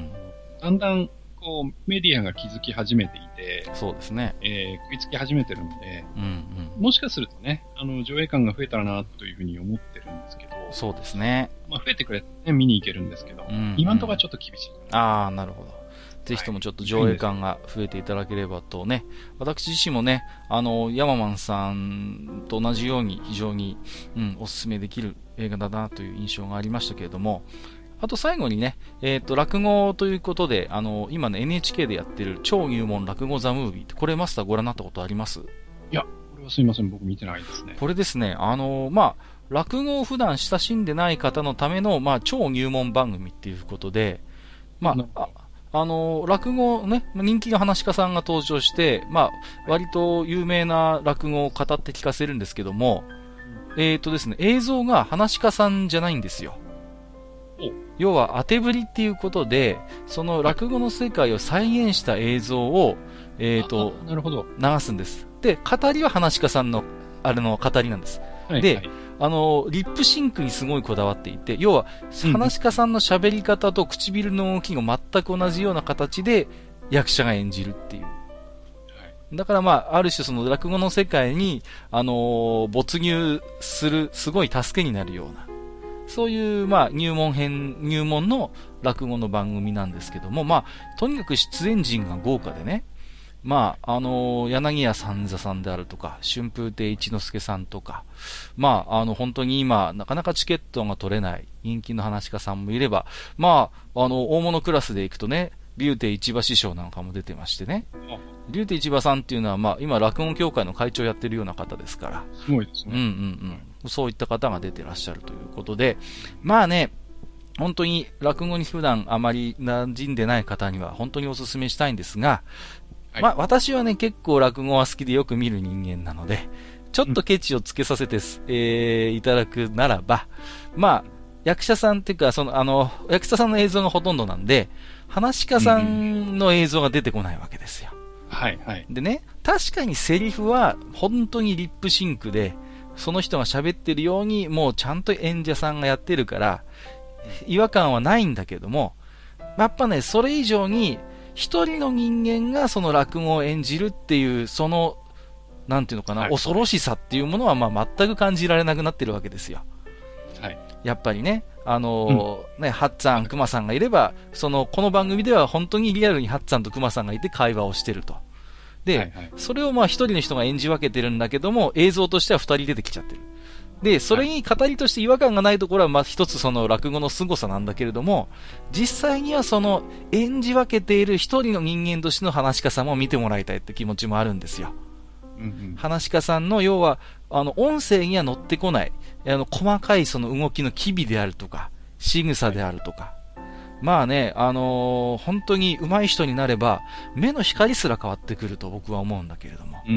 だんだん、こう、メディアが気づき始めていて、 そうですね。 えー、食いつき始めてるので、うんうん、もしかするとね、あの、上映感が増えたらな、というふうに思ってるんですけど、 そうですね。 まあ、増えてくれて、ね、見に行けるんですけど、うんうん、今のところはちょっと厳しい。 ああ、なるほど。ぜひともちょっと上映感が増えていただければとね、私自身もね、あの、ヤママンさんと同じように非常に、うん、お勧めできる映画だなという印象がありましたけれども、あと最後にね、えっと、落語ということで、あの、今ね、エヌエイチケー でやってる超入門落語ザムービーって、これマスターご覧になったことあります？ いや、これはすみません、僕見てないですね。 これですね、あの、まあ、落語を普段親しんでない方のための、まあ、超入門番組っていうことで、まあ、あの、落語ね、人気の話家さんが登場して、まあ、割と有名な落語を語って聞かせるんですけども、えっとですね、映像が話家さんじゃないんですよ。要は当てぶりっていうことで、その落語の世界を再現した映像を、えっと、 なるほど。 流すんです。で、語りは話家さんの、あれの語りなんです。はい、で、はい、あの、リップシンクにすごいこだわっていて、要は、話家さんの喋り方と唇の動きが全く同じような形で役者が演じるっていう。はい、だからまあ、ある種その落語の世界に、あのー、没入する、すごい助けになるような、そういう、まあ、入門編、入門の落語の番組なんですけども、まあ、とにかく出演陣が豪華でね、まあ、あのー、柳家三座さんであるとか、春風亭一之輔さんとか、まあ、あの、本当に今、なかなかチケットが取れない人気の話家さんもいれば、まあ、あの、大物クラスで行くとね、竜亭市場師匠なんかも出てましてね。竜亭市場さんっていうのは、まあ、今、落語協会の会長やってるような方ですから。 すごいですね。 うんうんうん。そういった方が出てらっしゃるということで、まあね、本当に落語に普段あまり馴染んでない方には本当にお勧めしたいんですが、はい、まあ私はね、結構落語は好きでよく見る人間なので、ちょっとケチをつけさせて、うん、えー、いただくならば、まあ、役者さんっていうか、その、あの、役者さんの映像がほとんどなんで、話家さんの映像が出てこないわけですよ。 はいはい。 でね、確かにセリフは本当にリップシンクで、その人が喋ってるように、もうちゃんと演者さんがやってるから、違和感はないんだけども、やっぱね、それ以上に、一人の人間がその落語を演じるっていう、その、なんていうのかな、はい、恐ろしさっていうものは、まあ全く感じられなくなってるわけですよ。はい。やっぱりね、あのーうん、ね、ハッツァン、クマさんがいれば、その、この番組では本当にリアルにハッツァンとクマさんがいて会話をしてると。で、はいはい、それをまあ一人の人が演じ分けてるんだけども、映像としては二人出てきちゃってる。で、それに語りとして違和感がないところは、まあ一つその落語の凄さなんだけれども、実際にはその演じ分けている一人の人間としての話し家さんも見てもらいたいって気持ちもあるんですよ。うんうん、話し家さんの要は、あの、音声には乗ってこない、あの、細かいその動きの機微であるとか、仕草であるとか、まあね、あのー、本当に上手い人になれば、目の光すら変わってくると僕は思うんだけれども。うん、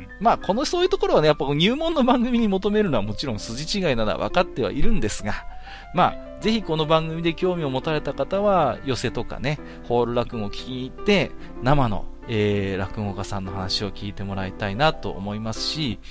まあ、このそういうところはね、やっぱ入門の番組に求めるのはもちろん筋違いなのは分かってはいるんですが、まあ、ぜひこの番組で興味を持たれた方は、寄せとかね、ホール落語を聞きに行って、生の、えー、落語家さんの話を聞いてもらいたいなと思いますし、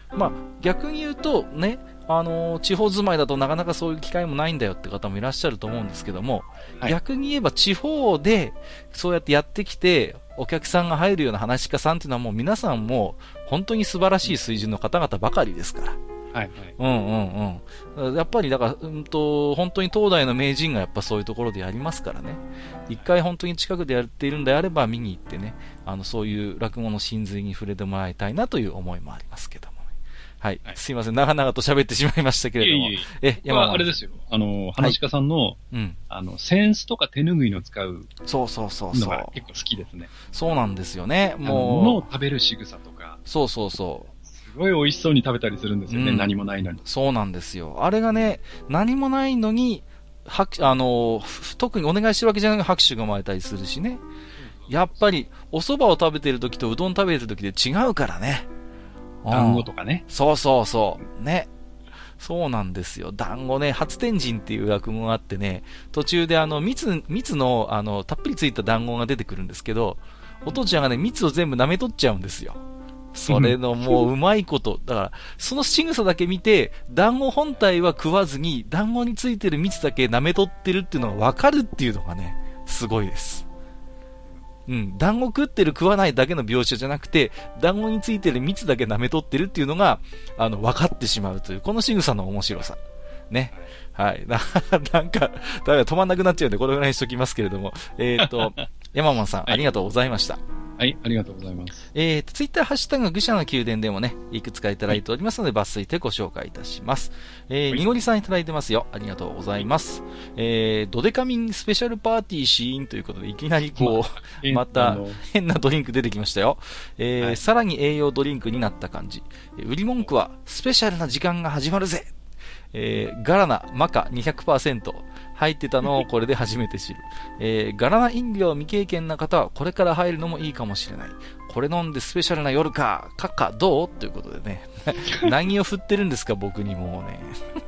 まあ、逆に言うと、ね、あのー、地方住まいだとなかなかそういう機会もないんだよって方もいらっしゃると思うんですけども、はい、逆に言えば地方でそうやってやってきて、お客さんが入るような話し家さんっていうのはもう皆さんも本当に素晴らしい水準の方々ばかりですから。はいはい。うんうんうん。やっぱりだから、うんと、本当に東大の名人がやっぱそういうところでやりますからね。一回本当に近くでやっているんであれば見に行ってね、あの、そういう落語の真髄に触れてもらいたいなという思いもありますけどもね。はい。はい、すいません。長々と喋ってしまいましたけれども。いえいええ、山はあれですよ。あの、話し家さんの、はい、うん。あの、センスとか手拭いの使う。 そうそうそうそう。 のが結構好きですね。 そうなんですよね。もう。 物を食べる仕草とか。 そうそうそう。 すごい美味しそうに食べたりするんですよね、うん、何もないのに。 そうなんですよ。あれがね、何もないのに、拍あの、特にお願いしてるわけじゃない拍手が生まれたりするしね。やっぱり、お蕎麦を食べてる時とうどん食べてる時で違うからね。 団子とかね。 そうそうそう。ね。そうなんですよ。団子ね、初天神っていう落語があってね、途中であの、蜜、蜜の、あの、たっぷりついた団子が出てくるんですけど、お父ちゃんがね、蜜を全部舐め取っちゃうんですよ。それのもううまいこと。だから、その仕草だけ見て、団子本体は食わずに、団子についてる蜜だけ舐め取ってるっていうのがわかるっていうのがね、すごいです。うん。団子食ってる食わないだけの描写じゃなくて、団子についてる蜜だけ舐め取ってるっていうのが、あの、分かってしまうという、この仕草の面白さ。ね。はい。な、なんか、だから止まんなくなっちゃうんで、これぐらいにしときますけれども。えっと、山本さん、はい、ありがとうございました。 はい、ありがとうございます。 えーと、ツイッターハッシュタグ愚者の宮殿でもね、いくつかいただいておりますので、抜粋でご紹介いたします。えー、にごりさんいただいてますよ。ありがとうございます。えー、ドデカミンスペシャルパーティーシーンということで、いきなりこう、また変なドリンク出てきましたよ。えー、はい、さらに栄養ドリンクになった感じ。売り文句は、スペシャルな時間が始まるぜ。えー、ガラナ、マカ にひゃくパーセント 入ってたのをこれで初めて知る。えー、ガラナ飲料未経験な方はこれから入るのもいいかもしれない。これ飲んでスペシャルな夜か、カッカどうということでね。何を振ってるんですか、僕にもうね。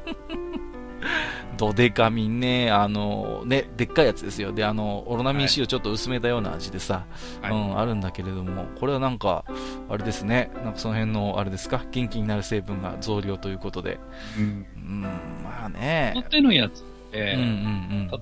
ドデカミンね、あの、ね、でっかいやつですよ。で、あの、オロナミン C をちょっと薄めたような味でさ、はい、うん、あるんだけれども、これはなんか、あれですね、なんかその辺の、あれですか、元気になる成分が増量ということで。うん、うん、まあね。 この手のやつって、うんうんうん、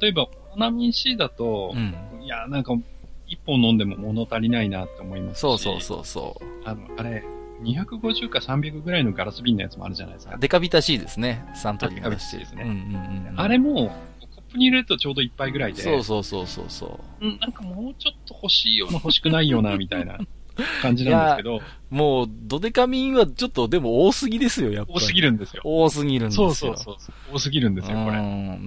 例えば、オロナミン C だと、うん、いや、なんか、一本飲んでも物足りないなって思いますし。 そうそうそうそう。 あの、あれ、にひゃくごじゅうかさんびゃくぐらいのガラス瓶のやつもあるじゃないですか。 デカビタ C ですね。サントリーが出してる。 ですね。うんうんうん、あれも、コップに入れるとちょうど一杯ぐらいで。 そうそうそうそうそう。 うん、なんかもうちょっと欲しいような欲しくないような、みたいな感じなんですけど。 もう、ドデカミンはちょっとでも多すぎですよ、やっぱり。 多すぎるんですよ。 多すぎるんですよ。 そうそうそう。多すぎるんですよ、これ。うん、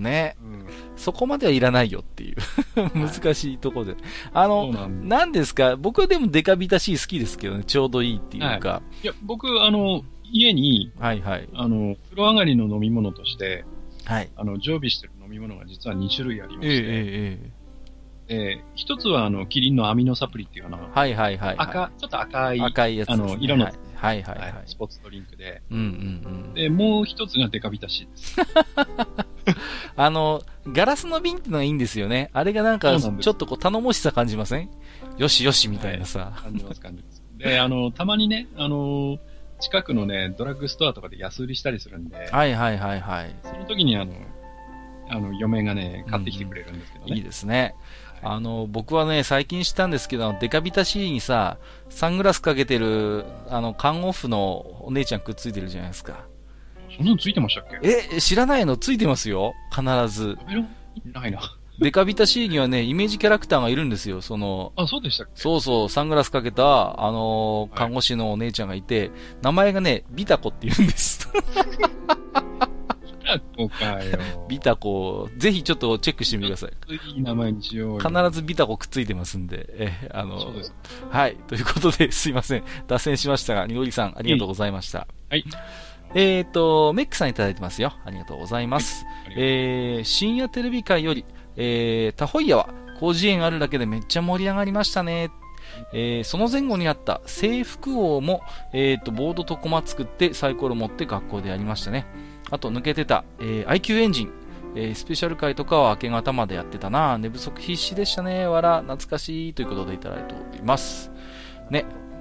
ね、うん。そこまではいらないよっていう。難しいところで。あの、なんですか、僕はでもデカビタ C 好きですけどね、ちょうどいいっていうか。 はい、いや、僕、あの、家に、はいはい。あの、風呂上がりの飲み物として、はい。あの、常備してる飲み物が実はに種類ありまして。ええええ。えー、一つは、あの、キリンのアミノサプリっていうあの、 はいはいはい、はい。 赤、ちょっと赤い、 赤いやつ、ね、 あの、色の、はいはいはい、はい、 スポーツドリンクで。 うんうんうん。 で、もう一つがデカビタ C です。 あの、ガラスの瓶ってのがいいんですよね。あれがなんか、ちょっとこう、頼もしさ感じません？よしよしみたいなさ。 はい、感じます感じます。で、あの、たまにね、あの、近くのね、ドラッグストアとかで安売りしたりするんで。 はいはいはいはい。 その時にあの、あの、嫁がね、買ってきてくれるんですけどね。 うん、いいですね。あの、僕はね、最近知ったんですけど、デカビタ C にさ、サングラスかけてる、あの、看護婦のお姉ちゃんくっついてるじゃないですか。 そんなのついてましたっけ？ え、知らないの？ついてますよ。必ず。 ないな。 デカビタ C にはね、イメージキャラクターがいるんですよ。その、 あ、そうでしたっけ？ そうそう、サングラスかけた、あのー、看護師のお姉ちゃんがいて、はい、名前がね、ビタコって言うんです。 ビタコかよ。 ビタコ、ぜひちょっとチェックしてみてください。 いい名前にしようよ。 必ずビタコくっついてますんで、え、あの、 そうです。 はい。ということで、すいません。脱線しましたが、にのりさん、ありがとうございました。 はい。 えっと、メックさんいただいてますよ。ありがとうございます。はい、えー、深夜テレビ界より、えー、タホイヤは、広辞苑あるだけでめっちゃ盛り上がりましたね。えー、その前後にあった制服王も、えっと、ボードとコマ作ってサイコロ持って学校でやりましたね。あと抜けてた、えー、アイキュー エンジン、えー、スペシャル回とかは明け方までやってたな。寝不足必至でしたね。わら、懐かしいということでいただいております。ね。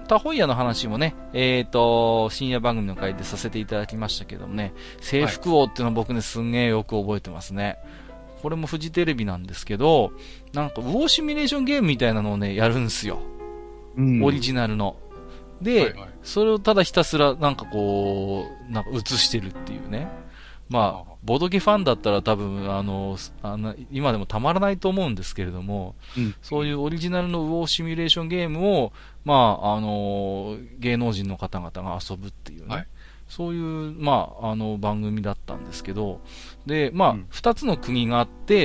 タホイヤの話もね、えっと、深夜番組の回でさせていただきましたけどもね、征服王っていうのは僕ね、すんげえよく覚えてますね。これもフジテレビなんですけど、なんかウォーシミュレーションゲームみたいなのをね、やるんですよ。うん、オリジナルの。で、はいはい、それをただひたすらなんかこう、なんか映してるっていうね。まあ、ボドゲファンだったら多分、あの、あの今でもたまらないと思うんですけれども、うん、そういうオリジナルのウォーシミュレーションゲームを、まあ、あの、芸能人の方々が遊ぶっていうね。はい、そういう、まあ、あの、番組だったんですけど、で、まあ、二、うん、つの国があって、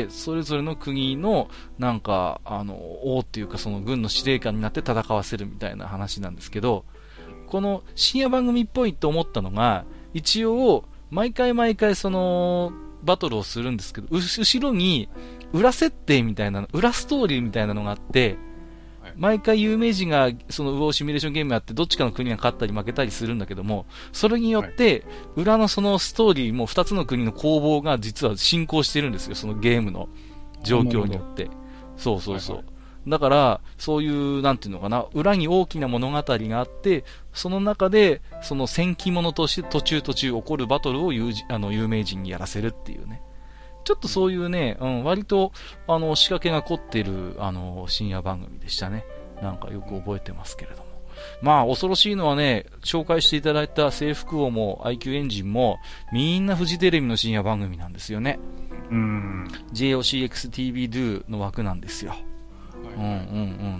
それぞれの国の、なんか、あの、王っていうか、その軍の司令官になって戦わせるみたいな話なんですけど、この深夜番組っぽいと思ったのが、一応、毎回毎回その、バトルをするんですけど、後ろに、裏設定みたいな、裏ストーリーみたいなのがあって、毎回有名人がそのウォーシミュレーションゲームやってどっちかの国が勝ったり負けたりするんだけども、それによって裏のそのストーリーも二つの国の攻防が実は進行してるんですよ、そのゲームの状況によって。そうそうそう。はいはい、だからそういうなんていうのかな、裏に大きな物語があって、その中でその戦記物として途中途中起こるバトルを有あの有名人にやらせるっていうね。ちょっとそういうね、うん、割と、あの、仕掛けが凝っている、あの、深夜番組でしたね。なんかよく覚えてますけれども。まあ、恐ろしいのはね、紹介していただいた制服王も アイキュー エンジンも、みんなフジテレビの深夜番組なんですよね。うん。ジェイオーシーエックスティービー ドゥ の枠なんですよ。はい、うんうんうん。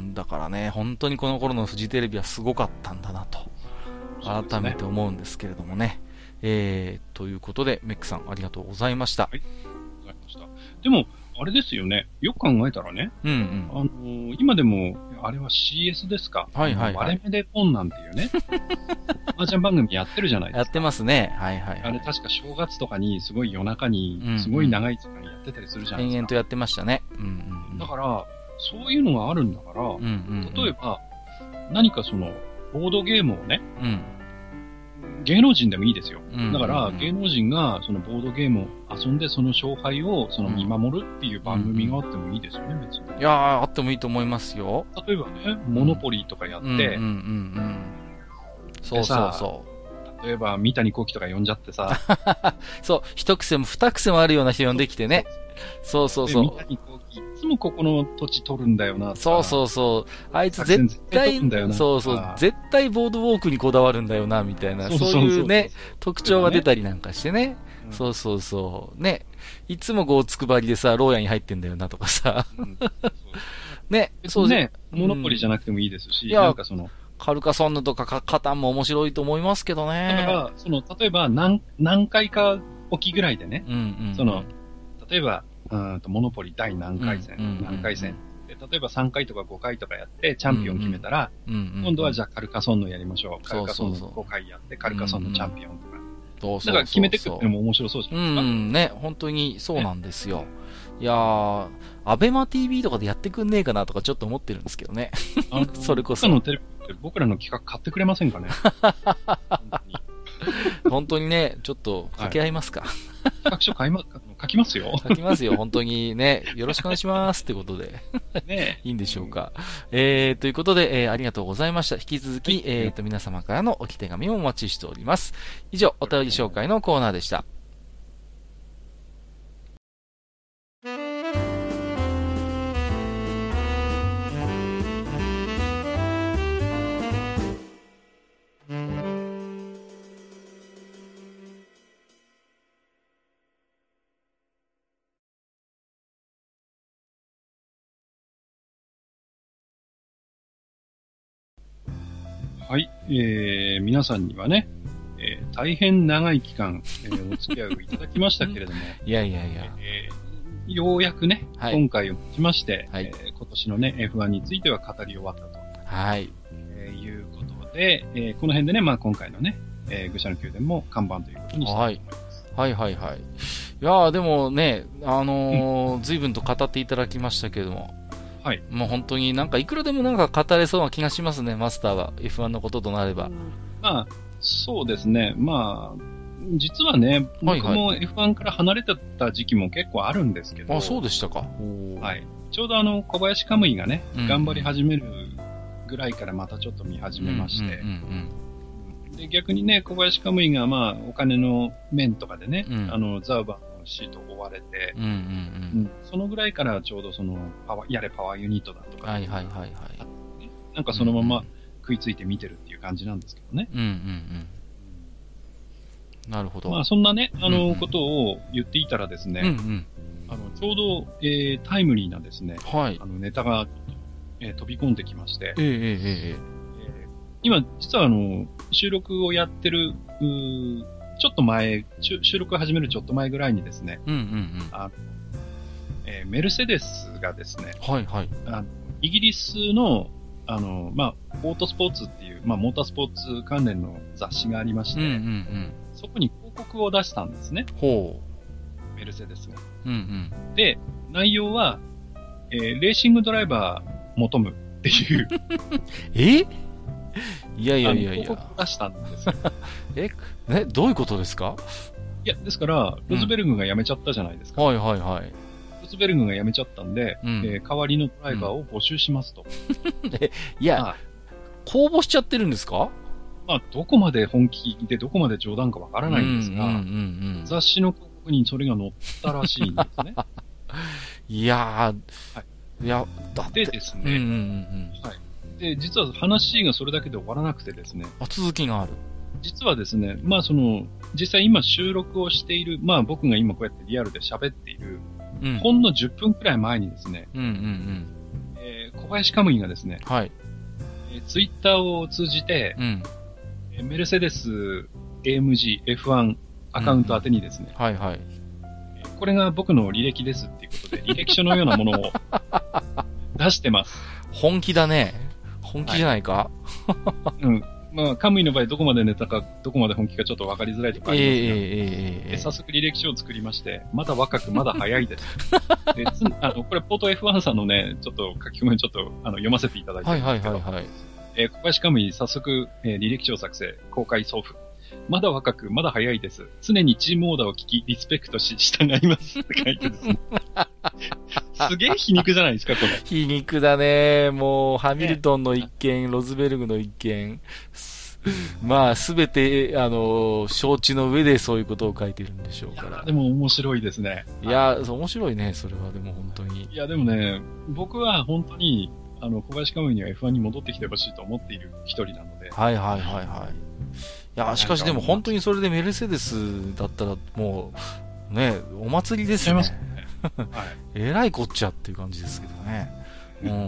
だからね、本当にこの頃のフジテレビはすごかったんだなと、改めて思うんですけれどもね。ねえー、ということで、メックさんありがとうございました。はい、 でも、あれですよね。よく考えたらね。うんうん。あのー、今でも、あれは シーエス ですか？はいはい、はい。割れ目でポンなんていうね。麻雀番組やってるじゃないですか。 やってますね。はいはい、はい。 あれ確か正月とかに、すごい夜中に、すごい長い時間やってたりするじゃないですか。 延々とやってましたね。うんうんうん、 だから、そういうのがあるんだから、うんうんうん、例えば、何かその、ボードゲームをね、うん、芸能人でもいいですよ。だから、芸能人がそのボードゲームを遊んで、その勝敗をその見守るっていう番組があってもいいですよね、別に。 いやー、あってもいいと思いますよ。 例えばね、モノポリーとかやって、うんうんうんうん、 そうそうそう。 例えば、三谷幸喜とか呼んじゃってさ。 そう、一癖も二癖もあるような人呼んできてね。そうそうそう。 三谷幸喜、いつもここの土地取るんだよな。 そうそうそう。あいつ絶対、そうそう、絶対ボードウォークにこだわるんだよな、みたいな。そういうね、特徴が出たりなんかしてね。うん、そうそうそう。ね。いつもこう、つくばりでさ、牢屋に入ってんだよな、とかさ。うん、ね。 そうね。モノポリじゃなくてもいいですし、うん、なんかその、 カルカソンヌとかカタンも面白いと思いますけどね。 だから、その、例えば何、何回かおきぐらいでね、うんうんうん、その、例えば、うんと、モノポリ第何回戦、うんうんうん、何回戦で、例えばさんかいとかごかいとかやって、チャンピオン決めたら、うんうんうんうん、今度はじゃあカルカソンヌやりましょう。カルカソンヌごかいやって、カルカソンヌチャンピオンとか。そうそうそう。だから決めていくっていうのも面白そうじゃないですか。 うんね、本当にそうなんですよ。ね、いやー、アベマ ティービー とかでやってくんねえかなとかちょっと思ってるんですけどね。それこそ。 のテレビって僕らの企画買ってくれませんかね。 本当に本当にね、ちょっと掛け合いますか。はい、 企画書買いま、書きますよ。 書きますよ、本当にね。よろしくお願いしますってことで。ねいいんでしょうか。うん、えー、ということで、えー、ありがとうございました。引き続き、はい、えーと、皆様からの置き手紙をお待ちしております。以上、お便り紹介のコーナーでした。 はい、えー、皆さんにはね、えー、大変長い期間、えー、お付き合いをいただきましたけれども、 いやいやいや、 えー、ようやくね、はい、今回をもちまして、はい、えー、今年のね、エフワン については語り終わったと、 はい、 えー、いうことで、えー、この辺でね、まあ今回のね、えー、愚者の宮殿も看板ということにしたいと思います。 はい、はい、はいはい。いやーでもね、あのー、随分と語っていただきましたけれども、はい。もう本当になんかいくらでもなんか語れそうな気がしますね、マスターは。エフワン のこととなれば。 まあ、そうですね。まあ、実はね、僕も エフワン から離れてた時期も結構あるんですけど。 あ、そうでしたか。 はい。ちょうどあの、小林カムイがね、うん、頑張り始めるぐらいからまたちょっと見始めまして、 うんうんうんうん、で逆にね、小林カムイがまあお金の面とかでね、うん、あのザウバーのシートを追われて、うんうんうんうん、そのぐらいからちょうどそのパワーやれパワーユニットだとか、 はいはいはいはい、 なんかそのまま食いついて見てるっていう感じなんですけどね。 うんうんうんなるほど。 まあそんなね、あの、うんうん、ことを言っていたらですね、うんうん、あの、ちょうど、えー、タイムリーなですね、はい。あの、ネタが、えー、飛び込んできまして、えー、えー、えー、今、実はあの、収録をやってる、うちょっと前、収録を始めるちょっと前ぐらいにですね、うんうんうん、あえー、メルセデスがですね、はいはい。あのイギリスの、あの、まあ、オートスポーツっていう、まあ、モータースポーツ関連の雑誌がありまして、うんうんうんそこに広告を出したんですね。ほう。メルセデスが。うんうん。で、内容は、えー、レーシングドライバー求むっていう。 えいやいやいやいや。 広告を出したんですよ。 ええどういうことですかいや、ですから、ロズベルグが辞めちゃったじゃないですか。 うん、はいはいはい。 ロズベルグが辞めちゃったんで、うんえー、代わりのドライバーを募集しますと。 うん、いや、まあ、公募しちゃってるんですかまあ、どこまで本気でどこまで冗談かわからないんですが、うんうんうんうん、雑誌の広告にそれが載ったらしいんですね。 いやー、はい、いや、だってでですね、うんうんうんはい、で、実は話がそれだけで終わらなくてですね、 あ、続きがある。 実はですね、まあその、実際今収録をしている、まあ僕が今こうやってリアルで喋っている、うん、ほんのじゅっぷんくらい前にですね、うんうんうんえー、小林カムイがですね、はいえー、ツイッターを通じて、うんメルセデス エーエムジー、エフワン アカウント宛てにですね、うん、はいはい。これが僕の履歴ですっていうことで、履歴書のようなものを出してます。 本気だね。本気じゃないか、 はい、うん。まあ、カムイの場合どこまでネタか、どこまで本気かちょっとわかりづらいとかありますが、えーえーえー、早速履歴書を作りまして、まだ若く、まだ早いです。でつあのこれ、ポート エフワン さんのね、ちょっと書き込みをちょっとあの読ませていただいてるんですけど、はいはいはいはいえー、小林カムイ早速、えー、履歴書作成、公開送付。まだ若く、まだ早いです。常にチームオーダーを聞き、リスペクトし、従いますって書いてですね。すげえ皮肉じゃないですか、これ。 皮肉だね。もう、ハミルトンの一件、ロズベルグの一件。まあ、すべて、あの、承知の上でそういうことを書いてるんでしょうから。 でも面白いですね。 いや、面白いね、それはでも本当に。 いや、でもね、僕は本当に、あの、小林カムイには エフワン に戻ってきてほしいと思っている一人なので。 はいはいはいはい。いや、しかしでも本当にそれでメルセデスだったらもう、ね、お祭りですね。ねはい、えらいこっちゃっていう感じですけどね。うんうんうん。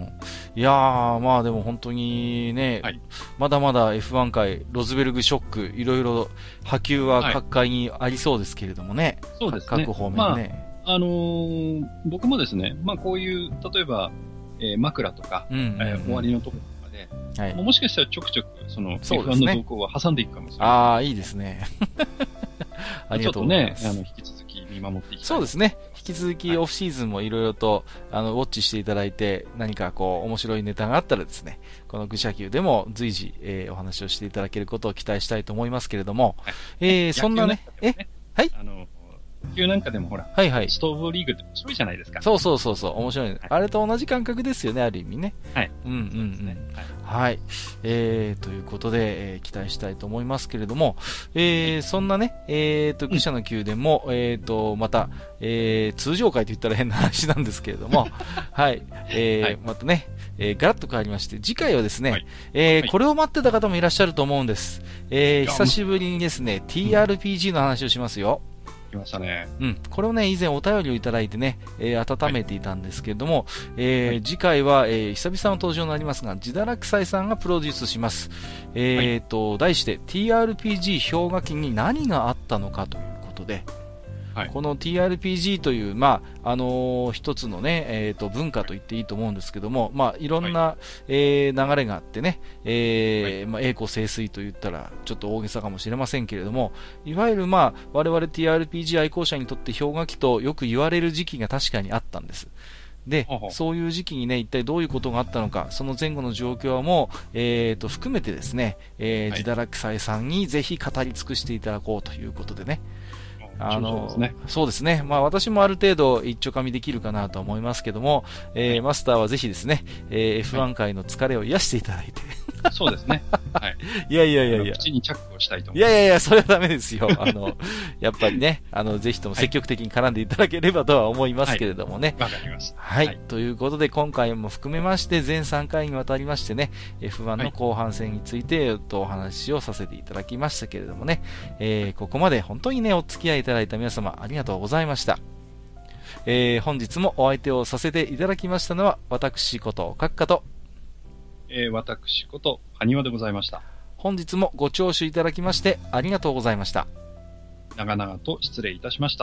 いやー、まあでも本当にね、はい、まだまだ エフワン 界、ロズベルグショック、いろいろ波及は各界にありそうですけれどもね。はい、そうですね。各方面ね。 まあ、あのー、僕もですね、まあこういう、例えば、えー、枕とか、うんうんうんえー、終わりのところとかで、はい、も, もしかしたらちょくちょくその エフワン の動向は挟んでいくかもしれない。 ああ、いいですね。 ありがとうございます。ちょっとね、あの、引き続き見守っていきたい。 そうですね。引き続きオフシーズンもいろいろと、はい、あの、ウォッチしていただいて、何かこう、面白いネタがあったらですね、この愚者級でも随時、えー、お話をしていただけることを期待したいと思いますけれども、はい、えー、そんなね、えはい、 あの野球なんかでもほら、はいはい、ストーブリーグって面白いじゃないですか。 そうそうそうそう、面白い、ねはい、あれと同じ感覚ですよね、ある意味ね。はい。うんうんうん。ね、はい、はい。えー、ということで、えー、期待したいと思いますけれども、えー、はい、そんなね、えーと、愚者の宮殿も、うん、えーと、また、えー、通常回と言ったら変な話なんですけれども、はい。えー、はい、またね、えー、ガラッと変わりまして、次回はですね、はい、えーはい、これを待ってた方もいらっしゃると思うんです。えー、久しぶりにですね、ティーアールピージー の話をしますよ。 来ましたね。 うん。これをね、以前お便りをいただいてね、えー、温めていたんですけれども、はい、えーはい、次回は、えー、久々の登場になりますが、自堕落斎さんがプロデュースします。えーと、はい、題して ティーアールピージー 氷河期に何があったのかということで、はい、この ティーアールピージー という、まあ、あのー、一つのね、えーと、文化と言っていいと思うんですけども、まあ、いろんな、はい、えー、流れがあってね、えー、はい、まあ、栄枯盛衰と言ったら、ちょっと大げさかもしれませんけれども、いわゆるまあ、我々 ティーアールピージー 愛好者にとって氷河期とよく言われる時期が確かにあったんです。で、ほうほうそういう時期にね、一体どういうことがあったのか、その前後の状況も、えーと、含めてですね、えー、自堕落斎さんにぜひ語り尽くしていただこうということでね、 あの、 そうですね。 そうですね。まあ私もある程度一丁噛みできるかなと思いますけども、えーはい、マスターはぜひですね、えー、エフワン 界の疲れを癒していただいて。 そうですね。はい。 いやいやいやいや。 口に着をしたいと思います。いやいやいや、それはダメですよ。あの、やっぱりね、あの、ぜひとも積極的に絡んでいただければとは思いますけれどもね。 わ、はい、かります。 はい。はい、ということで、今回も含めまして、全さんかいにわたりましてね、エフワン の後半戦について、とお話をさせていただきましたけれどもね、えー、ここまで本当にね、お付き合いいただいた皆様、ありがとうございました。えー、本日もお相手をさせていただきましたのは、私こと、閣下と、 えー、私こと、はにわでございました。 本日もご聴取いただきまして、ありがとうございました。 長々と失礼いたしました。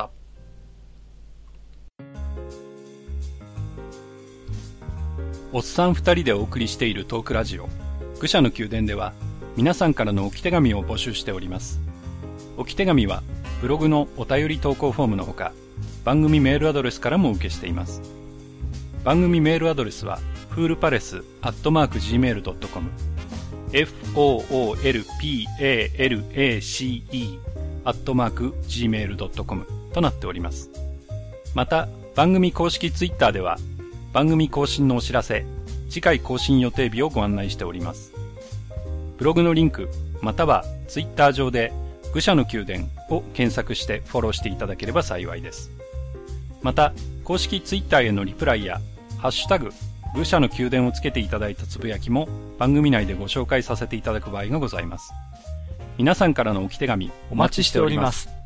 おっさん二人でお送りしているトークラジオ、愚者の宮殿では、皆さんからの置き手紙を募集しております。置き手紙は、ブログのお便り投稿フォームのほか、番組メールアドレスからも受けしています。番組メールアドレスは、フールパレスアットマーク ジーメールドットコム フォーオーエルピーエーエルエーシーイー アットマーク ジーメールドットコム となっております。また、番組公式ツイッターでは、番組更新のお知らせ、次回更新予定日をご案内しております。ブログのリンク、またはツイッター上で、愚者の宮殿を検索してフォローしていただければ幸いです。また、公式ツイッターへのリプライや、ハッシュタグ、愚者の宮殿をつけていただいたつぶやきも番組内でご紹介させていただく場合がございます。皆さんからの置き手紙お待ちしております。